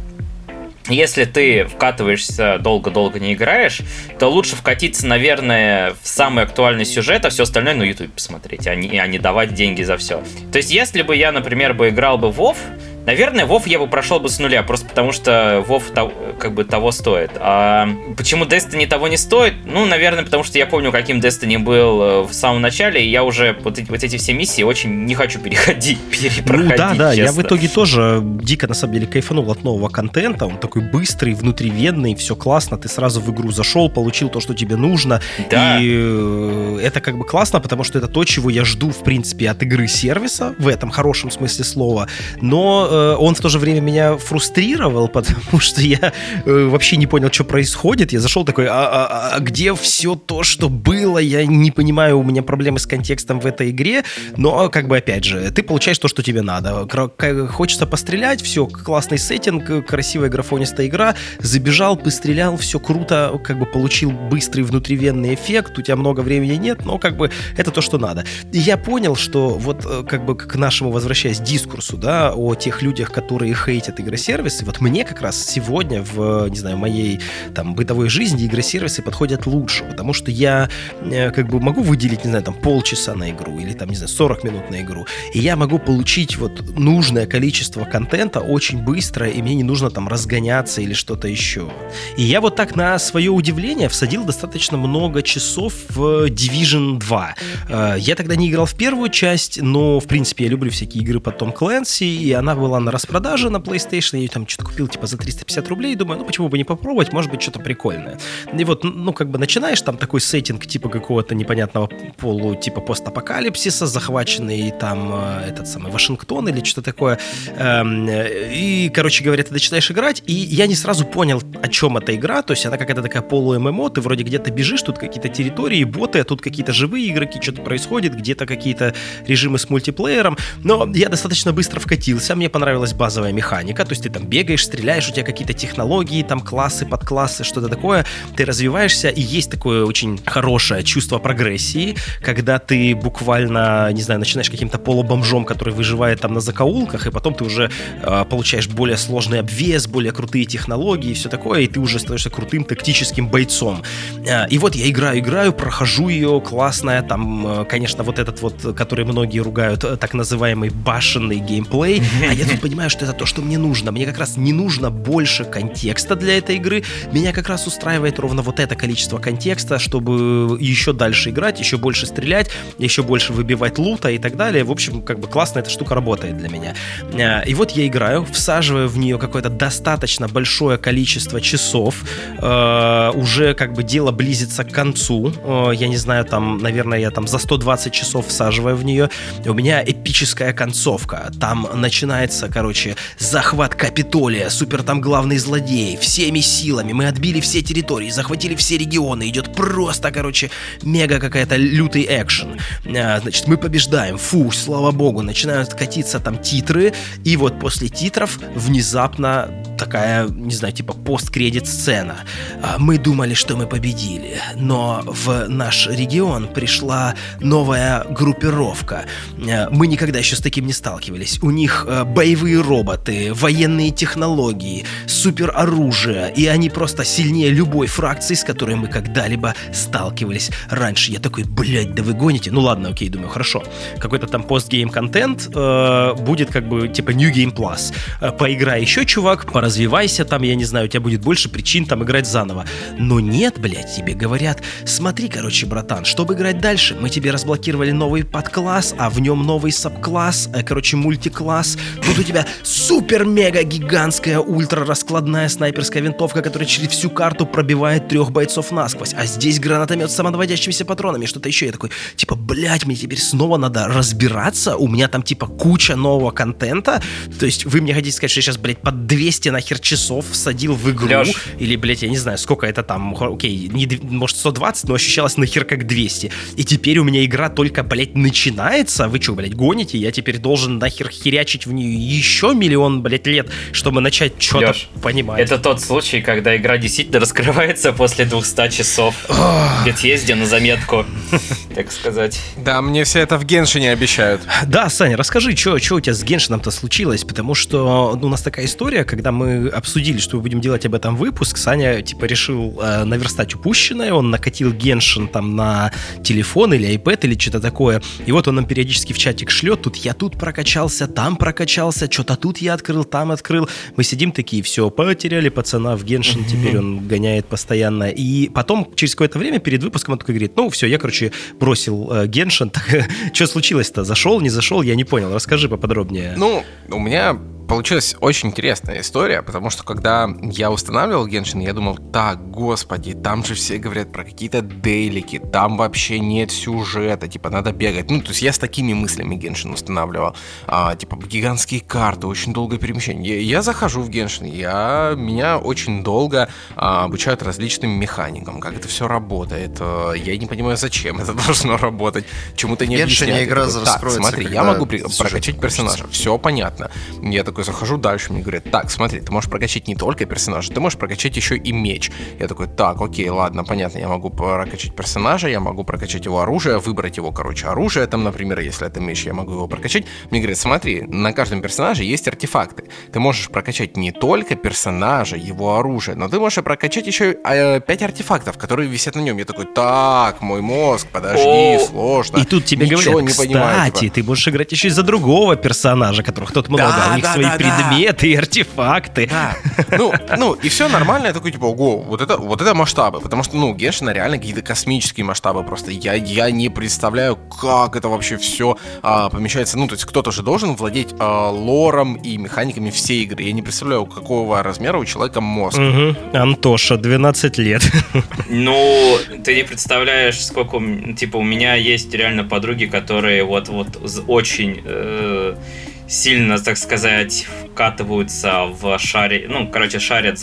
если ты вкатываешься, долго-долго не играешь, то лучше вкатиться, наверное, в самый актуальный сюжет, а все остальное на YouTube посмотреть, а не давать деньги за все. То есть, если бы я, например, играл бы в WoW, наверное, WoW я бы прошел бы с нуля, просто потому что WoW как бы того стоит. А почему Destiny того не стоит? Ну, наверное, потому что я помню, каким Destiny был в самом начале, и я уже вот эти все миссии очень не хочу перепроходить. Ну да, честно. Я в итоге тоже дико, на самом деле, кайфанул от нового контента. Он такой быстрый, внутривенный, все классно. Ты сразу в игру зашел, получил то, что тебе нужно. Да. И это как бы классно, потому что это то, чего я жду, в принципе, от игры-сервиса, в этом хорошем смысле слова. Но он в то же время меня фрустрировал, потому что я вообще не понял, что происходит. Я зашел такой, где все то, что было? Я не понимаю, у меня проблемы с контекстом в этой игре, но как бы опять же, ты получаешь то, что тебе надо. Хочется пострелять, все, классный сеттинг, красивая графонистая игра, забежал, пострелял, все круто, как бы получил быстрый внутривенный эффект, у тебя много времени нет, но как бы это то, что надо. И я понял, что вот как бы к нашему, возвращаясь, дискурсу, да, о тех людях, которые хейтят игросервисы, вот мне как раз сегодня в, не знаю, моей там бытовой жизни игросервисы подходят лучше, потому что я как бы могу выделить, не знаю, там полчаса на игру или там, не знаю, 40 минут на игру, и я могу получить вот нужное количество контента очень быстро, и мне не нужно там разгоняться или что-то еще. И я вот так на свое удивление всадил достаточно много часов в Division 2. Я тогда не играл в первую часть, но, в принципе, я люблю всякие игры по Том Клэнси, и она была на распродаже на PlayStation, я ее там что-то купил типа за 350 рублей, думаю, ну почему бы не попробовать, может быть что-то прикольное. И вот, ну как бы начинаешь, там такой сеттинг типа какого-то непонятного типа постапокалипсиса, захваченный там этот самый Вашингтон или что-то такое. И, короче говоря, ты начинаешь играть, и я не сразу понял, о чем эта игра, то есть она какая-то такая полу-ММО, ты вроде где-то бежишь, тут какие-то территории, боты, а тут какие-то живые игроки, что-то происходит, где-то какие-то режимы с мультиплеером, но я достаточно быстро вкатился, мне понравилась базовая механика, то есть ты там бегаешь, стреляешь, у тебя какие-то технологии, там классы, подклассы, что-то такое, ты развиваешься, и есть такое очень хорошее чувство прогрессии, когда ты буквально, не знаю, начинаешь каким-то полубомжом, который выживает там на закоулках, и потом ты уже получаешь более сложный обвес, более крутые технологии и все такое, и ты уже становишься крутым тактическим бойцом. И вот я играю, прохожу ее, классная, там, конечно, вот этот вот, который многие ругают, так называемый башенный геймплей, а я тут понимаю, что это то, что мне нужно. Мне как раз не нужно больше контекста для этой игры. Меня как раз устраивает ровно вот это количество контекста, чтобы еще дальше играть, еще больше стрелять, еще больше выбивать лута и так далее. В общем, как бы классно эта штука работает для меня. И вот я играю, всаживаю в нее какое-то достаточно большое количество часов. Уже как бы дело близится к концу. Я не знаю, там, наверное, я там за 120 часов всаживаю в нее. У меня эпическая концовка. Там начинается, короче, захват Капитолия, супер там главный злодей, всеми силами, мы отбили все территории, захватили все регионы, идет просто, короче, мега какая-то лютый экшен. Значит, мы побеждаем, фу, слава богу, начинают катиться там титры, и вот после титров внезапно такая, не знаю, типа посткредит-сцена. Мы думали, что мы победили, но в наш регион пришла новая группировка. Мы никогда еще с таким не сталкивались. У них боевые роботы, военные технологии, супероружие, и они просто сильнее любой фракции, с которой мы когда-либо сталкивались раньше. Я такой, блядь, да вы гоните? Ну ладно, окей, думаю, хорошо. Какой-то там постгейм-контент будет как бы типа New Game Plus. Поиграй еще, чувак, поразвивайся там, я не знаю, у тебя будет больше причин там играть заново. Но нет, блядь, тебе говорят, смотри, короче, братан, чтобы играть дальше, мы тебе разблокировали новый подкласс, а в нем новый сабкласс, короче, мультикласс. Тут у тебя супер-мега-гигантская ультра-раскладная складная снайперская винтовка, которая через всю карту пробивает 3 бойцов насквозь, а здесь гранатомет с самонаводящимися патронами, что-то еще. Я такой, типа, блять, мне теперь снова надо разбираться, у меня там, типа, куча нового контента, то есть вы мне хотите сказать, что я сейчас, блядь, под 200 нахер часов всадил в игру, Лёш. или, блядь, я не знаю, сколько это там, окей, может 120, но ощущалось нахер как 200, и теперь у меня игра только, блядь, начинается, вы что, блядь, гоните, я теперь должен нахер херячить в нее еще миллион, блядь, лет, чтобы начать что-то понимать. Это тот случай, когда игра действительно раскрывается после 200 часов. Где-то езди на заметку, так сказать. Да, мне все это в Геншине обещают. Да, Саня, расскажи, что у тебя с Геншином-то случилось, потому что у нас такая история, когда мы обсудили, что мы будем делать об этом выпуск, Саня, типа, решил наверстать упущенное, он накатил Геншин там на телефон или iPad или что-то такое, и вот он нам периодически в чатик шлет, я тут прокачался, там прокачался, что-то тут я открыл, там открыл, мы сидим такие, все, потеряли пацана в Геншин, теперь он гоняет постоянно, и потом, через какое-то время, перед выпуском он такой говорит, ну, все, я, короче, бросил Геншин, что случилось-то, зашел, не зашел, я не понял, расскажи поподробнее. Ну, у меня получилась очень интересная история, потому что когда я устанавливал Геншин, я думал, так, господи, там же все говорят про какие-то дейлики, там вообще нет сюжета, типа, надо бегать. Ну, то есть я с такими мыслями Геншин устанавливал. Типа, гигантские карты, очень долгое перемещение. Я захожу в Геншин, меня очень долго обучают различным механикам, как это все работает. Я не понимаю, зачем это должно работать, чему-то не объясняют. Игра раскроется. Смотри, я могу прокачать персонажа, все понятно. Я такой захожу дальше, мне говорят, так, смотри, ты можешь прокачать не только персонажа, ты можешь прокачать еще и меч. Я такой, так, окей, ладно, понятно, я могу прокачать персонажа, я могу прокачать его оружие, выбрать его, оружие, там, например, если это меч, я могу его прокачать. Мне говорят, смотри, на каждом персонаже есть артефакты. Ты можешь прокачать не только персонажа, его оружие, но ты можешь прокачать еще 5 артефактов, которые висят на нем. Я такой, так, мой мозг, подожди, сложно. И тут тебе говорят, кстати, ты можешь играть еще и за другого персонажа, которых тут много, у них свои предметы и артефакты. Да. Ну, и все нормально, я такой, типа, ого, вот это масштабы, потому что, Геншина реально какие-то космические масштабы просто. Я не представляю, как это вообще все помещается. Ну, то есть кто-то же должен владеть лором и механиками всей игры. Я не представляю, какого размера у человека мозг. Антоша, 12 лет. Ну, ты не представляешь, сколько, типа, у меня есть реально подруги, которые вот очень сильно, так сказать, вкатываются в шарят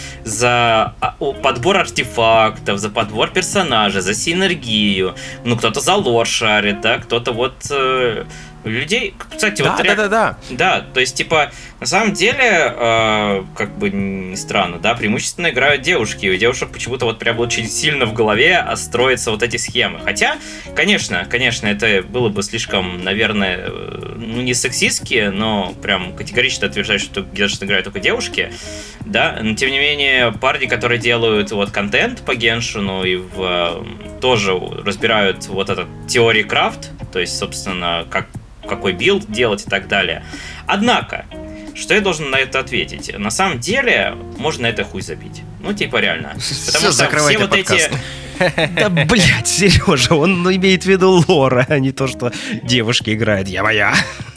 за подбор артефактов, за подбор персонажа, за синергию. Ну, кто-то за лор шарит, да, кто-то людей, кстати, Да, то есть, типа, на самом деле, как бы ни странно, да, преимущественно играют девушки, и у девушек почему-то вот прям очень сильно в голове строятся вот эти схемы. Хотя, конечно, это было бы слишком, наверное, не сексистски, но прям категорично утверждать, что Геншин играют только девушки, да, но тем не менее, парни, которые делают вот контент по Геншину и тоже разбирают вот этот теории крафт, то есть, собственно, какой билд делать и так далее. Однако, что я должен на это ответить? На самом деле, можно на это хуй забить. Ну, типа, реально. Потому что все вот эти... Да, блядь, Сережа, он имеет в виду лора, а не то, что девушки играют. Я моя.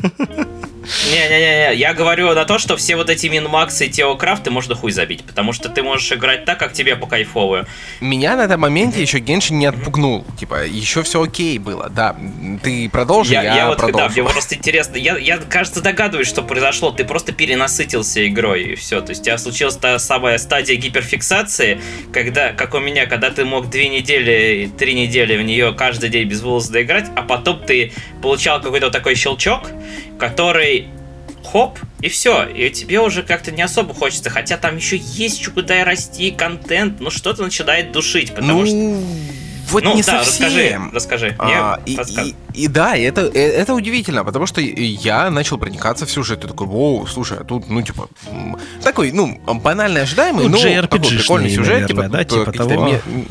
Не-не-не, я говорю на то, что все вот эти минмаксы и теокрафты можно хуй забить, потому что ты можешь играть так, как тебе по кайфовую. Меня на этом моменте еще Геншин не отпугнул. Типа, еще все окей было, да. Ты продолжи, я продолжу. Да, мне просто интересно. Я, кажется, догадываюсь, что произошло. Ты просто перенасытился игрой, и все. То есть у тебя случилась та самая стадия гиперфиксации, когда, как у меня, когда ты мог 2 недели, 3 недели в нее каждый день безвылазно играть, а потом ты получал какой-то такой щелчок, который хоп, и все, и тебе уже как-то не особо хочется, хотя там еще есть что куда и расти, контент, но что-то начинает душить, потому что... Вот не совсем. Расскажи. Да, это удивительно, потому что я начал проникаться в сюжет. Ты такой, воу, слушай, а тут, такой, банально ожидаемый, но такой прикольный сюжет, наверное, типа того.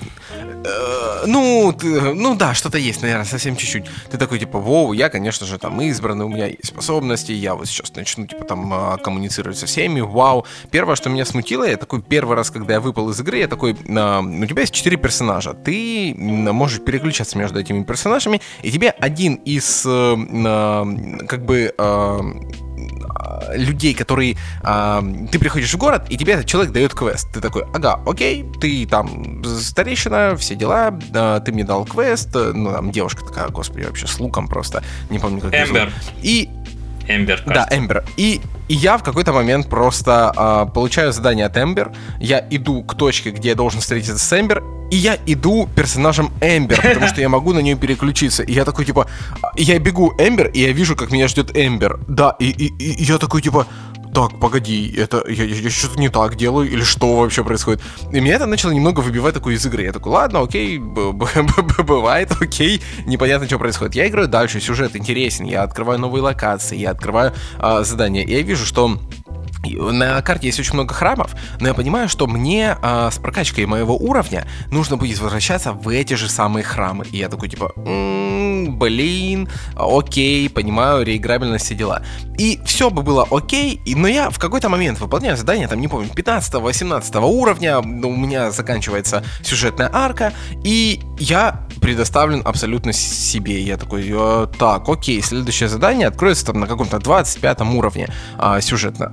Да, что-то есть, наверное, совсем чуть-чуть. Ты такой, типа, воу, я, конечно же, там избранный, у меня есть способности, я вот сейчас начну, типа, там, коммуницировать со всеми, вау. Первое, что меня смутило, я такой, первый раз, когда я выпал из игры, я такой, у тебя есть 4 персонажа, ты можешь переключаться между этими персонажами, и тебе один из, людей, которые... ты приходишь в город, и тебе этот человек дает квест. Ты такой, ага, окей, ты там старейшина, все дела, ты мне дал квест, ну, там девушка такая, господи, вообще с луком просто, не помню, как ее зовут. Эмбер. И... Эмбер, кажется. Да, Эмбер. И я в какой-то момент просто получаю задание от Эмбер, я иду к точке, где я должен встретиться с Эмбер, и я иду персонажем Эмбер, потому что я могу на нее переключиться. И я такой, типа, я бегу Эмбер, и я вижу, как меня ждет Эмбер. Да, и я такой, типа, так, погоди, это я что-то не так делаю, или что вообще происходит? И меня это начало немного выбивать такое из игры. Я такой, ладно, окей, бывает, окей, непонятно, что происходит. Я играю дальше, сюжет интересен, я открываю новые локации, я открываю задания, и я вижу, что на карте есть очень много храмов, но я понимаю, что мне с прокачкой моего уровня нужно будет возвращаться в эти же самые храмы. И я такой, типа, блин, окей, понимаю, реиграбельность и дела. И все бы было окей, но я в какой-то момент выполняю задание, там, не помню, 15-18 уровня, у меня заканчивается сюжетная арка, и я предоставлен абсолютно себе. Я такой, так, окей, следующее задание откроется там на каком-то 25 уровне сюжетно.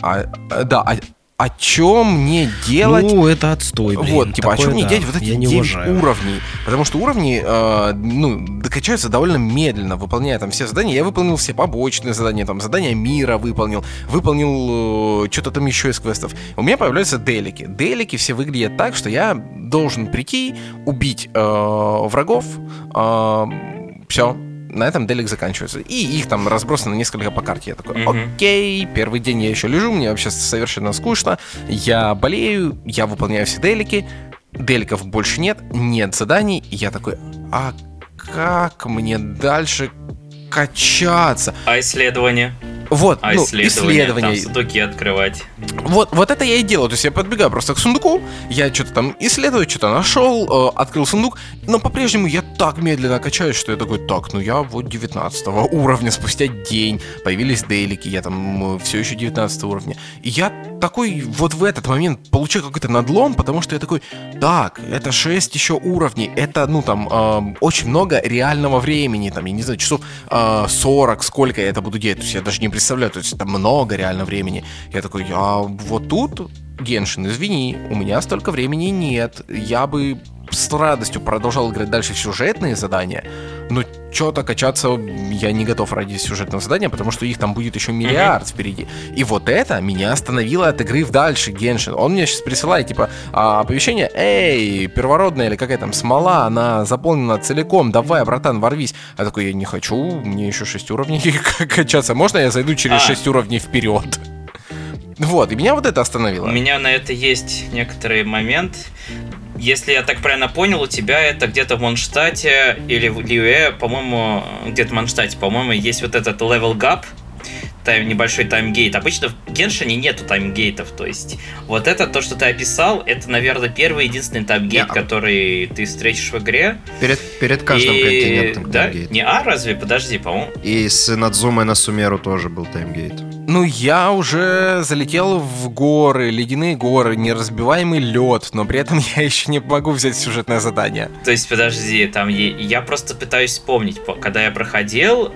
О чем мне делать? Ну, это отстой, блин. Вот, типа, такое, о чем мне делать вот эти 9 уровней? Потому что уровни, докачаются довольно медленно, выполняя там все задания. Я выполнил все побочные задания, там, задания мира выполнил что-то там еще из квестов. У меня появляются делики. Делики все выглядят так, что я должен прийти, убить врагов, все. На этом делик заканчивается. И их там разбросано несколько по карте. Я такой, окей, первый день я еще лежу, мне вообще совершенно скучно. Я болею, я выполняю все делики. Деликов больше нет заданий. И я такой, а как мне дальше качаться? А исследования? Вот, исследования. Там сундуки открывать. Вот это я и делаю. То есть я подбегаю просто к сундуку, я что-то там исследую, что-то нашел, открыл сундук, но по-прежнему я так медленно качаюсь, что я такой, так, я вот 19 уровня, спустя день появились дейлики, я там все еще 19 уровня. И я такой вот в этот момент получаю какой-то надлом, потому что я такой, так, это 6 еще уровней, это, очень много реального времени, там, я не знаю, часов 40, сколько я это буду делать, то есть я даже не представляю, то есть это много реально времени. Я такой, вот тут, Геншин, извини, у меня столько времени нет, я бы с радостью продолжал играть дальше в сюжетные задания, но что-то качаться я не готов ради сюжетного задания, потому что их там будет еще миллиард впереди. И вот это меня остановило от игры в дальше, Геншин. Он мне сейчас присылает, типа, оповещение, эй, первородная или какая там смола, она заполнена целиком, давай, братан, ворвись. Я такой, я не хочу, мне еще 6 уровней качаться. Можно я зайду через 6 уровней вперед? Вот, и меня вот это остановило. У меня на это есть некоторый момент. Если я так правильно понял, у тебя это где-то в Mondstadt или в Лиуэ, по-моему, где-то в Mondstadt, по-моему, есть вот этот level gap, небольшой таймгейт. Обычно в Геншине нету таймгейтов, то есть вот это, то, что ты описал, это, наверное, первый единственный таймгейт, который ты встретишь в игре. Перед каждым континентом таймгейт. Не разве? Подожди, по-моему. И с Инадзумой на Сумеру тоже был таймгейт. Я уже залетел в горы, ледяные горы, неразбиваемый лед, но при этом я еще не могу взять сюжетное задание. То есть, подожди, там я просто пытаюсь вспомнить, когда я проходил,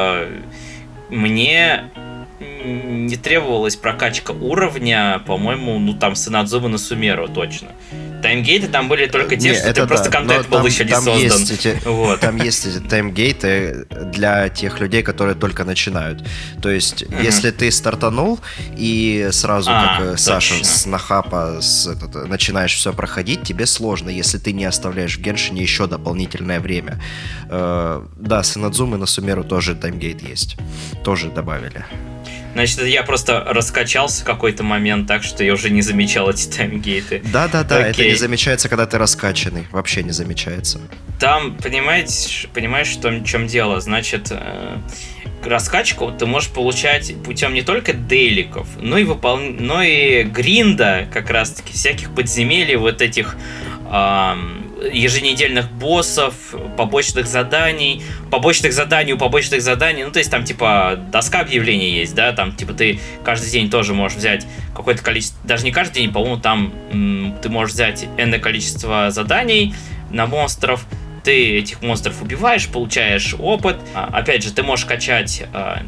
мне не требовалась прокачка уровня, по-моему, там с Инадзумы на Сумеру точно. Таймгейты там были только те, что ты просто контент был еще не создан. Там есть эти таймгейты для тех людей, которые только начинают. То есть, если ты стартанул и сразу, как Саша с нахапа начинаешь все проходить, тебе сложно, если ты не оставляешь в Геншине еще дополнительное время. Да, с Инадзумы на Сумеру тоже таймгейт есть. Тоже добавили. Значит, я просто раскачался в какой-то момент, так что я уже не замечал эти таймгейты. Да, это не замечается, когда ты раскачанный. Вообще не замечается. Там, понимаешь, в чем дело? Значит, раскачку ты можешь получать путем не только дейликов, но и гринда, как раз-таки, всяких подземелий, вот этих еженедельных боссов, побочных заданий, ну, то есть там, типа, доска объявлений есть, да, там, типа, ты каждый день тоже можешь взять какое-то количество, даже не каждый день, по-моему, там ты можешь взять энное количество заданий на монстров, ты этих монстров убиваешь, получаешь опыт, опять же, ты можешь качать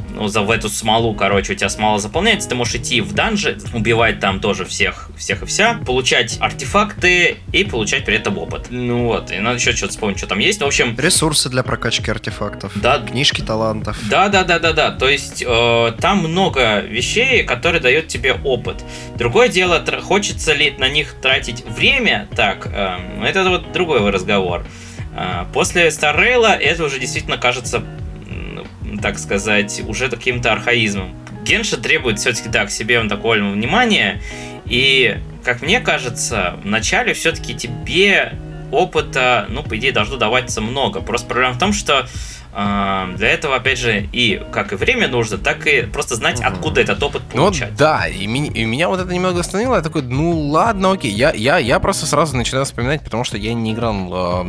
в эту смолу, короче, у тебя смола заполняется, ты можешь идти в данжи, убивать там тоже всех и вся, получать артефакты и получать при этом опыт. Ну вот, и надо еще что-то вспомнить, что там есть. В общем... Ресурсы для прокачки артефактов. Да. Книжки талантов. Да. То есть там много вещей, которые дают тебе опыт. Другое дело, хочется ли на них тратить время, так, это вот другой разговор. После Старрейла это уже действительно кажется, так сказать, уже каким-то архаизмом. Геншин требует все-таки, да, к себе такого внимания, и, как мне кажется, вначале все-таки тебе опыта, ну, по идее, должно даваться много. Просто проблема в том, что для этого, опять же, и как и время нужно, так и просто знать, откуда этот опыт получать. Ну да, и меня вот это немного остановило. Я такой, ну ладно, окей. Я просто сразу начинаю вспоминать, потому что я не играл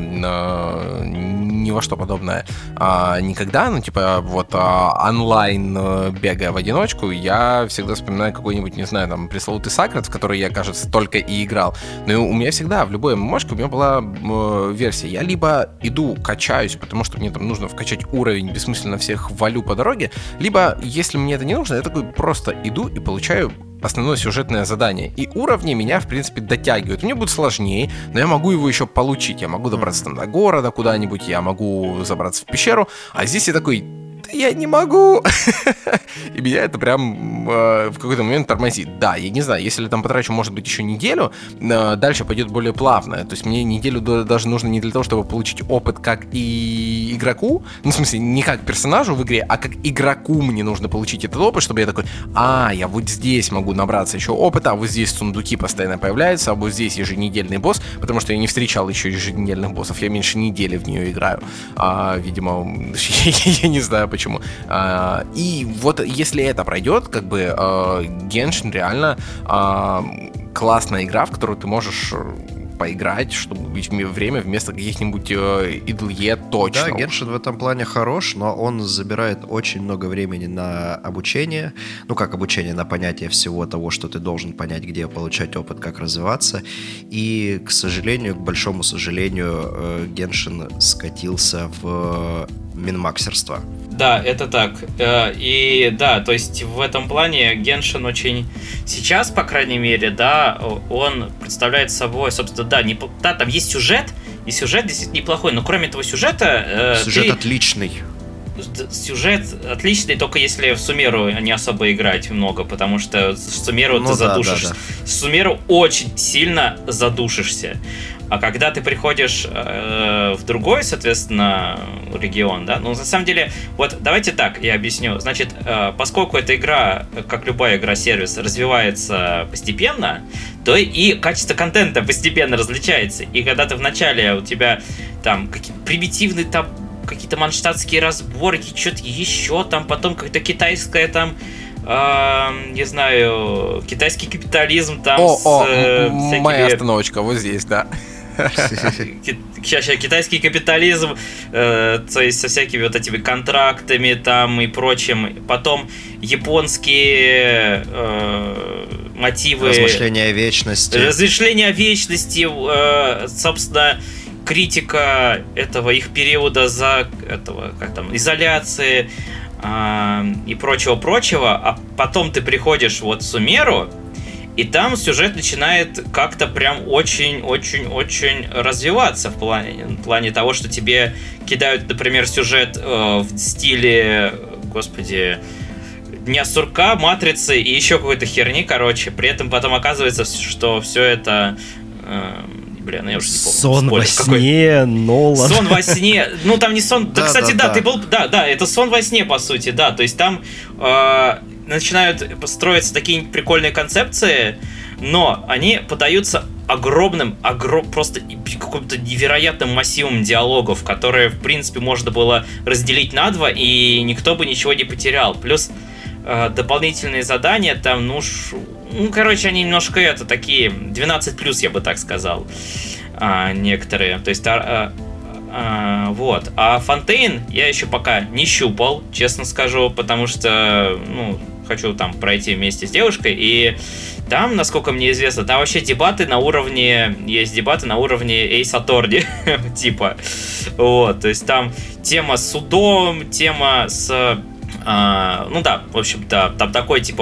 ни во что подобное никогда. Ну, типа, вот онлайн бегая в одиночку, я всегда вспоминаю какой-нибудь, не знаю, там, пресловутый Сакрет, в который я, кажется, только и играл. Но у меня всегда, в любой ММОшке у меня была версия. Я либо иду, качаюсь, потому что мне там нужно вкачать уровень, бессмысленно всех валю по дороге, либо, если мне это не нужно, я такой просто иду и получаю основное сюжетное задание. И уровни меня, в принципе, дотягивают. Мне будет сложнее, но я могу его еще получить. Я могу добраться там до города куда-нибудь, я могу забраться в пещеру, а здесь я такой... Я не могу. И меня это прям в какой-то момент тормозит. Да, я не знаю, если там потрачу, может быть, еще неделю, дальше пойдет более плавно. То есть мне неделю даже нужно не для того, чтобы получить опыт как и игроку, ну, в смысле, не как персонажу в игре, а как игроку мне нужно получить этот опыт, чтобы я такой, я вот здесь могу набраться еще опыта, а вот здесь сундуки постоянно появляются, а вот здесь еженедельный босс, потому что я не встречал еще еженедельных боссов, я меньше недели в нее играю. Видимо, я не знаю, почему. И вот если это пройдет, как бы Genshin реально классная игра, в которую ты можешь поиграть, чтобы убить время вместо каких-нибудь идл-е точно. Да, Genshin в этом плане хорош, но он забирает очень много времени на обучение. Ну, как обучение, на понятие всего того, что ты должен понять, где получать опыт, как развиваться. И, к сожалению, к большому сожалению, Genshin скатился в минмаксерство. Да, это так. И да, то есть в этом плане Genshin очень... Сейчас, по крайней мере, да, он представляет собой, собственно, да, там есть сюжет, и сюжет действительно неплохой, но кроме этого сюжета... Сюжет отличный. Сюжет отличный, только если в Сумеру не особо играть много, потому что в Сумеру ты задушишься. В Сумеру очень сильно задушишься. А когда ты приходишь в другой, соответственно, регион, да, ну, на самом деле, вот давайте так, я объясню. Значит, поскольку эта игра, как любая игра-сервис, развивается постепенно, то и качество контента постепенно различается. И когда ты вначале, у тебя там какие-то примитивные там какие-то манштатские разборки, что-то еще там, потом какая-то китайская там, не знаю, китайский капитализм там всякими... Моя остановочка вот здесь, да. Китайский капитализм, то есть со всякими вот этими контрактами там и прочим. Потом японские мотивы... Размышления о вечности. Размышления о вечности, собственно, критика этого их периода изоляции и прочего. А потом ты приходишь вот в Сумеру, и там сюжет начинает как-то прям очень-очень-очень развиваться в плане того, что тебе кидают, например, сюжет в стиле, Дня сурка, Матрицы и еще какой-то херни, короче. При этом потом оказывается, что все это... я уже не помню. Сон во сне, Нолан. Сон во сне. Ну, там не сон... Да, кстати, да, ты был... Да, это сон во сне, по сути, да. То есть там начинают строиться такие прикольные концепции, но они подаются просто каким-то невероятным массивом диалогов, которые, в принципе, можно было разделить на два, и никто бы ничего не потерял. Плюс дополнительные задания там, они немножко такие 12+, я бы так сказал, некоторые. То есть, вот. А Фонтейн я еще пока не щупал, честно скажу, потому что, хочу там пройти вместе с девушкой, и там, насколько мне известно, там вообще есть дебаты на уровне Ace Attorney, типа. Вот, то есть там тема с судом, тема с в общем-то, там такой, типа,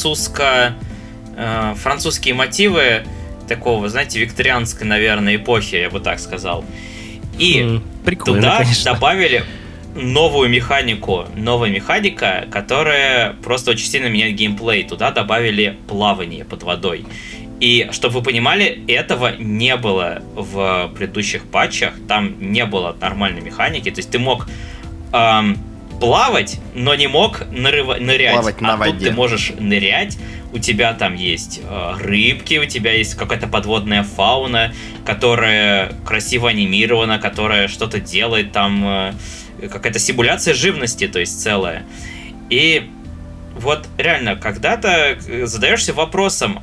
французские мотивы такого, знаете, викторианской, наверное, эпохи, я бы так сказал. И прикольно, туда конечно. добавили новая механика, которая просто очень сильно меняет геймплей. Туда добавили плавание под водой. И, чтобы вы понимали, этого не было в предыдущих патчах. Там не было нормальной механики. То есть ты мог плавать, но не мог нырять. Плавать на воде. Тут ты можешь нырять. У тебя там есть рыбки, у тебя есть какая-то подводная фауна, которая красиво анимирована, которая что-то делает, там какая-то симуляция живности, то есть целая. И вот реально, когда-то задаешься вопросом,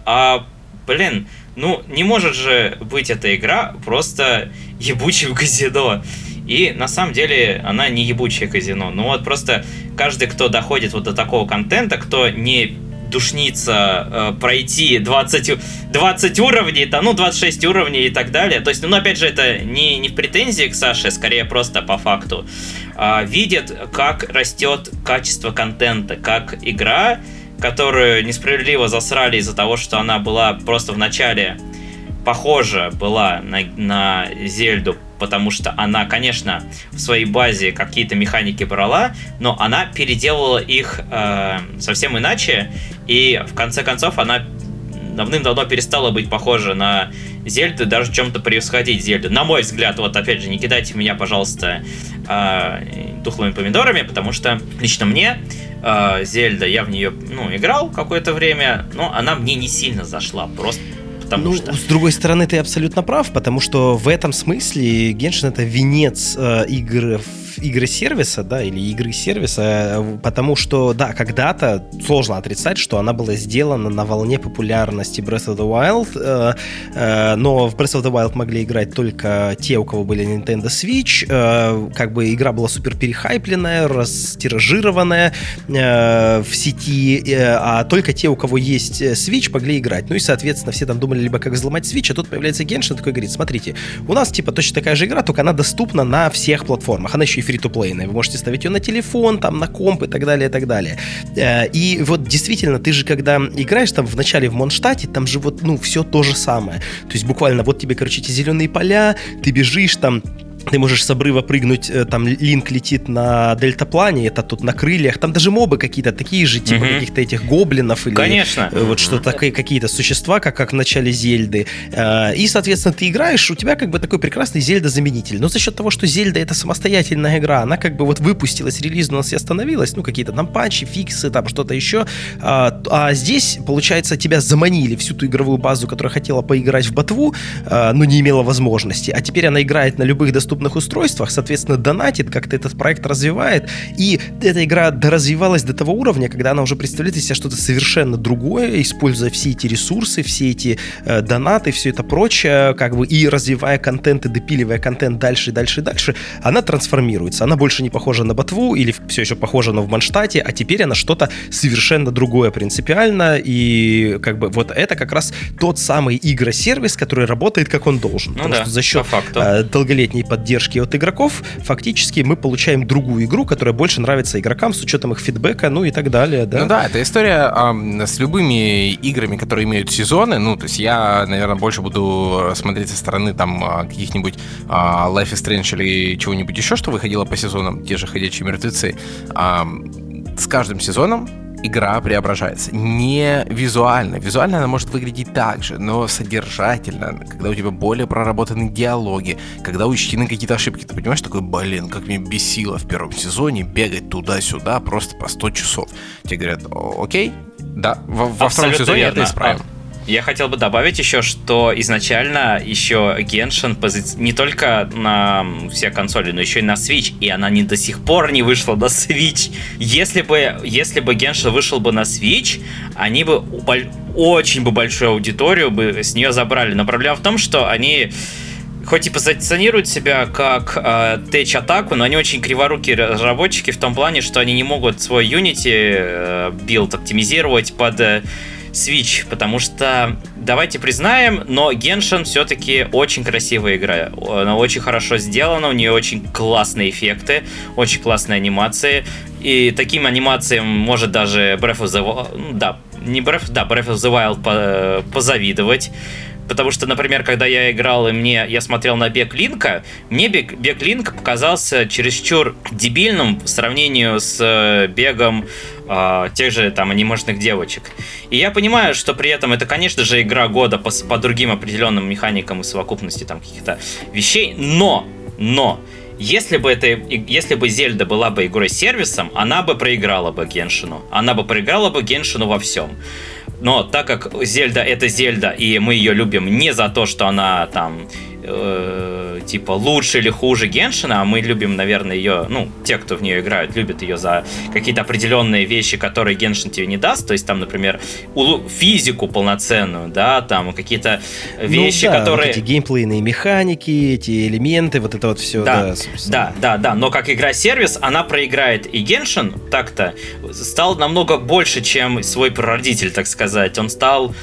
не может же быть эта игра просто ебучим казино. И на самом деле она не ебучее казино. Ну вот просто каждый, кто доходит вот до такого контента, кто не душнится пройти 20 уровней, 26 уровней и так далее. То есть, опять же, это не в претензии к Саше, скорее просто по факту. Видит, как растет качество контента, как игра, которую несправедливо засрали из-за того, что она была просто в начале похожа была на Зельду, потому что она, конечно, в своей базе какие-то механики брала, но она переделала их совсем иначе, и в конце концов она давным-давно перестала быть похожа на Зельду, даже в чем-то превосходить Зельду. На мой взгляд, вот опять же, не кидайте меня, пожалуйста, тухлыми помидорами, потому что лично мне Зельда, я в нее играл какое-то время, но она мне не сильно зашла, просто потому что... С другой стороны, ты абсолютно прав, потому что в этом смысле Genshin — это венец игры-сервиса, да, или игры-сервиса, потому что, да, когда-то сложно отрицать, что она была сделана на волне популярности Breath of the Wild, но в Breath of the Wild могли играть только те, у кого были Nintendo Switch, как бы игра была супер перехайпленная, растиражированная в сети, а только те, у кого есть Switch, могли играть. Ну и, соответственно, все там думали, либо как взломать Switch, а тут появляется Genshin, такой говорит: смотрите, у нас типа точно такая же игра, только она доступна на всех платформах, она еще и фри-то-плейная, вы можете ставить ее на телефон, там, на комп и так далее, и так далее. И вот действительно, ты же когда играешь там в начале в Монштадте, там же вот, все то же самое. То есть буквально вот тебе, короче, эти зеленые поля, ты бежишь там, ты можешь с обрыва прыгнуть, там Линк летит на дельтаплане, это тут на крыльях, там даже мобы какие-то такие же, типа каких-то этих гоблинов или конечно. Вот что-то, какие-то существа, как в начале Зельды. И, соответственно, ты играешь, у тебя как бы такой прекрасный Зельда-заменитель. Но за счет того, что Зельда — это самостоятельная игра, она как бы вот выпустилась, релизнулась и остановилась, какие-то там патчи, фиксы, там что-то еще. А здесь, получается, тебя заманили всю ту игровую базу, которая хотела поиграть в ботву, но не имела возможности. А теперь она играет на любых доступных устройствах, соответственно, донатит, как-то этот проект развивает, и эта игра доразвивалась до того уровня, когда она уже представляет из себя что-то совершенно другое, используя все эти ресурсы, все эти донаты, все это прочее, как бы, и развивая контент, и допиливая контент дальше, она трансформируется. Она больше не похожа на ботву, или все еще похожа, но в Манштате, а теперь она что-то совершенно другое принципиально, и как бы вот это как раз тот самый игросервис, который работает, как он должен. Потому что за счет долголетней поддержки от игроков, фактически мы получаем другую игру, которая больше нравится игрокам с учетом их фидбэка, и так далее, да? Ну да, это история с любыми играми, которые имеют сезоны. То есть я, наверное, больше буду смотреть со стороны там каких-нибудь Life is Strange или чего-нибудь еще, что выходило по сезонам, те же «Ходячие мертвецы». С каждым сезоном игра преображается. Не визуально. Визуально она может выглядеть так же, но содержательно, когда у тебя более проработаны диалоги, когда учтены какие-то ошибки. Ты понимаешь, такой, как мне бесило в первом сезоне бегать туда-сюда просто по 100 часов. Тебе говорят: окей, да, во втором сезоне это исправим. Я хотел бы добавить еще, что изначально еще Genshin не только на все консоли, но еще и на Switch, и она до сих пор не вышла на Switch. Если бы Genshin вышел бы на Switch, они бы очень бы большую аудиторию бы с нее забрали. Но проблема в том, что они хоть и позиционируют себя как тэч-атаку, но они очень криворукие разработчики в том плане, что они не могут свой Unity билд оптимизировать под Switch, потому что, давайте признаем, но Genshin все-таки очень красивая игра. Она очень хорошо сделана, у нее очень классные эффекты, очень классные анимации. и таким анимациям может даже Breath of the Wild, Breath of the Wild позавидовать. Потому что, например, когда я играл и я смотрел на бег Линка, мне бег Линка показался чересчур дебильным в сравнении с бегом тех же там анимешных девочек. И я понимаю, что при этом это, конечно же, игра года по другим определенным механикам и совокупности там каких-то вещей, но если бы Зельда была бы игрой-сервисом, она бы проиграла бы Геншину. Она бы проиграла бы Геншину во всем. Но так как Зельда это Зельда, и мы ее любим не за то, что она там типа лучше или хуже Геншина, а мы любим, наверное, ее, те, кто в нее играют, любят ее за какие-то определенные вещи, которые Геншин тебе не даст, то есть там, например, физику полноценную, да, там какие-то вещи, которые... Вот эти геймплейные механики, эти элементы, вот это вот все. Да, но как игра-сервис она проиграет, и Геншин так-то стал намного больше, чем свой прародитель, так сказать. Он стал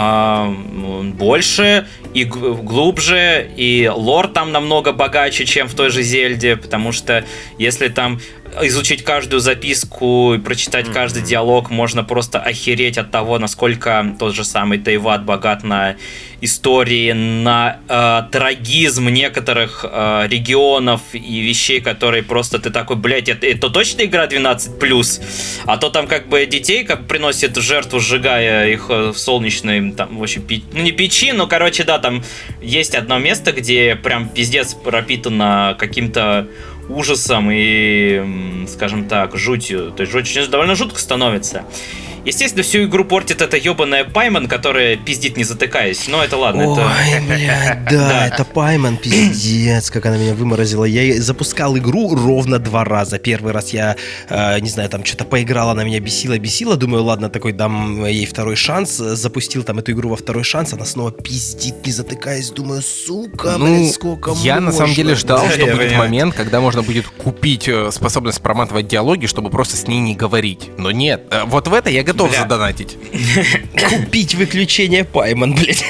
больше и глубже, и лор там намного богаче, чем в той же Зельде, потому что если там изучить каждую записку и прочитать каждый диалог, можно просто охереть от того, насколько тот же самый Тейват богат на истории, на трагизм некоторых регионов и вещей, которые просто ты такой, блять, это точно игра 12+, а то там как бы детей как приносит в жертву, сжигая их в солнечной, там, в общем, не печи, но, короче, да, там есть одно место, где прям пиздец пропитано каким-то ужасом и, скажем так, жутью. То есть очень довольно жутко становится. Естественно, всю игру портит эта ебаная Пайман, которая пиздит не затыкаясь. Но это ладно. Ой, блядь, да, это Пайман, пиздец, как она меня выморозила. Я запускал игру ровно 2 раза. Первый раз я, не знаю, там что-то поиграл, она меня бесила. Думаю, ладно, такой дам ей второй шанс. Запустил там эту игру во второй шанс, она снова пиздит, не затыкаясь. Думаю, сука, блядь, сколько я можно? На самом деле ждал, что будет момент, когда можно будет купить способность проматывать диалоги, чтобы просто с ней не говорить. Но нет, вот в это я готов задонатить. Купить выключение Пайман, блядь.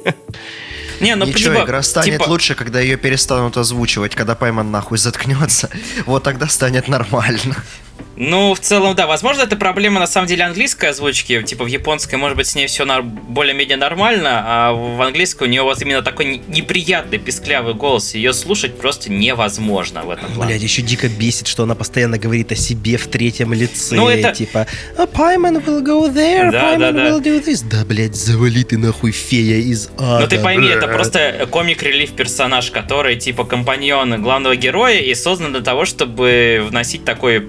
Ничего, игра станет лучше, когда ее перестанут озвучивать, когда Пайман нахуй заткнется. Вот тогда станет нормально. Ну, в целом, да, возможно, это проблема, на самом деле, английской озвучки. Типа, в японской, может быть, с ней все более-менее нормально, а в английской у нее вот именно такой неприятный, писклявый голос. Ее слушать просто невозможно в этом плане. Блядь, еще дико бесит, что она постоянно говорит о себе в третьем лице. Ну, это... Типа, Payman will go there, Payman will do this. Да, блядь, завали ты нахуй, фея из ада. Ну, ты пойми, это просто комик-релив персонаж, который, типа, компаньон главного героя и создан для того, чтобы вносить такой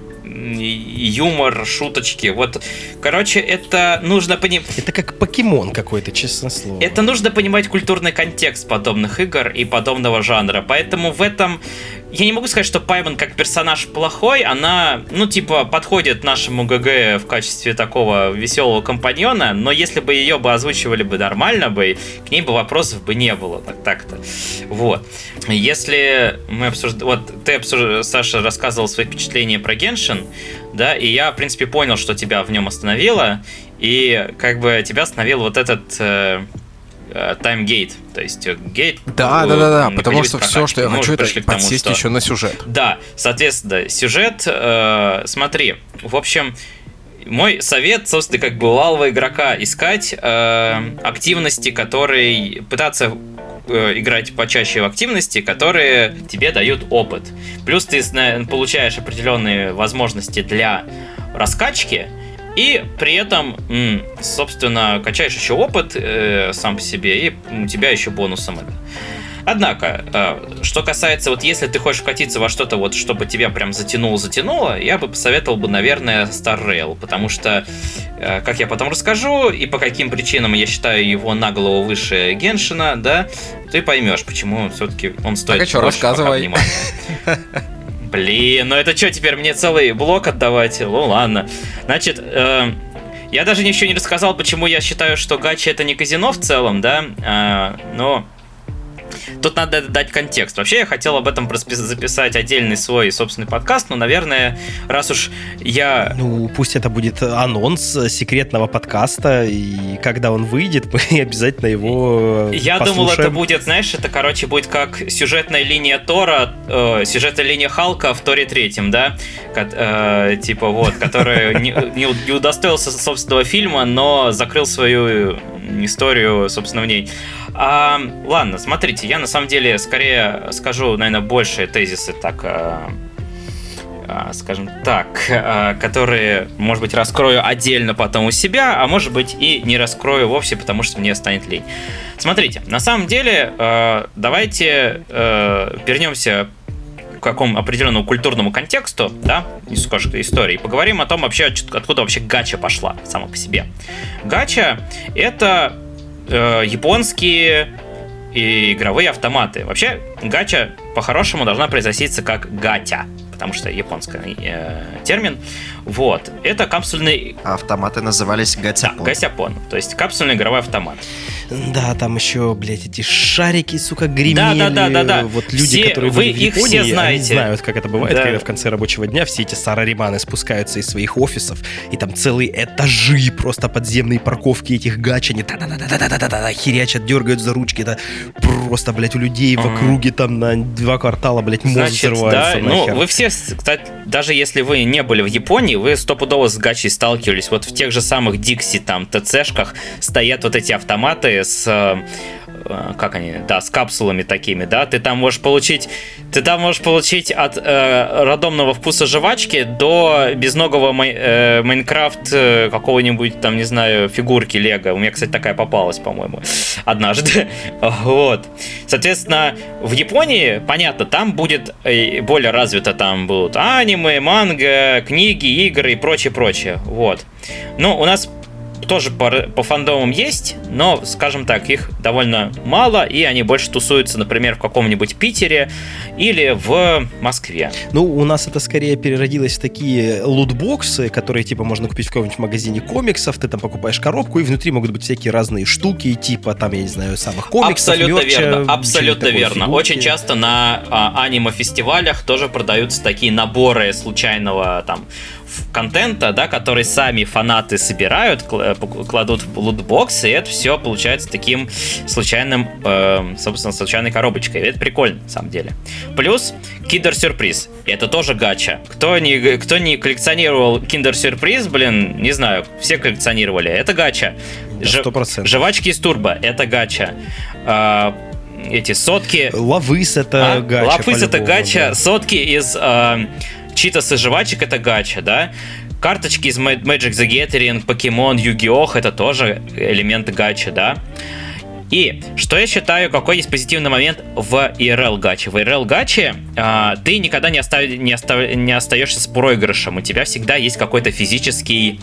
юмор, шуточки. Вот, короче, это нужно понимать... Это как покемон какой-то, честное слово. Это нужно понимать культурный контекст подобных игр и подобного жанра. Поэтому в этом... Я не могу сказать, что Пайман как персонаж плохой. Она, типа, подходит нашему ГГ в качестве такого веселого компаньона, но если бы ее бы озвучивали бы нормально бы, к ней бы вопросов бы не было. Так-то. Вот. Если мы обсуждаем... Вот, ты, Саша, рассказывал свои впечатления про Геншин, да, и я, в принципе, понял, что тебя в нем остановило, и как бы тебя остановил вот этот... таймгейт, то есть гейт. Да, потому что все, что я хочу, это подсесть еще на сюжет. Да, соответственно, сюжет, смотри, в общем, мой совет, собственно, как бывалого игрока, искать активности, которые пытаться играть почаще в активности, которые тебе дают опыт. Плюс ты получаешь определенные возможности для раскачки, и при этом, собственно, качаешь еще опыт сам по себе, и у тебя еще бонусом это. Однако, что касается, вот если ты хочешь вкатиться во что-то, вот, чтобы тебя прям затянуло, я бы посоветовал бы, наверное, Star Rail, потому что, как я потом расскажу, и по каким причинам я считаю его на голову выше Геншина, да, ты поймешь, почему все-таки он стоит больше внимания. Блин, ну это что, теперь мне целый блок отдавать? Ну ладно. Значит, я даже еще не рассказал, почему я считаю, что гача это не казино в целом, да, но тут надо дать контекст. Вообще я хотел об этом записать отдельный свой собственный подкаст, но, наверное, раз уж я... Ну, пусть это будет анонс секретного подкаста, и когда он выйдет, мы обязательно его Я послушаем. думал, это будет, знаешь, это, короче, будет как сюжетная линия Тора, сюжетная линия Халка в Торе 3, да? Типа вот, который не удостоился собственного фильма, но закрыл свою историю, собственно, в ней. Ладно, смотрите, я на самом деле скорее скажу, наверное, больше тезисы, так, скажем так, которые, может быть, раскрою отдельно потом у себя, а может быть и не раскрою вовсе, потому что мне станет лень. Смотрите, на самом деле, давайте вернемся к какому определенному культурному контексту, да, истории, и поговорим о том вообще, откуда вообще гача пошла сама по себе. Гача — это японские игровые автоматы. Вообще, гача по-хорошему должна произноситься как гатя, потому что японский термин. Вот. Это капсульный... Автоматы назывались гатяпон. Да, гатяпон. То есть капсульный игровой автомат. Да, там еще, блядь, эти шарики, сука, гремели. Да. Вот люди, все, которые вы были в их Японии, все знаете. Они знают, как это бывает, да. когда в конце рабочего дня все эти сарариманы спускаются из своих офисов, и там целые этажи, просто подземные парковки этих гача, они херячат, дергают за ручки. Это просто, блядь, у людей в округе там на 2 квартала, блядь, мозг взрывается. Да, ну, вы все, кстати, даже если вы не были в Японии, вы стопудово с гачей сталкивались. Вот в тех же самых Dixie, там, ТЦшках стоят вот эти автоматы с... как они, да, с капсулами такими, да, ты там можешь получить от рандомного вкуса жвачки до безногого Майнкрафт какого-нибудь там, не знаю, фигурки Лего. У меня, кстати, такая попалась, по-моему, однажды. Вот. Соответственно, в Японии, понятно, там будет более развито, там будут аниме, манга, книги, игры и прочее. Вот. Ну, у нас тоже по фандомам есть, но, скажем так, их довольно мало, и они больше тусуются, например, в каком-нибудь Питере или в Москве. Ну, у нас это скорее переродилось в такие лутбоксы, которые, типа, можно купить в каком-нибудь магазине комиксов, ты там покупаешь коробку, и внутри могут быть всякие разные штуки, типа, там, я не знаю, самых комиксов, Абсолютно верно. Фигурки. Очень часто на аниме-фестивалях тоже продаются такие наборы случайного, там, контента, да, который сами фанаты собирают, кладут в лутбокс, и это все получается таким случайным, собственно, случайной коробочкой. И это прикольно, на самом деле. Плюс Киндер-сюрприз. Это тоже гача. Кто не коллекционировал Киндер-сюрприз, блин, не знаю, все коллекционировали. Это гача. 100%. Жвачки из турбо. Это гача. Эти сотки... Лавыс это гача. Лавыс это гача. Да. Сотки из... Читос и жвачек — это гача, да? Карточки из Magic the Gathering, Pokemon, Yu-Gi-Oh! Это тоже элементы гача, да? И что я считаю, какой есть позитивный момент в IRL гаче? В IRL гаче ты никогда не остаешься с проигрышем. У тебя всегда есть какой-то физический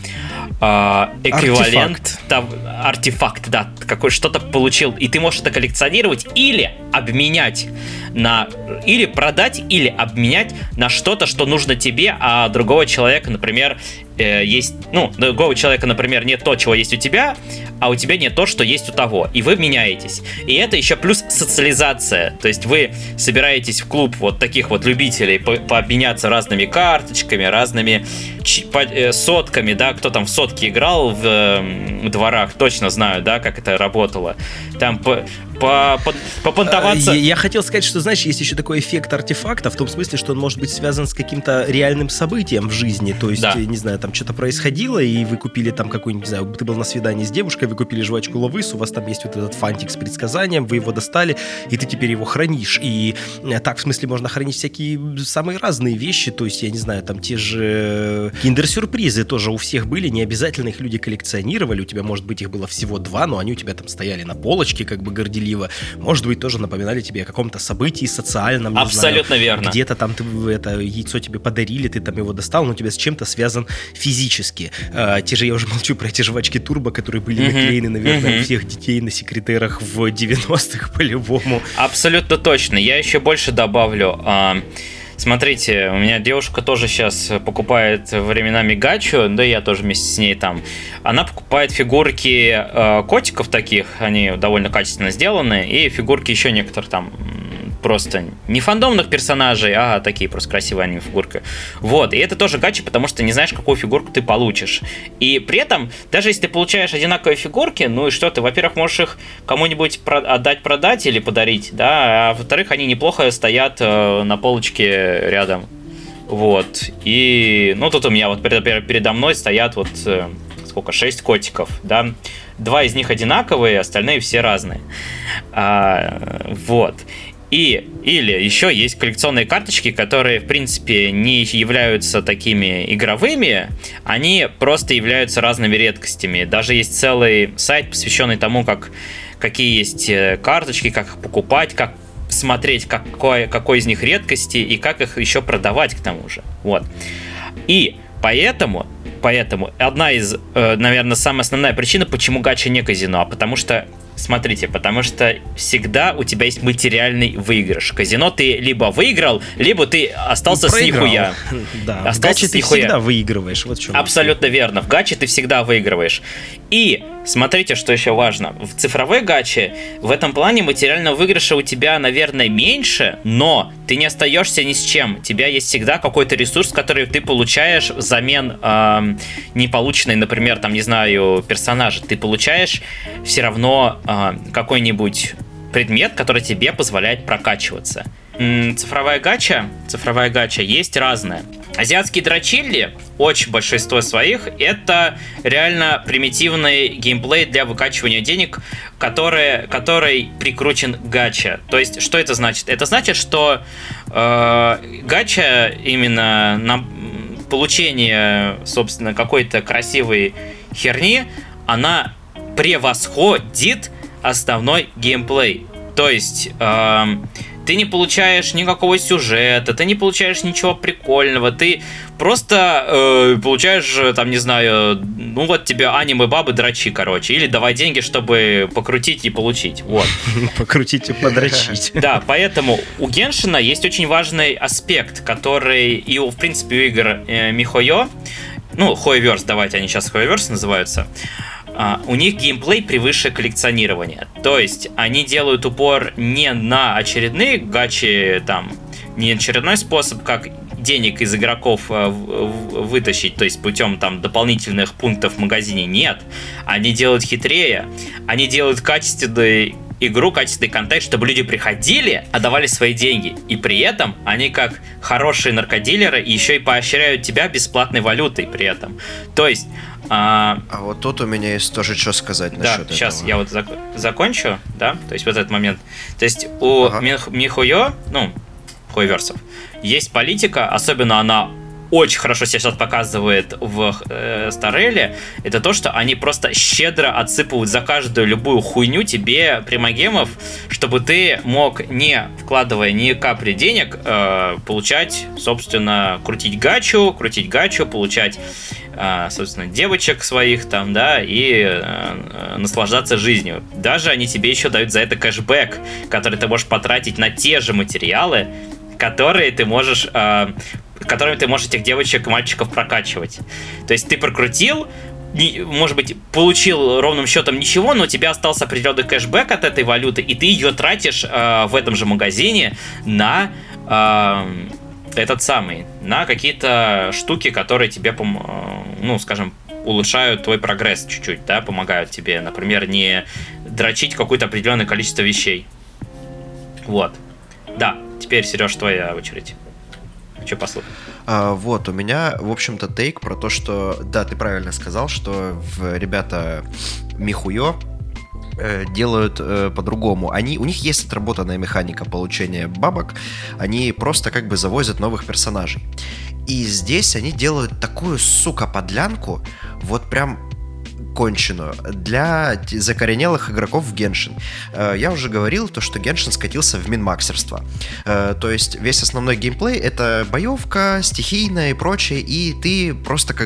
эквивалент. Артефакт, да. Что-то получил. И ты можешь это коллекционировать или обменять на... Или продать, или обменять на что-то, что нужно тебе, а другого человека, например, есть... Ну, другого человека, например, нет то, чего есть у тебя, а у тебя нет то, что есть у того. И вы меняетесь. И это еще плюс социализация. То есть вы собираетесь в клуб вот таких вот любителей пообменяться разными карточками, разными сотками, да, кто там в сотки играл в дворах, точно знаю, да, как это работало. Там попонтоваться. Я хотел сказать, что, знаешь, есть еще такой эффект артефакта, в том смысле, что он может быть связан с каким-то реальным событием в жизни. То есть, не знаю, там что-то происходило, и вы купили там какой-нибудь, не знаю, ты был на свидании с девушкой, вы купили жвачку Лавыс, у вас там есть вот этот фантик с предсказанием, вы его достали, и ты теперь его хранишь. И так, в смысле, можно хранить всякие самые разные вещи, то есть, я не знаю, там те же киндер-сюрпризы тоже у всех были, не обязательно их люди коллекционировали, у тебя, может быть, их было всего 2, но они у тебя там стояли на полочке, как бы горделиво. Может быть, тоже напоминали тебе о каком-то событии социальном, не абсолютно знаю, верно. Где-то там это яйцо тебе подарили, ты там его достал, но у тебя с чем-то связан физически. Те же, я уже молчу про эти жвачки Турбо, которые были наклеены, наверное, у всех детей на секретерах в 90-х по-любому. Абсолютно точно. Я еще больше добавлю. смотрите, у меня девушка тоже сейчас покупает временами гачу, да и я тоже вместе с ней там. Она покупает фигурки котиков таких, они довольно качественно сделаны, и фигурки еще некоторых там просто не фандомных персонажей, а такие просто красивые аниме-фигурки. Вот, и это тоже гача, потому что не знаешь, какую фигурку ты получишь. И при этом, даже если ты получаешь одинаковые фигурки, ну и что ты, во-первых, можешь их кому-нибудь отдать, продать или подарить, да, а во-вторых, они неплохо стоят на полочке рядом. Вот, и, ну, тут у меня вот передо мной стоят вот, 6 котиков, да, 2 из них одинаковые, остальные все разные. Вот. Или еще есть коллекционные карточки, которые, в принципе, не являются такими игровыми, они просто являются разными редкостями. Даже есть целый сайт, посвященный тому, какие есть карточки, как их покупать, как смотреть, какой из них редкости и как их еще продавать к тому же. Вот. И поэтому одна из, наверное, самая основная причина, почему гача не казино, потому что всегда у тебя есть материальный выигрыш. Казино ты либо выиграл, либо ты остался с нихуя. Да, в гаче ты всегда выигрываешь. Вот абсолютно верно. В гаче ты всегда выигрываешь. И смотрите, что еще важно. В цифровой гаче в этом плане материального выигрыша у тебя, наверное, меньше, но ты не остаешься ни с чем. У тебя есть всегда какой-то ресурс, который ты получаешь взамен неполученной, например, там, не знаю, персонажа. Ты получаешь все равно какой-нибудь предмет, который тебе позволяет прокачиваться. Цифровая гача есть разная. Азиатские дрочильни, очень большинство своих, это реально примитивный геймплей для выкачивания денег, который прикручен к гача. То есть, что это значит? Это значит, что гача именно на получение, собственно, какой-то красивой херни, она превосходит основной геймплей. То есть ты не получаешь никакого сюжета, ты не получаешь ничего прикольного, ты просто получаешь, там, не знаю, ну вот тебе аниме-бабы дрочи, короче, или давай деньги, чтобы покрутить и получить, вот. Покрутить и подрочить. Да, поэтому у Геншина есть очень важный аспект, который и, в принципе, у игр MiHoYo, ну, Hoyoverse, давайте они сейчас Hoyoverse называются, у них геймплей превыше коллекционирования. То есть они делают упор не на очередные гачи, там, не очередной способ, как денег из игроков вытащить, то есть путем там дополнительных пунктов в магазине. Нет. Они делают хитрее. Они делают качественную игру, качественный контент, чтобы люди приходили, отдавали свои деньги. И при этом они, как хорошие наркодилеры, еще и поощряют тебя бесплатной валютой при этом. То есть а вот тут у меня есть тоже что сказать насчет этого. Да, сейчас я вот закончу, да, то есть в этот момент. То есть у MiHoYo, ну, Hoyoverse, есть политика, особенно она очень хорошо себя сейчас показывает в Стареле, это то, что они просто щедро отсыпывают за каждую любую хуйню тебе примагемов, чтобы ты мог, не вкладывая ни капли денег, получать, собственно, крутить гачу, получать, собственно, девочек своих там, да, и наслаждаться жизнью. Даже они тебе еще дают за это кэшбэк, который ты можешь потратить на те же материалы, которыми ты можешь этих девочек и мальчиков прокачивать. То есть ты прокрутил, может быть, получил ровным счетом ничего, но у тебя остался определенный кэшбэк от этой валюты, и ты ее тратишь в этом же магазине на на какие-то штуки, которые тебе, ну, скажем, улучшают твой прогресс чуть-чуть, да, помогают тебе, например, не дрочить какое-то определенное количество вещей. Вот. Да, теперь, Сереж, твоя очередь. Что послушать? Вот, у меня, в общем-то, тейк про то, что, да, ты правильно сказал, что ребята MiHoYo делают по-другому. У них есть отработанная механика получения бабок, они просто как бы завозят новых персонажей. И здесь они делают такую, сука, подлянку, вот прям конченую для закоренелых игроков в Геншин. Я уже говорил, что Геншин скатился в минмаксерство. То есть весь основной геймплей — это боевка, стихийная и прочее, и ты просто как бы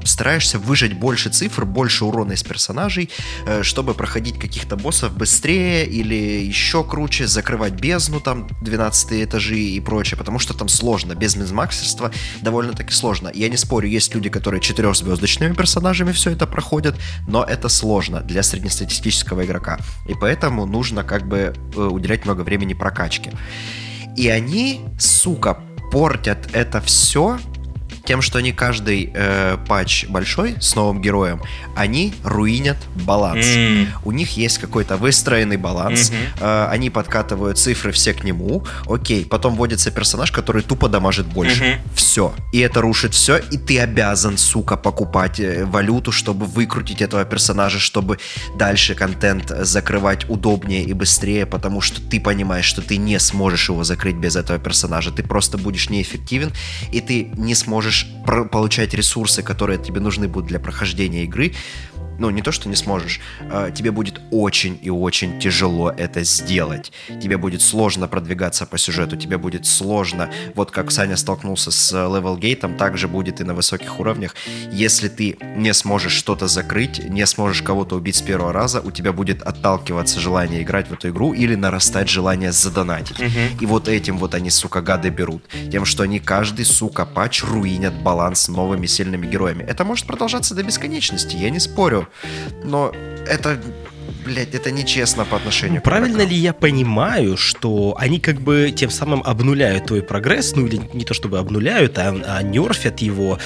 стараешься выжать больше цифр, больше урона из персонажей, чтобы проходить каких-то боссов быстрее или еще круче, закрывать бездну, там, 12 этажи и прочее, потому что там сложно, без мизмаксерства довольно-таки сложно. Я не спорю, есть люди, которые 4-звездочными персонажами все это проходят, но это сложно для среднестатистического игрока, и поэтому нужно как бы уделять много времени прокачке. И они, сука, портят это все тем, что они каждый патч большой с новым героем, они руинят баланс. У них есть какой-то выстроенный баланс, они подкатывают цифры все к нему, окей, потом вводится персонаж, который тупо дамажит больше. Все. И это рушит все, и ты обязан, сука, покупать валюту, чтобы выкрутить этого персонажа, чтобы дальше контент закрывать удобнее и быстрее, потому что ты понимаешь, что ты не сможешь его закрыть без этого персонажа, ты просто будешь неэффективен, и ты не сможешь получать ресурсы, которые тебе нужны будут для прохождения игры. Ну, не то, что не сможешь. Тебе будет очень и очень тяжело это сделать. Тебе будет сложно продвигаться по сюжету, тебе будет сложно. Вот как Саня столкнулся с левелгейтом, так же будет и на высоких уровнях. Если ты не сможешь что-то закрыть, не сможешь кого-то убить с первого раза, у тебя будет отталкиваться желание играть в эту игру или нарастать желание задонатить. И вот этим вот они, сука, гады берут. Тем, что они каждый, сука, патч руинят баланс новыми сильными героями. Это может продолжаться до бесконечности, я не спорю. Но это, блядь, это нечестно по отношению к правильно ли я понимаю, что они как бы тем самым обнуляют твой прогресс, ну или не то чтобы обнуляют, а нерфят его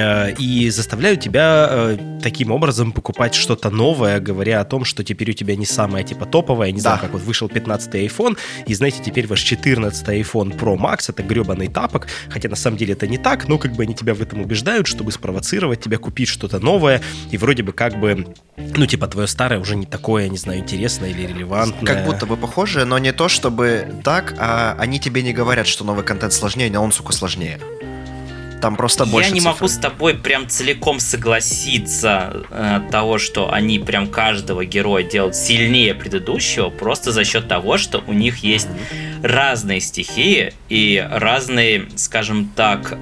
и заставляют тебя таким образом покупать что-то новое, говоря о том, что теперь у тебя не самое типа топовое, не знаю, как вот вышел 15-й iPhone, и знаете, теперь ваш 14-й iPhone Pro Max это гребаный тапок, хотя на самом деле это не так, но как бы они тебя в этом убеждают, чтобы спровоцировать тебя купить что-то новое, и вроде бы как бы, ну типа твое старое уже не такое, не знаю, интересное или релевантное. Как будто бы похоже, но не то чтобы так, а они тебе не говорят, что новый контент сложнее, но он, сука, сложнее. Там просто больше Я не цифр. могу с тобой прям целиком согласиться от того, что они прям каждого героя делают сильнее предыдущего, просто за счет того, что у них есть разные стихии и разные, скажем так,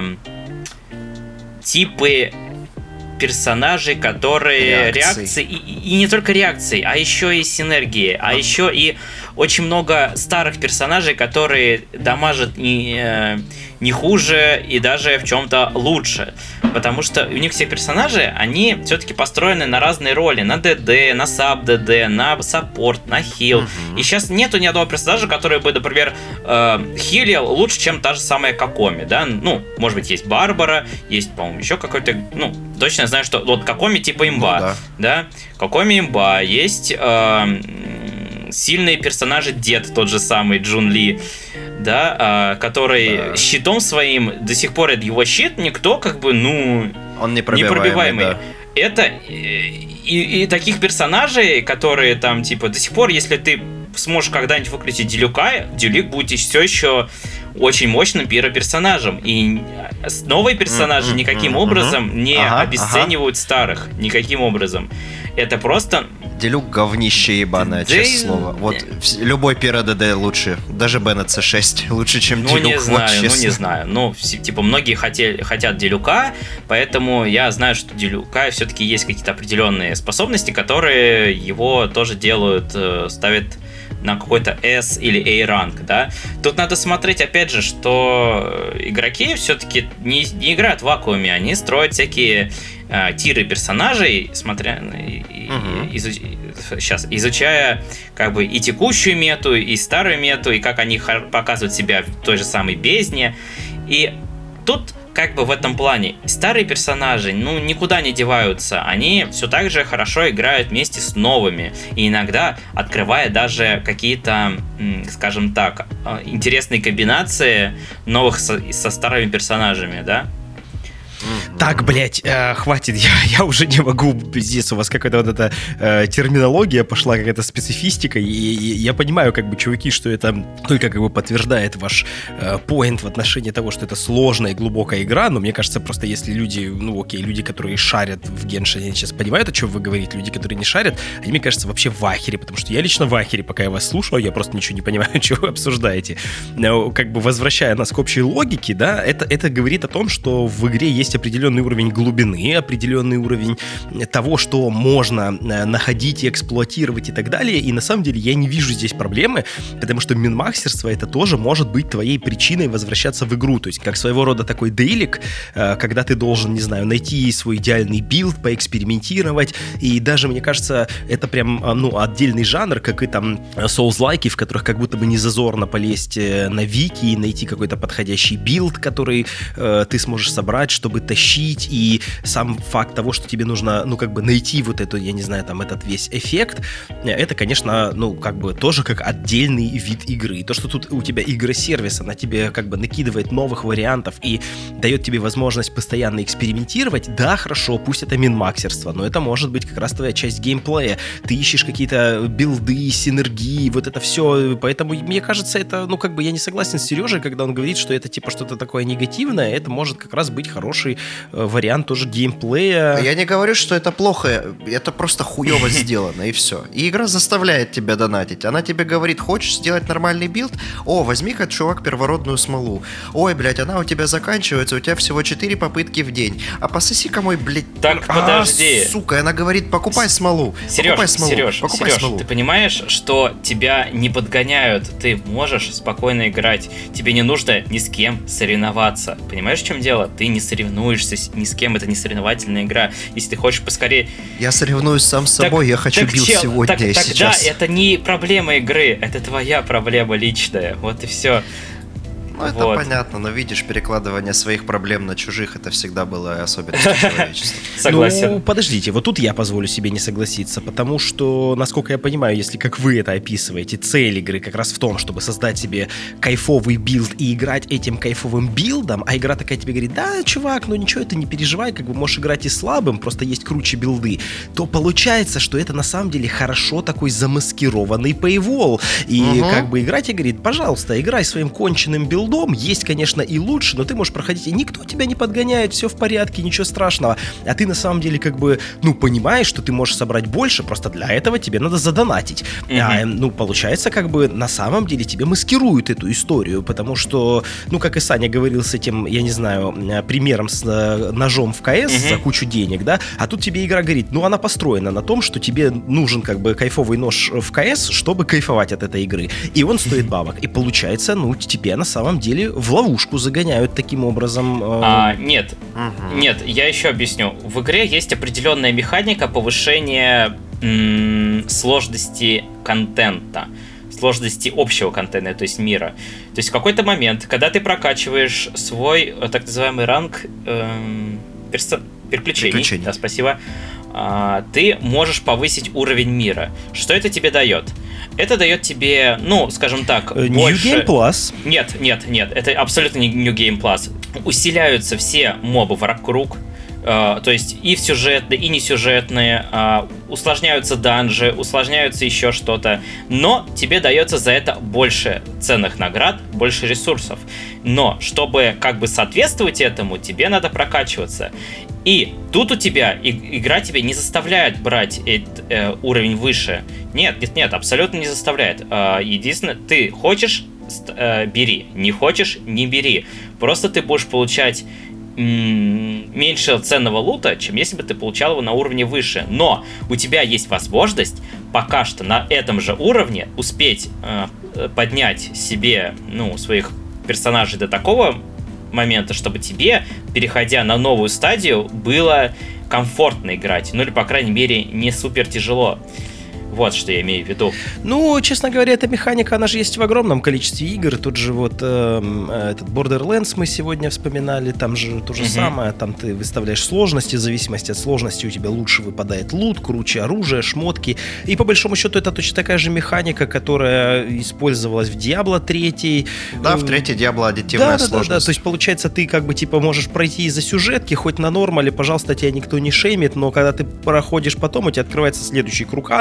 типы персонажей, которые реакции и не только реакции, а еще и синергии, а еще и очень много старых персонажей, которые дамажат не хуже и даже в чем-то лучше. Потому что у них все персонажи, они все-таки построены на разные роли. На ДД, на саб-ДД, на саппорт, на хил. И сейчас нету ни одного персонажа, который бы, например, хилил лучше, чем та же самая Кокоми, да? Ну, может быть, есть Барбара, есть, по-моему, еще какой-то, ну, точно знаю, что вот Кокоми типа имба, да? Кокоми имба, есть сильные персонажи, дед тот же самый, Джун Ли, да, который щитом своим, до сих пор его щит никто как бы, ну, он непробиваемый. Да. Это и таких персонажей, которые там, типа, до сих пор, если ты сможешь когда-нибудь выключить Дилюка, Дилюк будет все еще очень мощным персонажем. И новые персонажи никаким образом не обесценивают старых. Никаким образом. Это просто... Дилюк говнище ебаное, честное слово. Вот любой ДД лучше. Даже Беннет C6 лучше, чем Дилюк. Не знаю. Ну, типа, многие хотят Дилюка, поэтому я знаю, что Дилюка все-таки есть какие-то определенные способности, которые его тоже делают, ставят на какой-то S или A ранг, да. Тут надо смотреть, опять же, что игроки все-таки не играют в вакууме, они строят всякие тиры персонажей, изучая как бы и текущую мету, и старую мету, и как они показывают себя в той же самой бездне. И тут как бы в этом плане старые персонажи, ну, никуда не деваются. Они все так же хорошо играют вместе с новыми. И иногда открывая даже какие-то, скажем так, интересные комбинации новых со старыми персонажами, да? Так, блядь, хватит, я уже не могу, здесь у вас какая-то вот эта терминология пошла, какая-то специфистика, и я понимаю, как бы, чуваки, что это только как бы подтверждает ваш поинт в отношении того, что это сложная и глубокая игра, но мне кажется, просто если люди, ну окей, люди, которые шарят в Геншине, они сейчас понимают, о чем вы говорите, люди, которые не шарят, они, мне кажется, вообще в ахере, потому что я лично в ахере, пока я вас слушаю, я просто ничего не понимаю, что вы обсуждаете. Но, как бы, возвращая нас к общей логике, да, это говорит о том, что в игре есть определенные определенный уровень глубины, определенный уровень того, что можно находить и эксплуатировать и так далее. И на самом деле я не вижу здесь проблемы, потому что минмаксерство это тоже может быть твоей причиной возвращаться в игру. То есть как своего рода такой дейлик, когда ты должен, не знаю, найти свой идеальный билд, поэкспериментировать. И даже, мне кажется, это прям, отдельный жанр, как и там Souls-like, в которых как будто бы не зазорно полезть на вики и найти какой-то подходящий билд, который ты сможешь собрать, чтобы тащить. И сам факт того, что тебе нужно, найти вот эту, я не знаю, там, этот весь эффект, это, конечно, тоже как отдельный вид игры. То, что тут у тебя игра-сервис, она тебе накидывает новых вариантов и дает тебе возможность постоянно экспериментировать, да, хорошо, пусть это минмаксерство, но это может быть как раз твоя часть геймплея. Ты ищешь какие-то билды, синергии, вот это все. Поэтому, мне кажется, это, я не согласен с Сережей, когда он говорит, что это типа что-то такое негативное. Это может как раз быть хороший вариант тоже геймплея. Я не говорю, что это плохо, это просто хуево сделано, и все. И игра заставляет тебя донатить. Она тебе говорит, хочешь сделать нормальный билд? О, возьми-ка, чувак, первородную смолу. Ой, блядь, она у тебя заканчивается, у тебя всего 4 попытки в день. А пососи-ка мой, блядь... Так, подожди. Сука, она говорит, покупай смолу. Сереж, ты понимаешь, что тебя не подгоняют? Ты можешь спокойно играть. Тебе не нужно ни с кем соревноваться. Понимаешь, в чем дело? Ты не соревнуешься ни с кем, это не соревновательная игра. Если ты хочешь поскорее... Я соревнуюсь сам с собой, я хочу билд сегодня и сейчас. Тогда это не проблема игры, это твоя проблема личная. Вот и все. Ну, это понятно, но видишь, перекладывание своих проблем на чужих, это всегда было особенностью человечества. Согласен. Ну, подождите, вот тут я позволю себе не согласиться, потому что, насколько я понимаю, если, как вы это описываете, цель игры как раз в том, чтобы создать себе кайфовый билд и играть этим кайфовым билдом, а игра такая тебе говорит, да, чувак, ну ничего, ты не переживай, можешь играть и слабым, просто есть круче билды, то получается, что это на самом деле хорошо такой замаскированный paywall. И игра тебе говорит, пожалуйста, играй своим конченным билдом, есть, конечно, и лучше, но ты можешь проходить, и никто тебя не подгоняет, все в порядке, ничего страшного. А ты на самом деле понимаешь, что ты можешь собрать больше, просто для этого тебе надо задонатить. Получается, на самом деле тебе маскируют эту историю, потому что, как и Саня говорил с этим, я не знаю, примером с ножом в КС за кучу денег, да, а тут тебе игра говорит, она построена на том, что тебе нужен кайфовый нож в КС, чтобы кайфовать от этой игры, и он стоит бабок, и получается, тебя на самом деле в ловушку загоняют таким образом. Нет, я еще объясню. В игре есть определенная механика повышения сложности контента, сложности общего контента, то есть мира. То есть в какой-то момент, когда ты прокачиваешь свой так называемый ранг переключений, да, спасибо, ты можешь повысить уровень мира. Что это тебе дает? Это дает тебе, скажем так, New больше... Game Plus? Нет, это абсолютно не New Game Plus. Усиляются все мобы вокруг, то есть и в сюжетные, и не сюжетные, усложняются данжи, усложняются еще что-то, но тебе дается за это больше ценных наград, больше ресурсов. Но чтобы соответствовать этому, тебе надо прокачиваться. И тут у тебя игра тебя не заставляет брать уровень выше. Нет, абсолютно не заставляет. Единственное, ты хочешь бери, не хочешь не бери. Просто ты будешь получать меньше ценного лута, чем если бы ты получал его на уровне выше. Но у тебя есть возможность пока что на этом же уровне успеть поднять себе своих персонажей до такого момента, чтобы тебе, переходя на новую стадию, было комфортно играть. Или, по крайней мере, не супер тяжело. Вот что я имею в виду. Честно говоря, эта механика, она же есть в огромном количестве игр. Тут же этот Borderlands мы сегодня вспоминали, там же то же самое. Там ты выставляешь сложности, в зависимости от сложности у тебя лучше выпадает лут, круче оружие, шмотки. И по большому счету это точно такая же механика, которая использовалась в Diablo 3. Да, в 3 Diablo аддитивная сложность. Да, то есть получается ты можешь пройти из-за сюжетки, хоть на нормале, пожалуйста, тебя никто не шеймит, но когда ты проходишь потом, у тебя открывается следующий круг ада, ты снова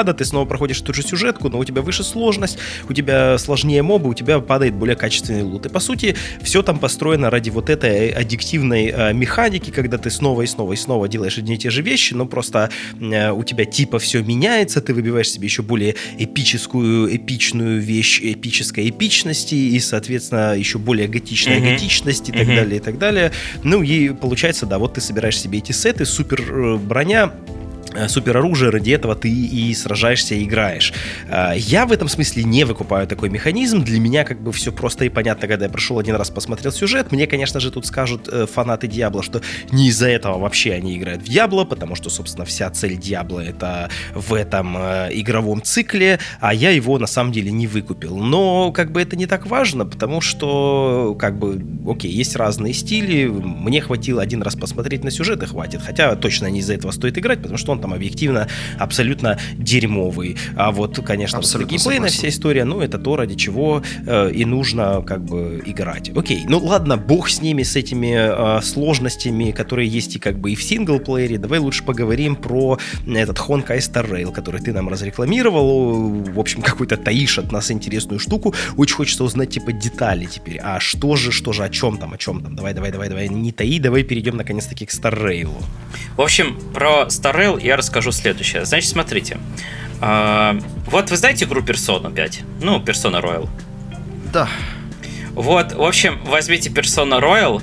проходишь ту же сюжетку, но у тебя выше сложность, у тебя сложнее мобы, у тебя падает более качественный лут. И, по сути, все там построено ради вот этой аддиктивной механики, когда ты снова и снова и снова делаешь одни и те же вещи, но просто у тебя типа все меняется, ты выбиваешь себе еще более эпичную вещь эпической эпичности и, соответственно, еще более готичная готичность и так далее, и так далее. Ну и получается, да, вот ты собираешь себе эти сеты, супер броня, супер оружие, ради этого ты и сражаешься, и играешь. Я в этом смысле не выкупаю такой механизм. Для меня как бы все просто и понятно, когда я прошел один раз, посмотрел сюжет. Мне, конечно же, тут скажут фанаты Диабло, что не из-за этого вообще они играют в Диабло, потому что, собственно, вся цель Диабло — это в этом игровом цикле, а я его на самом деле не выкупил. Но как бы это не так важно, потому что как бы, окей, есть разные стили. Мне хватило один раз посмотреть на сюжет, и хватит. Хотя точно не из-за этого стоит играть, потому что он там объективно абсолютно дерьмовый. А вот, конечно, вот геймплейная вся история, ну, это то, ради чего и нужно как бы играть. Окей, ну ладно, бог с ними, с этими сложностями, которые есть и как бы и в синглплеере. Давай лучше поговорим про этот Honkai Star Rail, который ты нам разрекламировал. В общем, какой-то таишь от нас интересную штуку. Очень хочется узнать, типа, детали теперь. А что же, о чем там? Давай, не таи, давай перейдем наконец-таки к Star Rail. В общем, про Star Rail я расскажу следующее. Значит, смотрите. Вот вы знаете игру Persona 5? Ну, Persona Royal. Да. Вот, в общем, возьмите Persona Royal,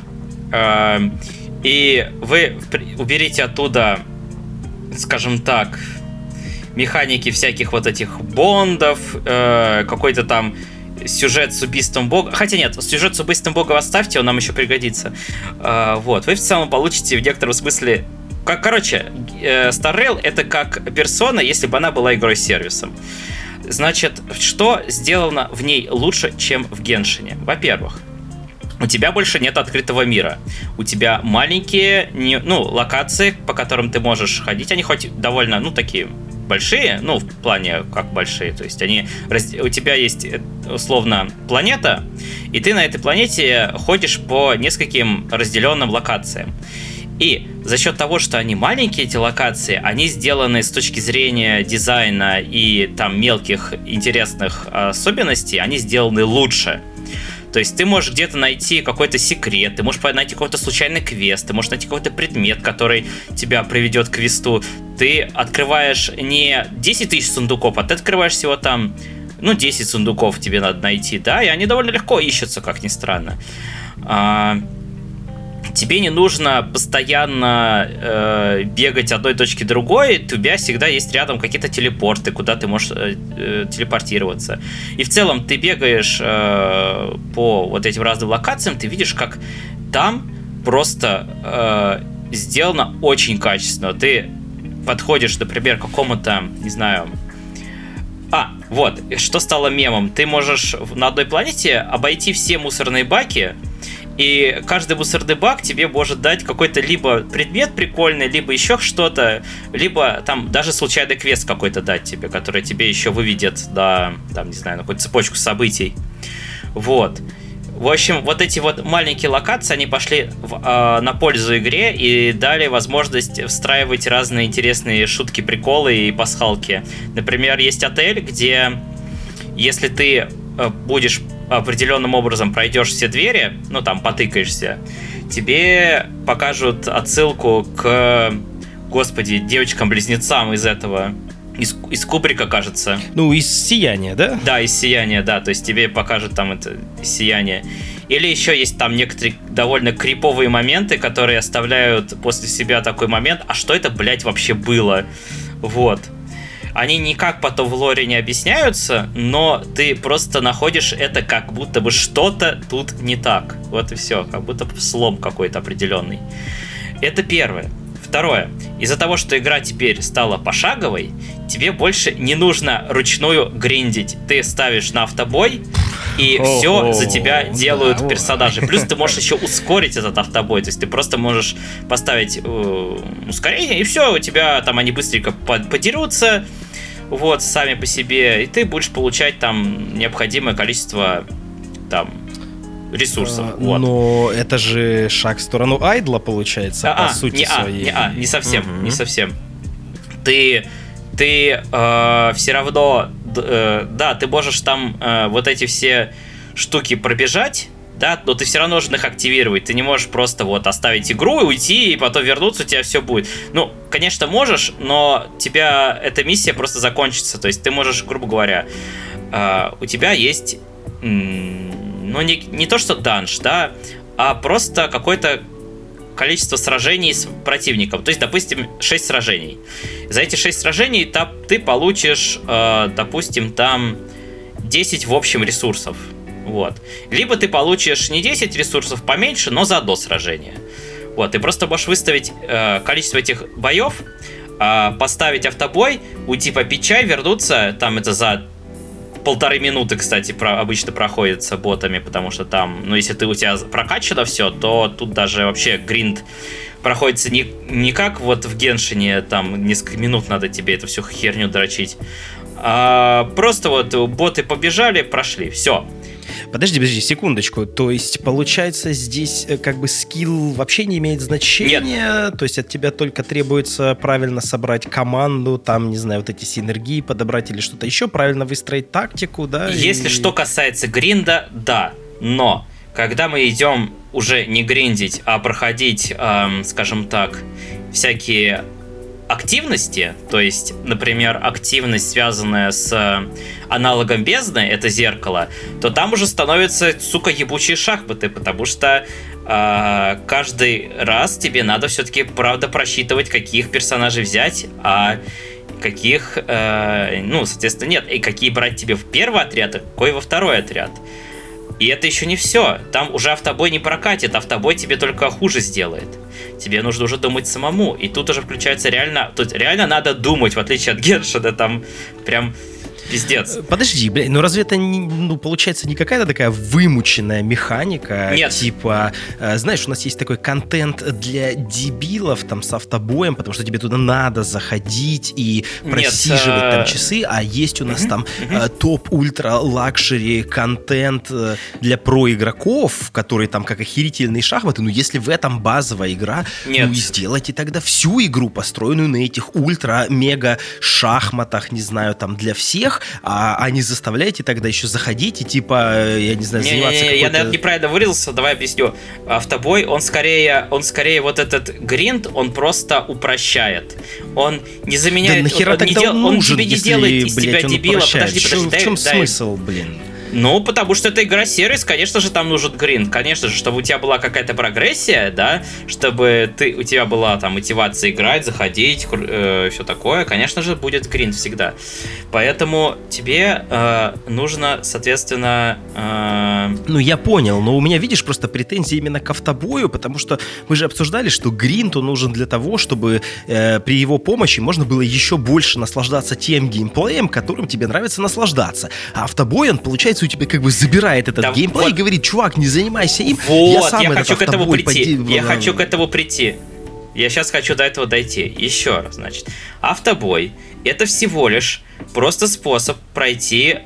и вы уберите оттуда, скажем так, механики всяких вот этих бондов, какой-то там сюжет с убийством бога. Хотя нет, сюжет с убийством бога оставьте, он нам еще пригодится. Вот, вы в целом получите в некотором смысле... Короче, Star Rail — это как Persona, если бы она была игрой-сервисом. Значит, что сделано в ней лучше, чем в Геншине? Во-первых, у тебя больше нет открытого мира. У тебя маленькие, локации, по которым ты можешь ходить. Они хоть довольно, такие большие, в плане как большие. То есть у тебя есть, условно, планета, и ты на этой планете ходишь по нескольким разделенным локациям. И за счет того, что они маленькие, эти локации, они сделаны с точки зрения дизайна и там мелких интересных особенностей, они сделаны лучше. То есть ты можешь где-то найти какой-то секрет, ты можешь найти какой-то случайный квест, ты можешь найти какой-то предмет, который тебя приведет к квесту. Ты открываешь не 10 тысяч сундуков, а ты открываешь всего там, 10 сундуков тебе надо найти, да, и они довольно легко ищутся, как ни странно. Тебе не нужно постоянно бегать от одной точки к другой, у тебя всегда есть рядом какие-то телепорты, куда ты можешь телепортироваться. И в целом ты бегаешь по вот этим разным локациям, ты видишь, как там просто сделано очень качественно. Ты подходишь, например, к какому-то, не знаю... Вот, что стало мемом. Ты можешь на одной планете обойти все мусорные баки, и каждый мусорный бак тебе может дать какой-то либо предмет прикольный, либо еще что-то, либо там даже случайный квест какой-то дать тебе, который тебе еще выведет на какую-то цепочку событий. Вот. В общем, вот эти вот маленькие локации, они пошли на пользу игре и дали возможность встраивать разные интересные шутки, приколы и пасхалки. Например, есть отель, где если ты будешь определенным образом пройдешь все двери, потыкаешься, тебе покажут отсылку к, девочкам-близнецам из этого, из Кубрика, кажется. Из «Сияния», да? Да, из «Сияния», да, то есть тебе покажут там это «Сияние». Или еще есть там некоторые довольно криповые моменты, которые оставляют после себя такой момент, а что это, блядь, вообще было? Вот. Они никак потом в лоре не объясняются, но ты просто находишь это, как будто бы что-то тут не так. Вот и все, как будто слом какой-то определенный. Это первое. Второе. Из-за того, что игра теперь стала пошаговой, тебе больше не нужно ручную гриндить. Ты ставишь на автобой, и все за тебя делают персонажи. Плюс ты можешь еще ускорить этот автобой. То есть ты просто можешь поставить ускорение, и все, у тебя там они быстренько подерутся, вот, сами по себе, и ты будешь получать там необходимое количество там ресурсов. Вот. Но это же шаг в сторону айдла, получается, по сути своей. Не совсем, не совсем. Ты ты все равно, да, ты можешь там вот эти все штуки пробежать, да, но ты все равно должен их активировать. Ты не можешь просто вот оставить игру и уйти, и потом вернуться, у тебя все будет. Ну, конечно, можешь, но у тебя эта миссия просто закончится. То есть ты можешь, грубо говоря, у тебя есть, ну, не то что данж, да, а просто какое-то количество сражений с противником. То есть, допустим, 6 сражений. За эти 6 сражений ты получишь, допустим, там 10 в общем ресурсов. Вот. Либо ты получишь не 10 ресурсов, поменьше, но за одно сражение. Вот. Ты просто можешь выставить количество этих боев, поставить автобой, уйти попить чай, вернуться. Там это за 1,5 минуты, кстати, обычно проходит с ботами, потому что там, ну, если у тебя прокачано все, то тут даже вообще гринд проходится не как вот в Геншине, там несколько минут надо тебе эту всю херню дрочить. Просто вот боты побежали, прошли, все. Подожди, секундочку. То есть, получается, здесь как бы скилл вообще не имеет значения? Нет. То есть от тебя только требуется правильно собрать команду, там, не знаю, вот эти синергии подобрать или что-то еще, правильно выстроить тактику, да? Если что касается гринда, да. Но когда мы идем уже не гриндить, а проходить, скажем так, всякие активности, то есть, например, активность, связанная с аналогом бездны, это зеркало, то там уже становятся, сука, ебучие шахматы, потому что каждый раз тебе надо все-таки, правда, просчитывать, каких персонажей взять, а каких, ну, соответственно, нет, и какие брать тебе в первый отряд, а какой во второй отряд. И это еще не все. Там уже автобой не прокатит, автобой тебе только хуже сделает. Тебе нужно уже думать самому. И тут уже включается реально... Тут реально надо думать, в отличие от Геншина, там прям... Пиздец. Подожди, блядь, ну разве это, ну, получается, не какая-то такая вымученная механика? Нет. Типа, знаешь, у нас есть такой контент для дебилов, там, с автобоем, потому что тебе туда надо заходить и просиживать там часы, а есть у нас там топ-ультра-лакшери контент для про-игроков, которые там как охерительные шахматы. Ну, если в этом базовая игра, Нет. ну и сделайте тогда всю игру, построенную на этих ультра-мега-шахматах, не знаю, там, для всех, а не заставляйте тогда еще заходить и типа, я не знаю, заниматься какой-то... Я, наверное, неправильно выразился, давай объясню. Автобой, он скорее вот этот гринд, он просто упрощает. Он не заменяет... Да нахера тогда он нужен, тебе не делает из тебя дебила. Подожди, в чем смысл, блин? Ну, потому что это игра-сервис, конечно же, там нужен гринд. Конечно же, чтобы у тебя была какая-то прогрессия, да, чтобы у тебя была там мотивация играть, заходить, все такое, конечно же, будет гринд всегда. Поэтому тебе нужно, соответственно... Ну, я понял, но у меня, видишь, просто претензии именно к автобою, потому что мы же обсуждали, что гринд, он нужен для того, чтобы при его помощи можно было еще больше наслаждаться тем геймплеем, которым тебе нравится наслаждаться. А автобой, он, получается, у тебя как бы забирает этот геймплей и говорит: чувак, не занимайся им, вот, я хочу к этому прийти. Я хочу к этому прийти. Я сейчас хочу до этого дойти. Еще раз, значит. Автобой — это всего лишь просто способ пройти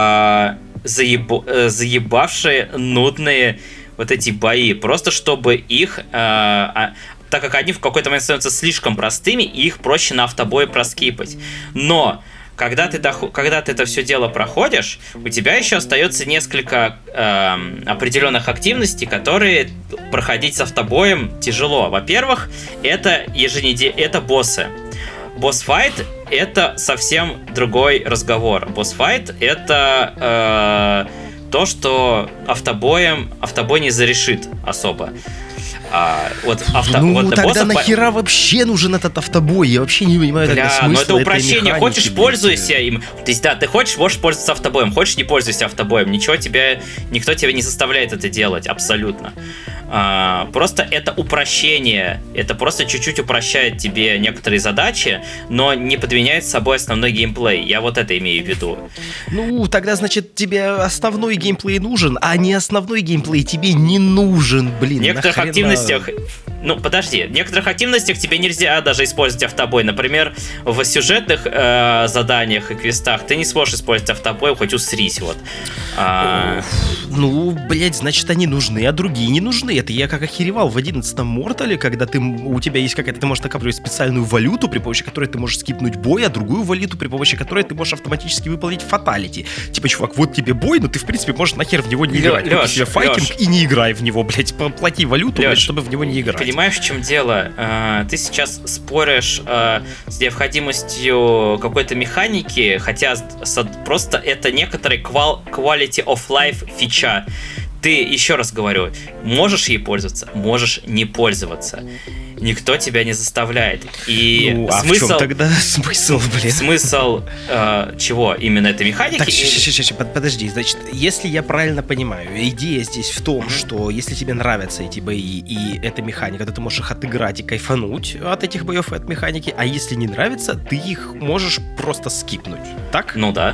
заебавшие, нудные вот эти бои. Просто чтобы их... так как они в какой-то момент становятся слишком простыми, их проще на автобое проскипать. Но... Когда ты это все дело проходишь, у тебя еще остается несколько определенных активностей, которые проходить с автобоем тяжело. Во-первых, это это боссы. Босс-файт — это совсем другой разговор. Босс-файт — это то, что автобой не зарешит особо. Тогда нахера вообще нужен этот автобой? Я вообще не понимаю тогда смысла. Ну это упрощение. Хочешь, пользуйся им. То есть, да, ты хочешь, можешь пользоваться автобоем. Хочешь, не пользуйся автобоем. Никто тебя не заставляет это делать. Абсолютно. Просто это упрощение. Это просто чуть-чуть упрощает тебе некоторые задачи, но не подменяет с собой основной геймплей. Я вот это имею в виду. Ну, тогда, значит, тебе основной геймплей нужен, а не основной геймплей тебе не нужен, блин. В некоторых активностях... Ну, подожди. В некоторых активностях тебе нельзя даже использовать автобой. Например, в сюжетных заданиях и квестах ты не сможешь использовать автобой, хоть усрись, вот. Ну, блядь, значит, они нужны, а другие не нужны. это. Я как охеревал в 11-м Мортале, когда у тебя есть какая-то, ты можешь накапливать специальную валюту, при помощи которой ты можешь скипнуть бой, а другую валюту, при помощи которой ты можешь автоматически выполнить фаталити. Типа, чувак, вот тебе бой, но ты, в принципе, можешь нахер в него не играть. Купи себе файтинг и не играй в него, блядь. Плати валюту, блядь, чтобы в него не играть. Понимаешь, в чем дело? Ты сейчас споришь с необходимостью какой-то механики, хотя просто это некоторый quality of life фича. Ты, еще раз говорю, можешь ей пользоваться, можешь не пользоваться. Никто тебя не заставляет. И в чем тогда смысл, блин? Смысл чего? Именно этой механики? Так, подожди, значит, если я правильно понимаю, идея здесь в том, что если тебе нравятся эти бои и эта механика, то ты можешь их отыграть и кайфануть от этих боев и от механики, а если не нравится, ты их можешь просто скипнуть, так? Ну да.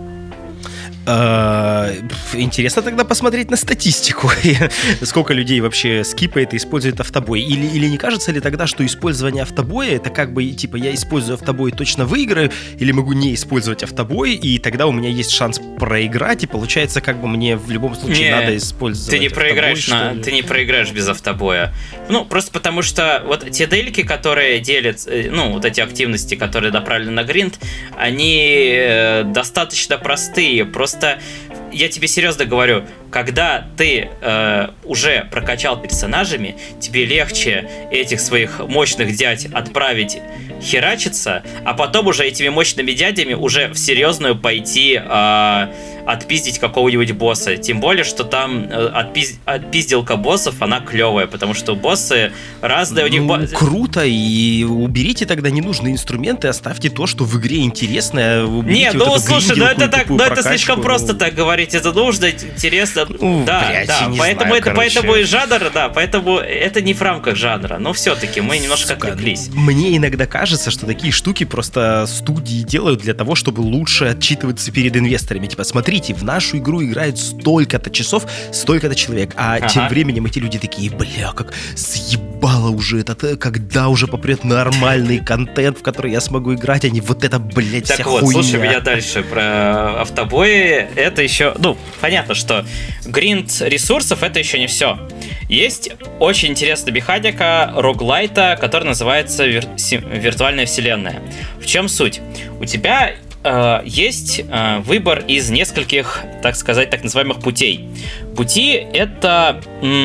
Интересно тогда посмотреть на статистику. Сколько людей вообще скипает и использует автобой. Или не кажется ли тогда, что использование автобоя это как бы, типа, я использую автобой, точно выиграю, или могу не использовать автобой, и тогда у меня есть шанс проиграть, и получается, как бы мне в любом случае надо использовать ты не проиграешь автобой, ты не проиграешь без автобоя. Ну, просто потому что вот те дельки, которые делят, ну, вот эти активности, которые направлены на гринд, они достаточно простые. Просто я тебе серьезно говорю, когда ты уже прокачал персонажами, тебе легче этих своих мощных дядь отправить херачиться, а потом уже этими мощными дядями уже в серьезную пойти отпиздить какого-нибудь босса. Тем более, что там отпизделка боссов, она клевая, потому что боссы разные. Круто, и уберите тогда ненужные инструменты, оставьте то, что в игре интересное. Не, ну слушай, это слишком просто так говорить, это нужно, интересно. Поэтому и жанр, поэтому это не в рамках жанра, но все-таки мы немножко отвлеклись. Мне иногда кажется, что такие штуки просто студии делают для того, чтобы лучше отчитываться перед инвесторами. Типа, смотрите, в нашу игру играет столько-то часов, столько-то человек, а тем временем эти люди такие, бля, как съебало уже это, когда уже попрет нормальный контент, в который я смогу играть, а не вот это, блядь, вся хуйня. Так вот, слушай меня дальше про автобои, это еще, ну, понятно, что гринд ресурсов это еще не все. Есть очень интересная механика роглайта, которая называется виртуальная вселенная. В чем суть? У тебя есть выбор из нескольких, так сказать, так называемых путей. Пути — это,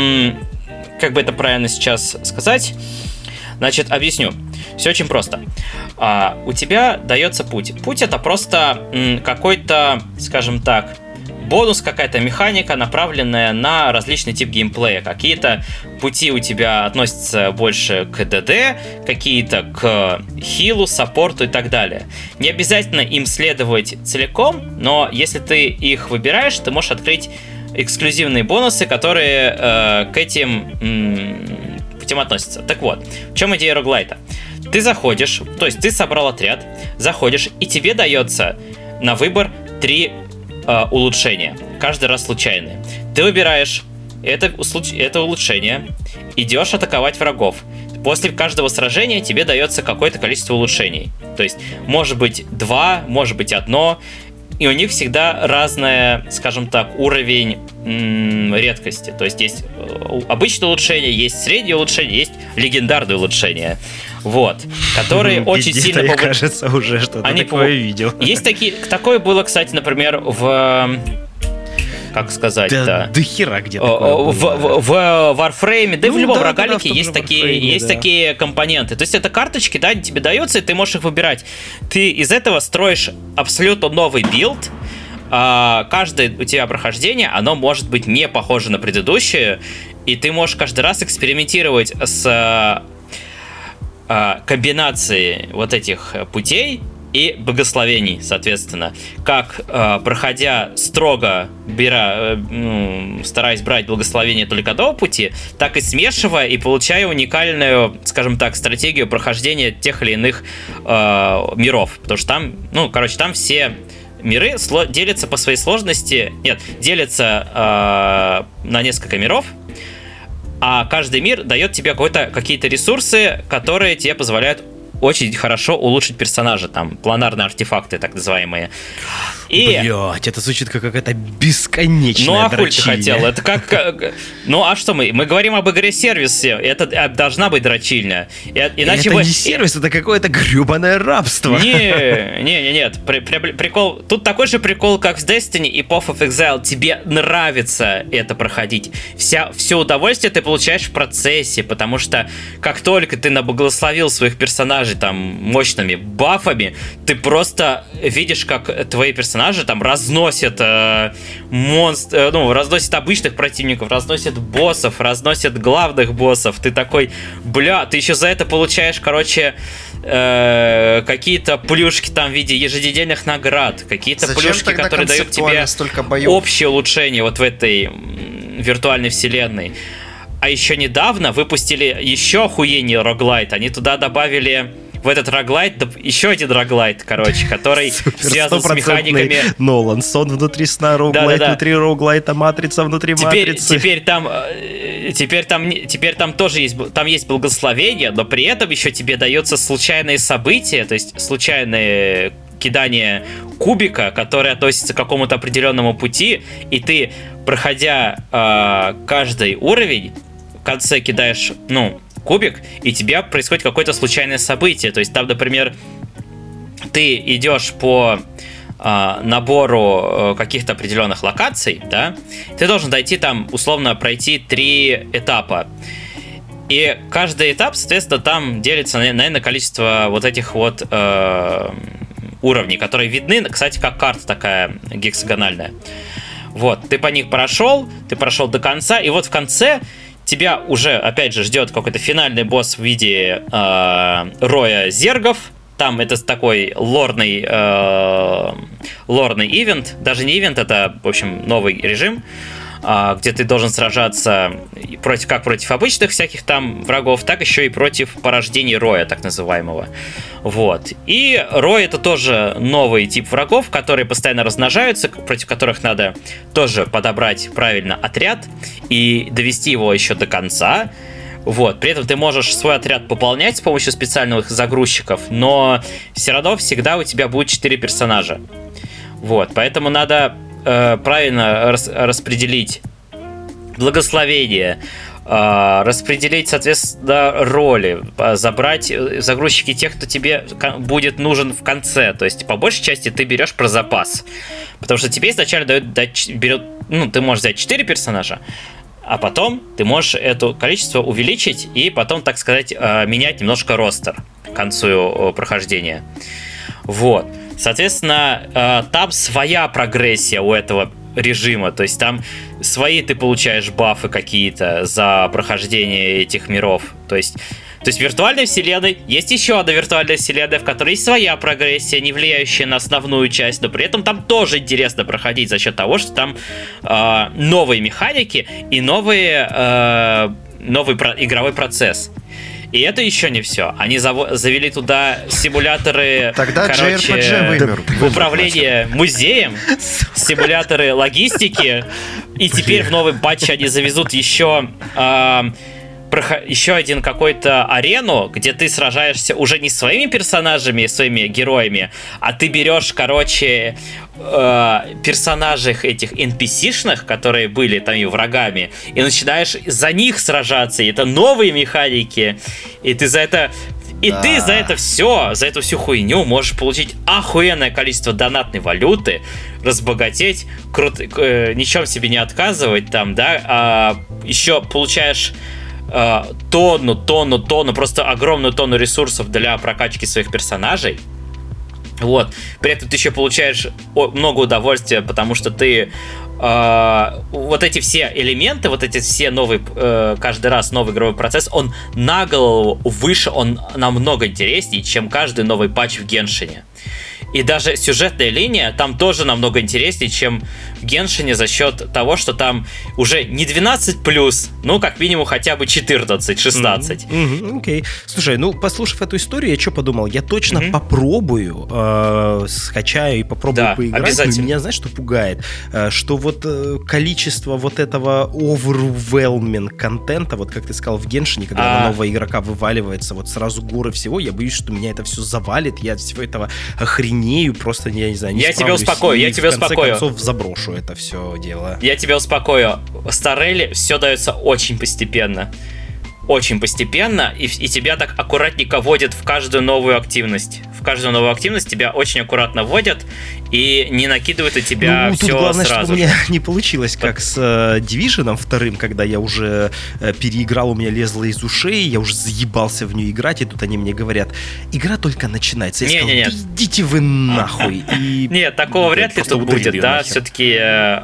как бы это правильно сейчас сказать, значит, объясню. Все очень просто. У тебя дается путь. Путь — это просто какой-то, скажем так, бонус, какая-то механика, направленная на различный тип геймплея. Какие-то пути у тебя относятся больше к ДД, какие-то к хилу, саппорту и так далее. Не обязательно им следовать целиком, но если ты их выбираешь, ты можешь открыть эксклюзивные бонусы, которые к этим путям относятся. Так вот, в чем идея роглайта? Ты заходишь, то есть ты собрал отряд, заходишь, и тебе дается на выбор 3 улучшения, каждый раз случайные. Ты выбираешь это улучшение, идешь атаковать врагов. После каждого сражения тебе дается какое-то количество улучшений. То есть, может быть 2, может быть 1, и у них всегда разное, скажем так, уровень редкости. То есть есть обычное улучшение, есть среднее улучшение, есть легендарное улучшение. Вот, которые очень сильно... Мне кажется, уже что-то такое видел. Есть такое было, кстати, например, в... Как сказать-то? Да хера где такое в Warframe, да и в любом рогалике есть такие компоненты. То есть это карточки, да, тебе даются, и ты можешь их выбирать. Ты из этого строишь абсолютно новый билд. Каждое у тебя прохождение, оно может быть не похоже на предыдущее, и ты можешь каждый раз экспериментировать с комбинацией вот этих путей и благословений, соответственно. Как, проходя строго, стараясь брать благословение только до пути, так и смешивая и получая уникальную, скажем так, стратегию прохождения тех или иных миров. Потому что там, там все миры делятся по своей сложности. Нет, делятся на несколько миров, а каждый мир дает тебе какие-то ресурсы, которые тебе позволяют очень хорошо улучшить персонажа, там, планарные артефакты, так называемые. Блять, это звучит как какая-то бесконечная дрочильня. Ну, а хуй ты хотел? Это как... Ну, а что мы? Мы говорим об игре-сервисе, это должна быть дрочильня. Иначе это не сервис, это какое-то гребаное рабство. Нет. Прикол... Тут такой же прикол, как в Destiny и Path of Exile. Тебе нравится это проходить. Все удовольствие ты получаешь в процессе, потому что как только ты наблагословил своих персонажей там мощными бафами, ты просто видишь, как твои персонажи там разносят разносят обычных противников, разносят боссов, разносят главных боссов. Ты такой, бля, ты еще за это получаешь, короче, какие-то плюшки там в виде еженедельных наград, какие-то плюшки, которые дают тебе общее улучшение вот в этой виртуальной вселенной. А еще недавно выпустили еще охуеннее роглайт. Они туда добавили в этот роглайт еще один роглайт, короче, который связан с механиками. Нолан, сон внутри сна, роглайт внутри роглайта, матрица внутри матрицы. Теперь там тоже есть благословение, но при этом еще тебе дается случайные события, то есть случайные кидание кубика, который относится к какому-то определенному пути, и ты, проходя каждый уровень, в конце кидаешь, кубик, и у тебя происходит какое-то случайное событие. То есть там, например, ты идешь по набору каких-то определенных локаций, да, ты должен дойти там, условно, пройти 3 этапа. И каждый этап, соответственно, там делится на количество вот этих вот уровней, которые видны, кстати, как карта такая гексагональная. Вот, ты по них прошел до конца, и вот в конце тебя уже, опять же, ждет какой-то финальный босс в виде роя зергов. Там это такой лорный ивент. Даже не ивент, это, в общем, новый режим, где ты должен сражаться как против обычных всяких там врагов, так еще и против порождений роя, так называемого. Вот. И рой — это тоже новый тип врагов, которые постоянно размножаются, против которых надо тоже подобрать правильно отряд и довести его еще до конца. Вот. При этом ты можешь свой отряд пополнять с помощью специальных загрузчиков, но все равно всегда у тебя будет 4 персонажа. Вот. Поэтому надо правильно распределить благословение, распределить, соответственно, роли, забрать загрузчики тех, кто тебе будет нужен в конце. То есть, по большей части, ты берешь про запас. Потому что тебе изначально ты можешь взять 4 персонажа, а потом ты можешь это количество увеличить и потом, так сказать, менять немножко ростер к концу прохождения. Вот. Соответственно, там своя прогрессия у этого режима, то есть там свои ты получаешь бафы какие-то за прохождение этих миров. То есть в виртуальной вселенной есть еще одна виртуальная вселенная, в которой есть своя прогрессия, не влияющая на основную часть, но при этом там тоже интересно проходить за счет того, что там новые механики и новый игровой процесс. И это еще не все. Они завели туда симуляторы, управления музеем, симуляторы логистики. И теперь в новый патч они завезут еще один какой-то арену, где ты сражаешься уже не своими персонажами, своими героями, а ты берешь, персонажей этих NPC-шных, которые были там и врагами, и начинаешь за них сражаться, и это новые механики, и ты за это... И ты за эту всю хуйню можешь получить охуенное количество донатной валюты, разбогатеть, ничем себе не отказывать там, да, еще получаешь тонну, просто огромную тонну ресурсов для прокачки своих персонажей. Вот. При этом ты еще получаешь много удовольствия, потому что ты вот эти все элементы, вот эти все новые, каждый раз новый игровой процесс, он на голову выше, он намного интереснее, чем каждый новый патч в Геншине. И даже сюжетная линия там тоже намного интереснее, чем в Геншине, за счет того, что там уже не 12+, ну, как минимум, хотя бы 14-16. Окей. Слушай, ну, послушав эту историю, я что подумал? Я точно попробую, скачаю и попробую поиграть. Но меня, знаешь, что пугает? Что вот количество вот этого overwhelming контента, вот как ты сказал в Геншине, когда на нового игрока вываливается вот сразу горы всего, я боюсь, что меня это все завалит, я от всего этого охренею, просто, я не знаю, не я справлюсь. Я тебя успокою. В конце концов заброшу это все дело. Я тебя успокою. В Starrail все дается очень постепенно. Очень постепенно, и тебя так аккуратненько вводят в каждую новую активность. В каждую новую активность тебя очень аккуратно вводят и не накидывают на тебя все сразу. Тут главное, чтобы у меня не получилось, как с Division 2, когда я уже переиграл, у меня лезло из ушей, я уже заебался в нее играть, и тут они мне говорят, игра только начинается. Я сказал, идите вы нахуй. Нет, такого вряд ли тут будет, да, все-таки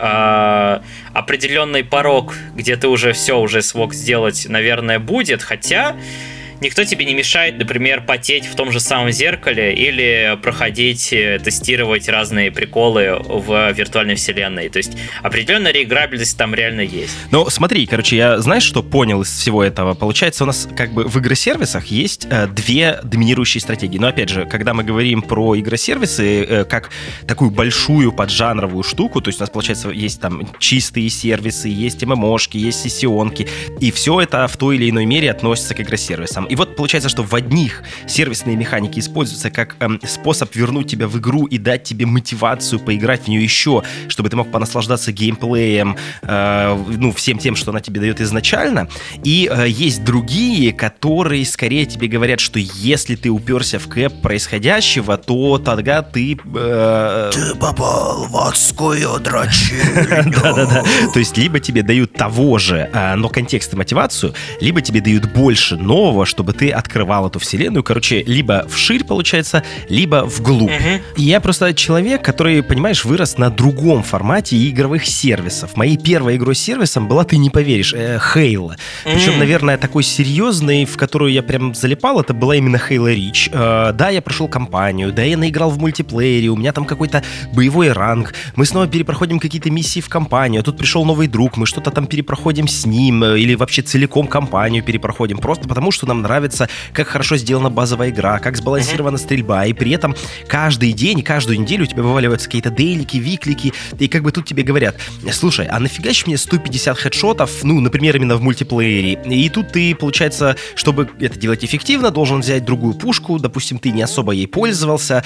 определенный порог, где ты уже все уже смог сделать, наверное, будет, хотя никто тебе не мешает, например, потеть в том же самом зеркале или проходить, тестировать разные приколы в виртуальной вселенной. То есть определенная реиграбельность там реально есть. Ну, смотри, короче, я, знаешь, что понял из всего этого? Получается, у нас как бы в игросервисах есть две доминирующие стратегии. Но, опять же, когда мы говорим про игросервисы как такую большую поджанровую штуку, то есть у нас, получается, есть там чистые сервисы, есть ММОшки, есть сессионки, и все это в той или иной мере относится к игросервисам. И вот получается, что в одних сервисные механики используются как способ вернуть тебя в игру и дать тебе мотивацию поиграть в нее еще, чтобы ты мог понаслаждаться геймплеем, ну, всем тем, что она тебе дает изначально. И есть другие, которые скорее тебе говорят, что если ты уперся в кэп происходящего, то тогда ты... Ты попал в адскую дрочильню. Да-да-да. То есть либо тебе дают того же, но контекст и мотивацию, либо тебе дают больше нового, чтобы ты открывал эту вселенную. Короче, либо вширь, получается, либо вглубь. И я просто человек, который, понимаешь, вырос на другом формате игровых сервисов. Моей первой игрой сервисом была, ты не поверишь, Halo. Причем, наверное, такой серьезный, в которую я прям залипал, это была именно Halo Reach. Да, я прошел кампанию, да, я наиграл в мультиплеере, у меня там какой-то боевой ранг, мы снова перепроходим какие-то миссии в кампанию, а тут пришел новый друг, мы что-то там перепроходим с ним, или вообще целиком кампанию перепроходим, просто потому что нам нравится, как хорошо сделана базовая игра, как сбалансирована стрельба, и при этом каждый день, каждую неделю у тебя вываливаются какие-то дейлики, виклики, и как бы тут тебе говорят, слушай, а нафига ж мне 150 хедшотов, ну, например, именно в мультиплеере, и тут ты, получается, чтобы это делать эффективно, должен взять другую пушку, допустим, ты не особо ей пользовался,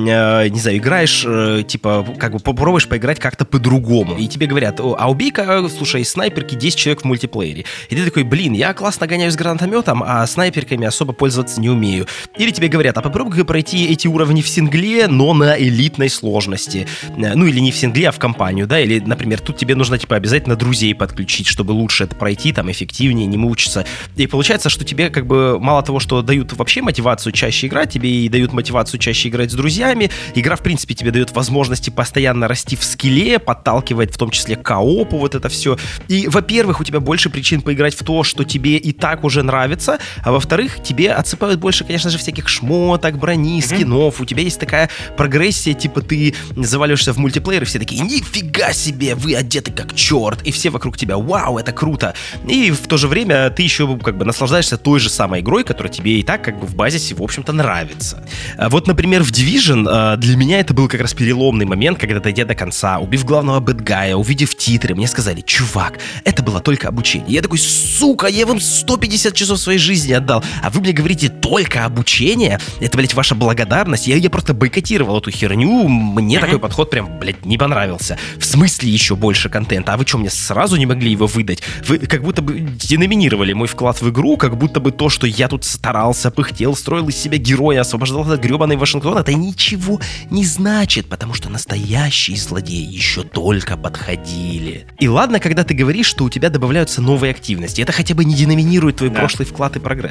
не знаю, играешь, типа, как бы попробуешь поиграть как-то по-другому, и тебе говорят, а убей-ка, слушай, снайперки 10 человек в мультиплеере, и ты такой, блин, я классно гоняю с гранатометом, а снайперками особо пользоваться не умею. Или тебе говорят, а попробуй пройти эти уровни в сингле, но на элитной сложности. Ну, или не в сингле, а в компанию, да, или, например, тут тебе нужно, типа, обязательно друзей подключить, чтобы лучше это пройти, там, эффективнее, не мучиться. И получается, что тебе, как бы, мало того, что дают вообще мотивацию чаще играть, тебе и дают мотивацию чаще играть с друзьями. Игра, в принципе, тебе дает возможности постоянно расти в скилле, подталкивает в том числе к коопу, вот это все. И, во-первых, у тебя больше причин поиграть в то, что тебе и так уже нравится, а во-вторых, тебе отсыпают больше, конечно же, всяких шмоток, брони, скинов. У тебя есть такая прогрессия, типа ты заваливаешься в мультиплеер, и все такие, нифига себе, вы одеты как черт, и все вокруг тебя, вау, это круто. И в то же время ты еще как бы наслаждаешься той же самой игрой, которая тебе и так как бы в базисе, в общем-то, нравится. Вот, например, в Division для меня это был как раз переломный момент, когда, дойдя до конца, убив главного бэдгая, увидев титры, мне сказали, чувак, это было только обучение. Я такой, сука, я вам 150 часов своей жизни отдал, а вы мне говорите только обучение? Это, блядь, ваша благодарность? Я просто бойкотировал эту херню, мне такой подход прям, блядь, не понравился. В смысле еще больше контента? А вы что, мне сразу не могли его выдать? Вы как будто бы деноминировали мой вклад в игру, как будто бы то, что я тут старался, пыхтел, строил из себя героя, освобождал от гребаный Вашингтон, это ничего не значит, потому что настоящие злодеи еще только подходили. И ладно, когда ты говоришь, что у тебя добавляются новые активности, это хотя бы не деноминирует твой прошлый вклад и прогресс.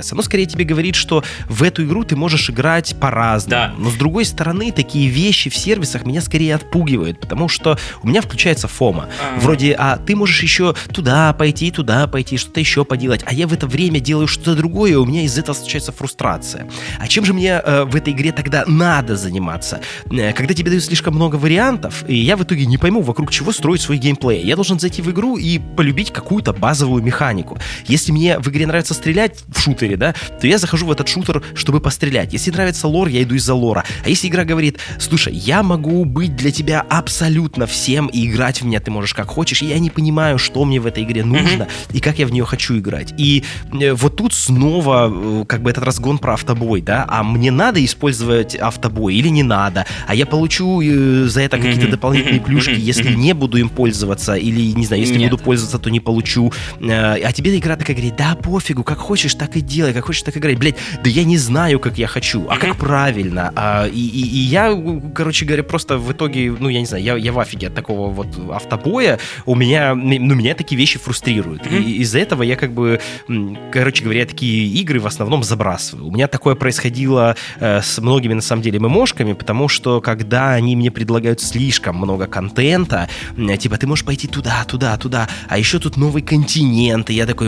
оно скорее тебе говорит, что в эту игру ты можешь играть по-разному. Да. Но с другой стороны, такие вещи в сервисах меня скорее отпугивают, потому что у меня включается фома. Вроде, ты можешь еще туда пойти, что-то еще поделать, а я в это время делаю что-то другое, и у меня из этого случается фрустрация. А чем же мне в этой игре тогда надо заниматься? Когда тебе дают слишком много вариантов, и я в итоге не пойму, вокруг чего строить свой геймплей. Я должен зайти в игру и полюбить какую-то базовую механику. Если мне в игре нравится стрелять в шутере, да, то я захожу в этот шутер, чтобы пострелять. Если нравится лор, я иду из-за лора. А если игра говорит, слушай, я могу быть для тебя абсолютно всем, и играть в меня ты можешь как хочешь, и я не понимаю, что мне в этой игре нужно, и как я в нее хочу играть. И вот тут снова как бы этот разгон про автобой, да, а мне надо использовать автобой или не надо, а я получу за это какие-то дополнительные плюшки, если не буду им пользоваться, или, не знаю, если буду пользоваться, то не получу. А тебе игра такая говорит, да пофигу, как хочешь, так и делай, как хочешь, так и играй. Блять, да я не знаю, как я хочу, а как правильно. И я, короче говоря, просто в итоге, ну, я не знаю, я в афиге от такого вот автобоя, меня такие вещи фрустрируют. И из-за этого я как бы, короче говоря, такие игры в основном забрасываю. У меня такое происходило с многими, на самом деле, ММОшками, потому что, когда они мне предлагают слишком много контента, типа, ты можешь пойти туда, а еще тут новый континент, и я такой,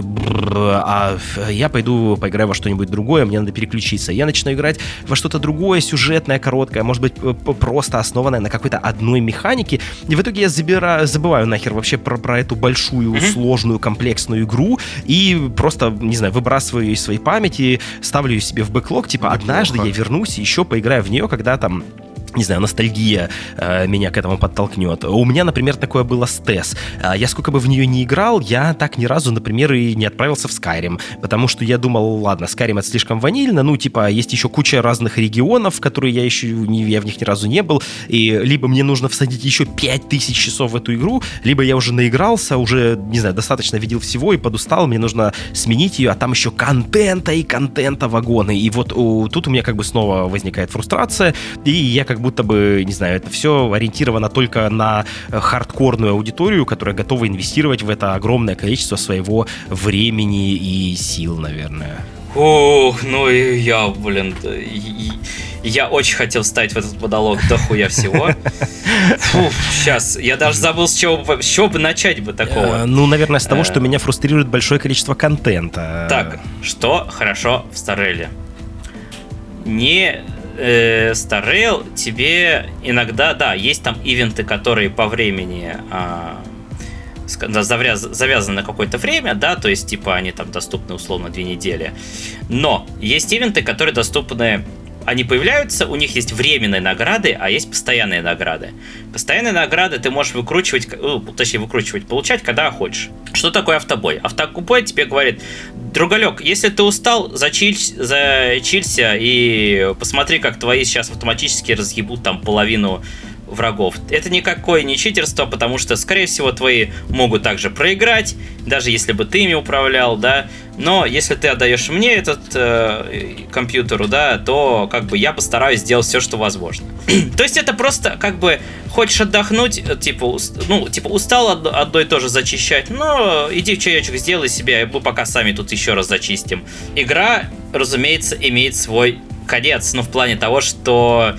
я пойду поиграю во что-нибудь другое, мне надо переключиться. Я начинаю играть во что-то другое, сюжетное, короткое, может быть, просто основанное на какой-то одной механике, и в итоге я забываю нахер вообще про эту большую, сложную, комплексную игру, и просто, не знаю, выбрасываю ее из своей памяти, ставлю ее себе в бэклог, типа, однажды я вернусь и еще поиграю в нее, когда там, не знаю, ностальгия меня к этому подтолкнет. У меня, например, такое было с TES. Я сколько бы в нее не играл, я так ни разу, например, и не отправился в Skyrim, потому что я думал, ладно, Skyrim это слишком ванильно, ну, типа, есть еще куча разных регионов, в которые я в них ни разу не был, и либо мне нужно всадить еще 5000 часов в эту игру, либо я уже наигрался, уже, не знаю, достаточно видел всего и подустал, мне нужно сменить ее, а там еще контента вагоны, и вот тут у меня как бы снова возникает фрустрация, и я как будто бы, не знаю, это все ориентировано только на хардкорную аудиторию, которая готова инвестировать в это огромное количество своего времени и сил, наверное. Ох, ну и я, я очень хотел вставить в этот потолок дохуя всего. Фу, сейчас, я даже забыл, с чего бы начать бы такого. Ну, наверное, с того, что меня фрустрирует большое количество контента. Так, что хорошо в Старрейле? Старрейл тебе иногда, да, есть там ивенты, которые по времени завязаны на какое-то время, да, то есть типа они там доступны условно 2 недели, но есть ивенты, которые доступны, они появляются, у них есть временные награды, а есть постоянные награды. Постоянные награды ты можешь получать, когда хочешь. Что такое автобой? Автобой тебе говорит, другалек, если ты устал, зачилься и посмотри, как твои сейчас автоматически разъебут там половину врагов. Это никакое не читерство, потому что, скорее всего, твои могут также проиграть, даже если бы ты ими управлял, да. Но если ты отдаешь мне этот компьютеру, да, то как бы я постараюсь сделать все, что возможно. То есть это просто как бы хочешь отдохнуть, устал одно и то же зачищать, но иди в чаечек сделай себе, мы пока сами тут еще раз зачистим. Игра, разумеется, имеет свой конец, в плане того, что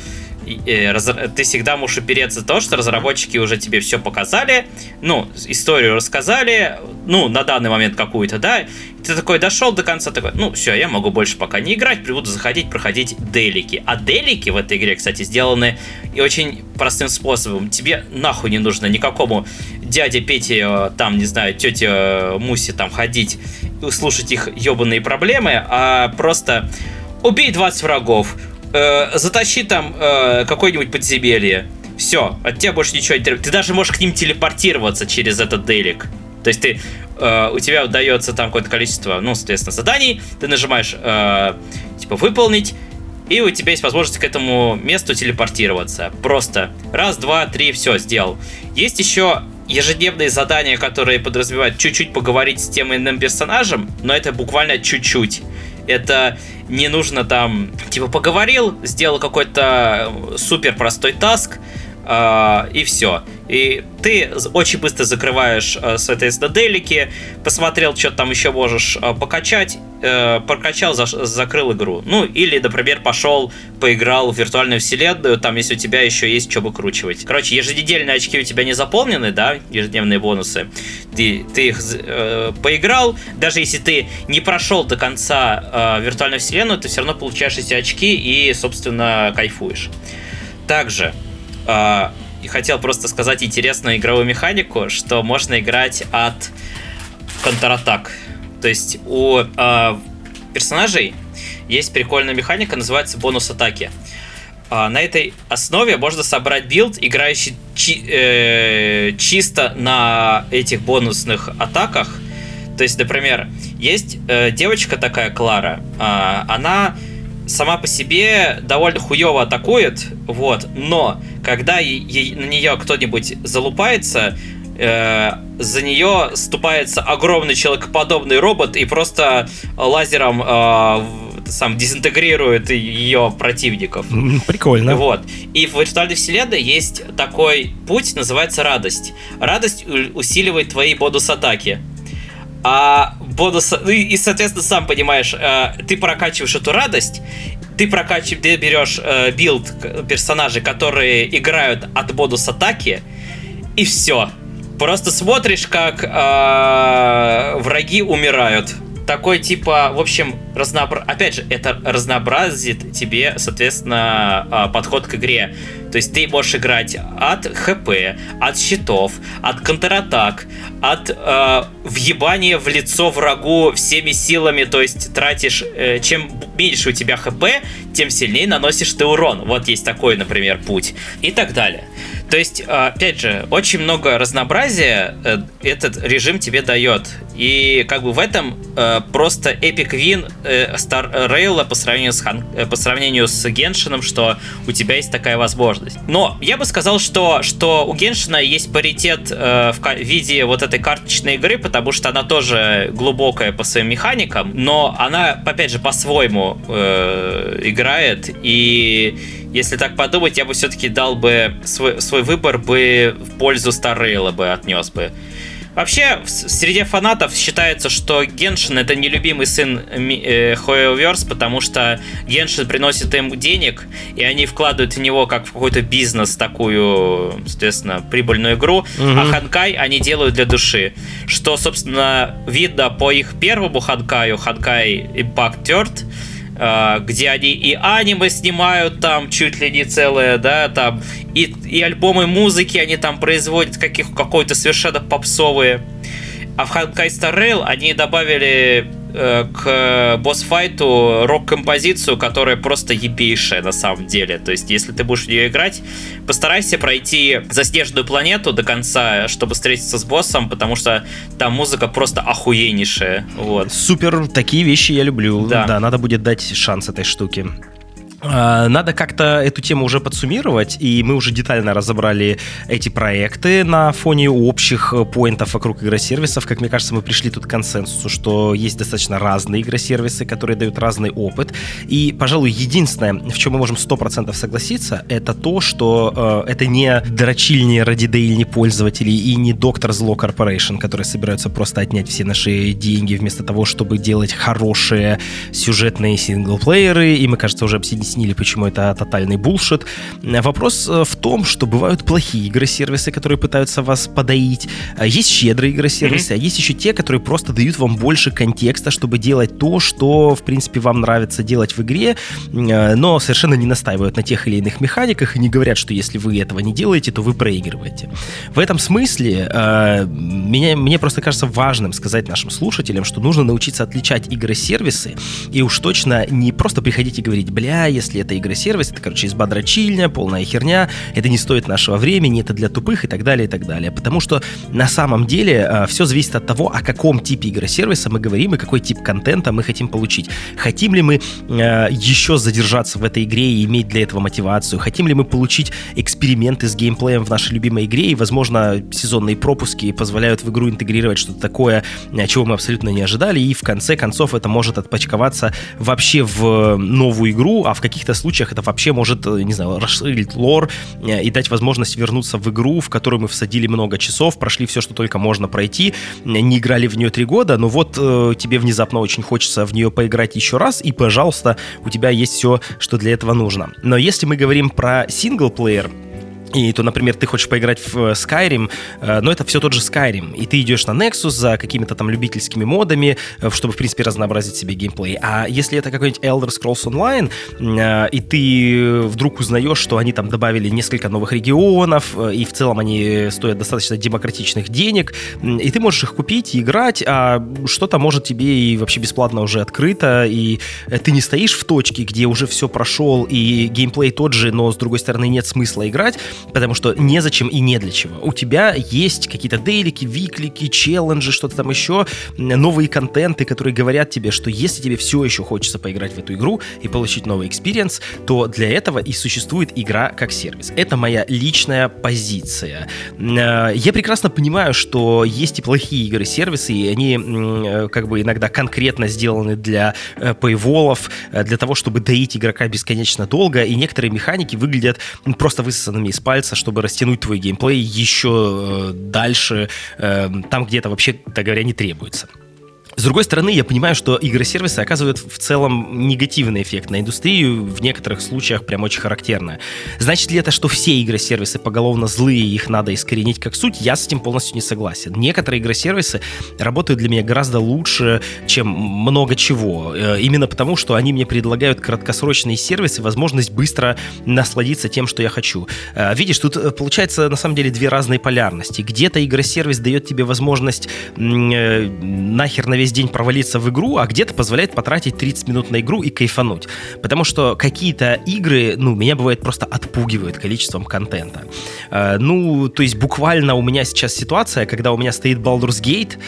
ты всегда можешь опереться на то, что разработчики уже тебе все показали, историю рассказали, на данный момент какую-то, да, и ты такой дошел до конца, такой, все, я могу больше пока не играть, буду проходить делики. А делики в этой игре, кстати, сделаны и очень простым способом. Тебе нахуй не нужно никакому дяде Пете, там, не знаю, тете Мусе там ходить и слушать их ебаные проблемы, а просто убей 20 врагов, затащи там какое-нибудь подземелье. Все, от тебя больше ничего не требуется. Ты даже можешь к ним телепортироваться через этот делик. То есть у тебя удается там какое-то количество, соответственно, заданий. Ты нажимаешь выполнить, и у тебя есть возможность к этому месту телепортироваться. Просто раз, два, три, все, сделал. Есть еще ежедневные задания, которые подразумевают чуть-чуть поговорить с тем или иным персонажем, но это буквально чуть-чуть. Это не нужно там, поговорил, сделал какой-то супер простой таск, и все. И ты очень быстро закрываешь, соответственно, делики, посмотрел, что там еще можешь покачать, прокачал, закрыл игру. Ну, или, например, пошел, поиграл в виртуальную вселенную, там, если у тебя еще есть что выкручивать. Короче, еженедельные очки у тебя не заполнены, да, ежедневные бонусы. Ты их поиграл, даже если ты не прошел до конца виртуальную вселенную, ты все равно получаешь эти очки и, собственно, кайфуешь. Также хотел просто сказать интересную игровую механику, что можно играть от контратак. То есть у персонажей есть прикольная механика, называется бонус атаки. На этой основе можно собрать билд, играющий чисто на этих бонусных атаках. То есть, например, есть девочка такая, Клара, она сама по себе довольно хуёво атакует, вот, но когда на нее кто-нибудь залупается, за нее ступается огромный человекоподобный робот и просто лазером дезинтегрирует ее противников. Прикольно. Вот. И в виртуальной вселенной есть такой путь, называется радость. Радость усиливает твои бонус-атаки. И, соответственно, сам понимаешь, ты прокачиваешь эту радость, ты берешь билд персонажей, которые играют от бонус-атаки, и все. Просто смотришь, как враги умирают. Такой типа, в общем, опять же, это разнообразит тебе, соответственно, подход к игре. То есть ты можешь играть от ХП, от щитов, от контратак, от въебания в лицо врагу всеми силами. То есть тратишь, чем меньше у тебя ХП, тем сильнее наносишь ты урон. Вот есть такой, например, путь. И так далее. То есть, опять же, очень много разнообразия этот режим тебе дает. И как бы в этом просто эпик вин Star Rail по сравнению с Геншином, что у тебя есть такая возможность. Но я бы сказал, что у Геншина есть паритет в виде вот этой карточной игры, потому что она тоже глубокая по своим механикам, но она, опять же, по-своему играет. И если так подумать, я бы все-таки дал бы свой выбор бы в пользу Star Rail бы отнес бы. Вообще, в среде фанатов считается, что Геншин — это нелюбимый сын Hoyoverse, потому что Геншин приносит им денег, и они вкладывают в него как в какой-то бизнес такую, соответственно, прибыльную игру, а Ханкай они делают для души. Что, собственно, видно по их первому Ханкаю, Ханкай Impact Third, где они и аниме снимают там чуть ли не целое, да, там и альбомы музыки они там производят какой-то совершенно попсовые. А в Honkai Star Rail они добавили к босс-файту рок-композицию, которая просто ебейшая на самом деле. То есть, если ты будешь в нее играть, постарайся пройти заснеженную планету до конца, чтобы встретиться с боссом, потому что там музыка просто охуеннейшая. Вот. Супер, такие вещи я люблю. Да, надо будет дать шанс этой штуке. Надо как-то эту тему уже подсуммировать, и мы уже детально разобрали эти проекты на фоне общих поинтов вокруг игросервисов. Как мне кажется, мы пришли тут к консенсусу, что есть достаточно разные игросервисы, которые дают разный опыт. И, пожалуй, единственное, в чем мы можем 100% согласиться, это то, что это не дрочильни ради дейли пользователей и не Доктор Зло Corporation, которые собираются просто отнять все наши деньги вместо того, чтобы делать хорошие сюжетные синглплееры. И мы, кажется, уже объяснили, почему это тотальный булшит. Вопрос в том, что бывают плохие игросервисы, которые пытаются вас подоить. Есть щедрые игросервисы, а есть еще те, которые просто дают вам больше контекста, чтобы делать то, что, в принципе, вам нравится делать в игре, но совершенно не настаивают на тех или иных механиках и не говорят, что если вы этого не делаете, то вы проигрываете. В этом смысле мне просто кажется важным сказать нашим слушателям, что нужно научиться отличать игросервисы и уж точно не просто приходить и говорить: бля, если это игросервис, это, короче, изба дрочильня, полная херня, это не стоит нашего времени, это для тупых и так далее, и так далее. Потому что на самом деле все зависит от того, о каком типе игросервиса мы говорим и какой тип контента мы хотим получить. Хотим ли мы еще задержаться в этой игре и иметь для этого мотивацию? Хотим ли мы получить эксперименты с геймплеем в нашей любимой игре? И, возможно, сезонные пропуски позволяют в игру интегрировать что-то такое, чего мы абсолютно не ожидали, и в конце концов это может отпочковаться вообще в новую игру, а в каких-то случаях это вообще может, не знаю, расширить лор и дать возможность вернуться в игру, в которую мы всадили много часов, прошли все, что только можно пройти, не играли в нее 3 года, но вот тебе внезапно очень хочется в нее поиграть еще раз, и, пожалуйста, у тебя есть все, что для этого нужно. Но если мы говорим про синглплеер, и то, например, ты хочешь поиграть в Skyrim, но это все тот же Skyrim, и ты идешь на Nexus за какими-то там любительскими модами, чтобы, в принципе, разнообразить себе геймплей. А если это какой-нибудь Elder Scrolls Online, и ты вдруг узнаешь, что они там добавили несколько новых регионов, и в целом они стоят достаточно демократичных денег, и ты можешь их купить и играть, а что-то может тебе и вообще бесплатно уже открыто, и ты не стоишь в точке, где уже все прошел, и геймплей тот же, но, с другой стороны, нет смысла играть, потому что незачем и не для чего. У тебя есть какие-то дейлики, виклики, челленджи, что-то там еще, новые контенты, которые говорят тебе, что если тебе все еще хочется поиграть в эту игру и получить новый экспириенс, то для этого и существует игра как сервис. Это моя личная позиция. Я прекрасно понимаю, что есть и плохие игры-сервисы, и они как бы иногда конкретно сделаны для пейволов, для того, чтобы доить игрока бесконечно долго, и некоторые механики выглядят просто высосанными из пальца, чтобы растянуть твой геймплей еще дальше, там, где это вообще, так говоря, не требуется. С другой стороны, я понимаю, что игры-сервисы оказывают в целом негативный эффект на индустрию, в некоторых случаях прям очень характерно. Значит ли это, что все игры-сервисы поголовно злые, и их надо искоренить как суть? Я с этим полностью не согласен. Некоторые игры-сервисы работают для меня гораздо лучше, чем много чего. Именно потому, что они мне предлагают краткосрочные сервисы, возможность быстро насладиться тем, что я хочу. Видишь, тут получается на самом деле две разные полярности. Где-то игры-сервис дает тебе возможность нахер на весь день провалиться в игру, а где-то позволяет потратить 30 минут на игру и кайфануть. Потому что какие-то игры, меня бывает просто отпугивают количеством контента. То есть буквально у меня сейчас ситуация, когда у меня стоит Baldur's Gate,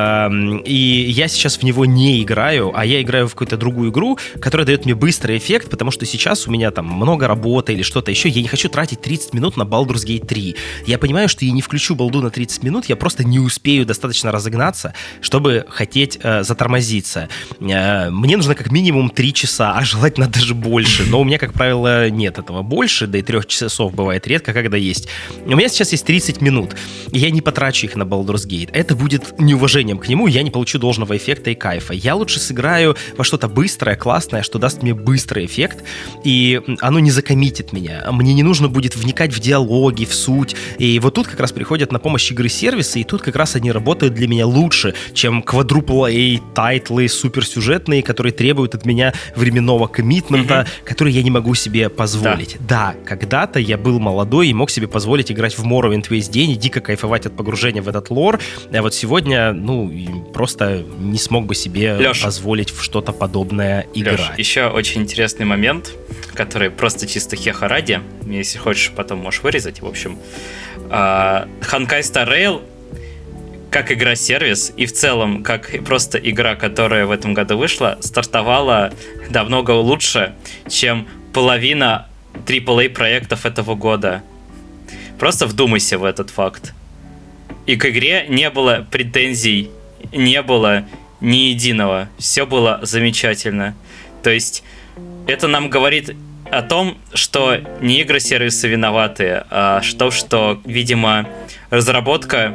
и я сейчас в него не играю, а я играю в какую-то другую игру, которая дает мне быстрый эффект, потому что сейчас у меня там много работы или что-то еще, я не хочу тратить 30 минут на Baldur's Gate 3. Я понимаю, что я не включу балду на 30 минут, я просто не успею достаточно разогнаться, чтобы хотеть затормозиться. Мне нужно как минимум 3 часа, а желательно даже больше. Но у меня, как правило, нет этого больше, да и 3 часов бывает редко, когда есть. У меня сейчас есть 30 минут, и я не потрачу их на Baldur's Gate. Это будет неуважением к нему, я не получу должного эффекта и кайфа. Я лучше сыграю во что-то быстрое, классное, что даст мне быстрый эффект, и оно не закоммитит меня. Мне не нужно будет вникать в диалоги, в суть. И вот тут как раз приходят на помощь игры-сервисы, и тут как раз они работают для меня лучше, чем quadruple тайтлы суперсюжетные, которые требуют от меня временного коммитмента, который я не могу себе позволить. Да, когда-то я был молодой и мог себе позволить играть в Morrowind весь день и дико кайфовать от погружения в этот лор, а вот сегодня, просто не смог бы себе позволить в что-то подобное играть. Леш, еще очень интересный момент, который просто чисто хеха ради, если хочешь, потом можешь вырезать, в общем. Honkai Star Rail как игра-сервис и в целом как просто игра, которая в этом году вышла, стартовала намного лучше, чем половина AAA проектов этого года. Просто вдумайся в этот факт. И к игре не было претензий, не было ни единого. Все было замечательно. То есть это нам говорит о том, что не игры-сервисы виноваты, а что, видимо, разработка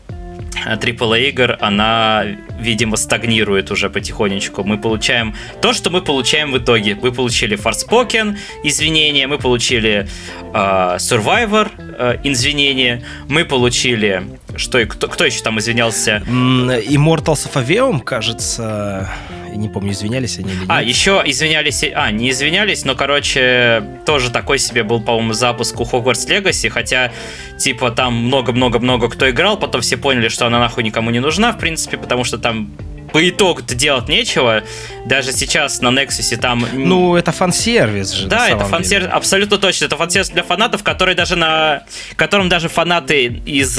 AAA игр, она, видимо, стагнирует уже потихонечку. Мы получаем то, что мы получаем в итоге. Мы получили Forspoken, извинения, мы получили Survivor, извинения, мы получили... Кто еще там извинялся? Immortals of Aveum, кажется... Не помню, извинялись они или нет. Еще извинялись... не извинялись, но, тоже такой себе был, по-моему, запуск у Hogwarts Legacy, хотя, там много-много-много кто играл, потом все поняли, что она нахуй никому не нужна, в принципе, потому что там по итогу-то делать нечего. Даже сейчас на Nexus там... это фан-сервис же. Да, это фан-сервис, абсолютно точно. Это фан-сервис для фанатов, которым даже фанаты из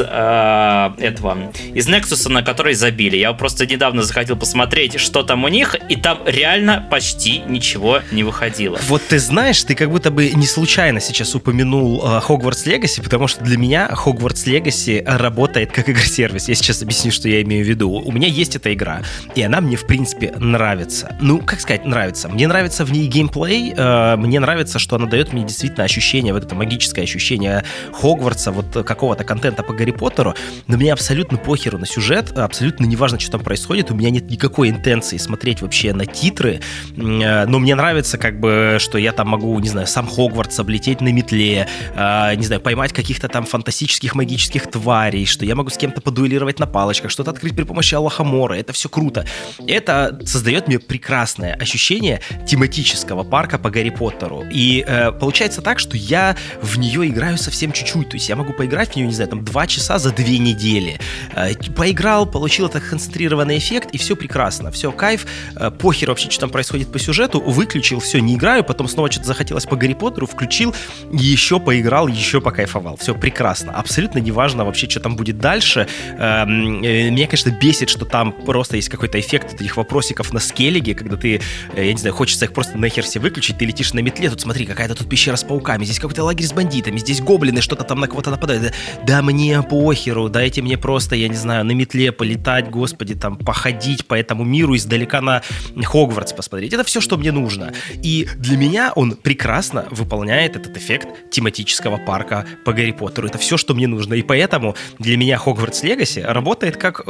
Nexus, на который забили. Я просто недавно заходил посмотреть, что там у них, и там реально почти ничего не выходило. Вот ты знаешь, ты как будто бы не случайно сейчас упомянул Hogwarts Legacy, потому что для меня Hogwarts Legacy работает как игра-сервис. Я сейчас объясню, что я имею в виду. У меня есть эта игра. и она мне, в принципе, нравится. Ну, как сказать, нравится? Мне нравится в ней геймплей, мне нравится, что она дает мне действительно ощущение, вот это магическое ощущение Хогвартса, вот какого-то контента по Гарри Поттеру, но мне абсолютно похеру на сюжет, абсолютно неважно, что там происходит, у меня нет никакой интенции смотреть вообще на титры, но мне нравится, как бы, что я там могу, не знаю, сам Хогвартс облететь на метле, не знаю, поймать каких-то там фантастических магических тварей, что я могу с кем-то подуэлировать на палочках, что-то открыть при помощи Аллахамора, это все круто. Это создает мне прекрасное ощущение тематического парка по Гарри Поттеру. И получается так, что я в нее играю совсем чуть-чуть. То есть я могу поиграть в нее, не знаю, там 2 часа за 2 недели. Поиграл, получил этот концентрированный эффект, и все прекрасно. Все, кайф, похер вообще, что там происходит по сюжету, выключил, все, не играю, потом снова что-то захотелось по Гарри Поттеру, включил, еще поиграл, еще покайфовал. Все прекрасно. Абсолютно неважно вообще, что там будет дальше. Меня, конечно, бесит, что там просто есть какой-то эффект этих вопросиков на скеллиге, когда ты, я не знаю, хочется их просто нахер все выключить, ты летишь на метле, тут смотри, какая-то тут пещера с пауками, здесь какой-то лагерь с бандитами, здесь гоблины, что-то там на кого-то нападают. Да мне похеру, дайте мне просто, я не знаю, на метле полетать, господи, там, походить по этому миру, издалека на Хогвартс посмотреть. Это все, что мне нужно. И для меня он прекрасно выполняет этот эффект тематического парка по Гарри Поттеру. Это все, что мне нужно. И поэтому для меня Хогвартс Легаси работает как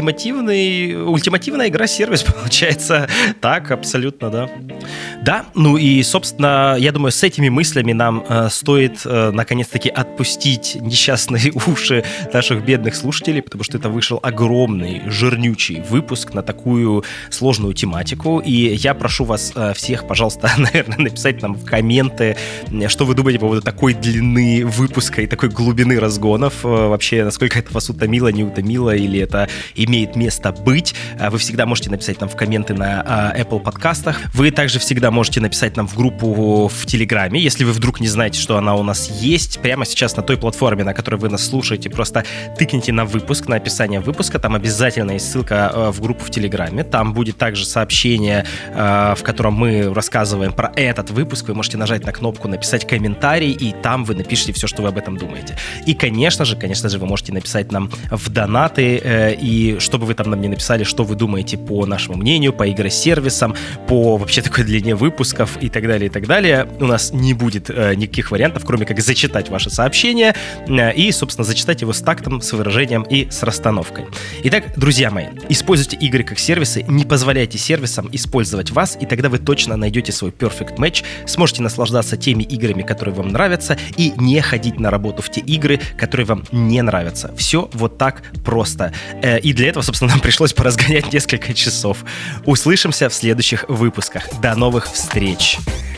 ультимативная игра-сервис, получается. Так, абсолютно, да. Да, ну и, собственно, я думаю, с этими мыслями нам стоит наконец-таки отпустить несчастные уши наших бедных слушателей, потому что это вышел огромный, жирнючий выпуск на такую сложную тематику. И я прошу вас всех, пожалуйста, наверное, написать нам в комменты, что вы думаете по поводу такой длины выпуска и такой глубины разгонов. Вообще, насколько это вас утомило, не утомило, или это имеет место быть. Вы всегда можете написать нам в комменты на Apple подкастах. Вы также всегда можете написать нам в группу в Телеграме, если вы вдруг не знаете, что она у нас есть. Прямо сейчас на той платформе, на которой вы нас слушаете, просто тыкните на выпуск, на описание выпуска. Там обязательно есть ссылка в группу в Телеграме. Там будет также сообщение, в котором мы рассказываем про этот выпуск. Вы можете нажать на кнопку «Написать комментарий», и там вы напишите все, что вы об этом думаете. И, конечно же, вы можете написать нам в донаты, и чтобы вы там нам не написали, что вы думаете по нашему мнению, по игросервисам, по вообще такой длине выпусков и так далее, и так далее. У нас не будет никаких вариантов, кроме как зачитать ваше сообщение и, собственно, зачитать его с тактом, с выражением и с расстановкой. Итак, друзья мои, используйте игры как сервисы, не позволяйте сервисам использовать вас, и тогда вы точно найдете свой perfect match, сможете наслаждаться теми играми, которые вам нравятся, и не ходить на работу в те игры, которые вам не нравятся. Все вот так просто. И для этого, собственно, нам пришлось поразгонять несколько часов. Услышимся в следующих выпусках. До новых встреч!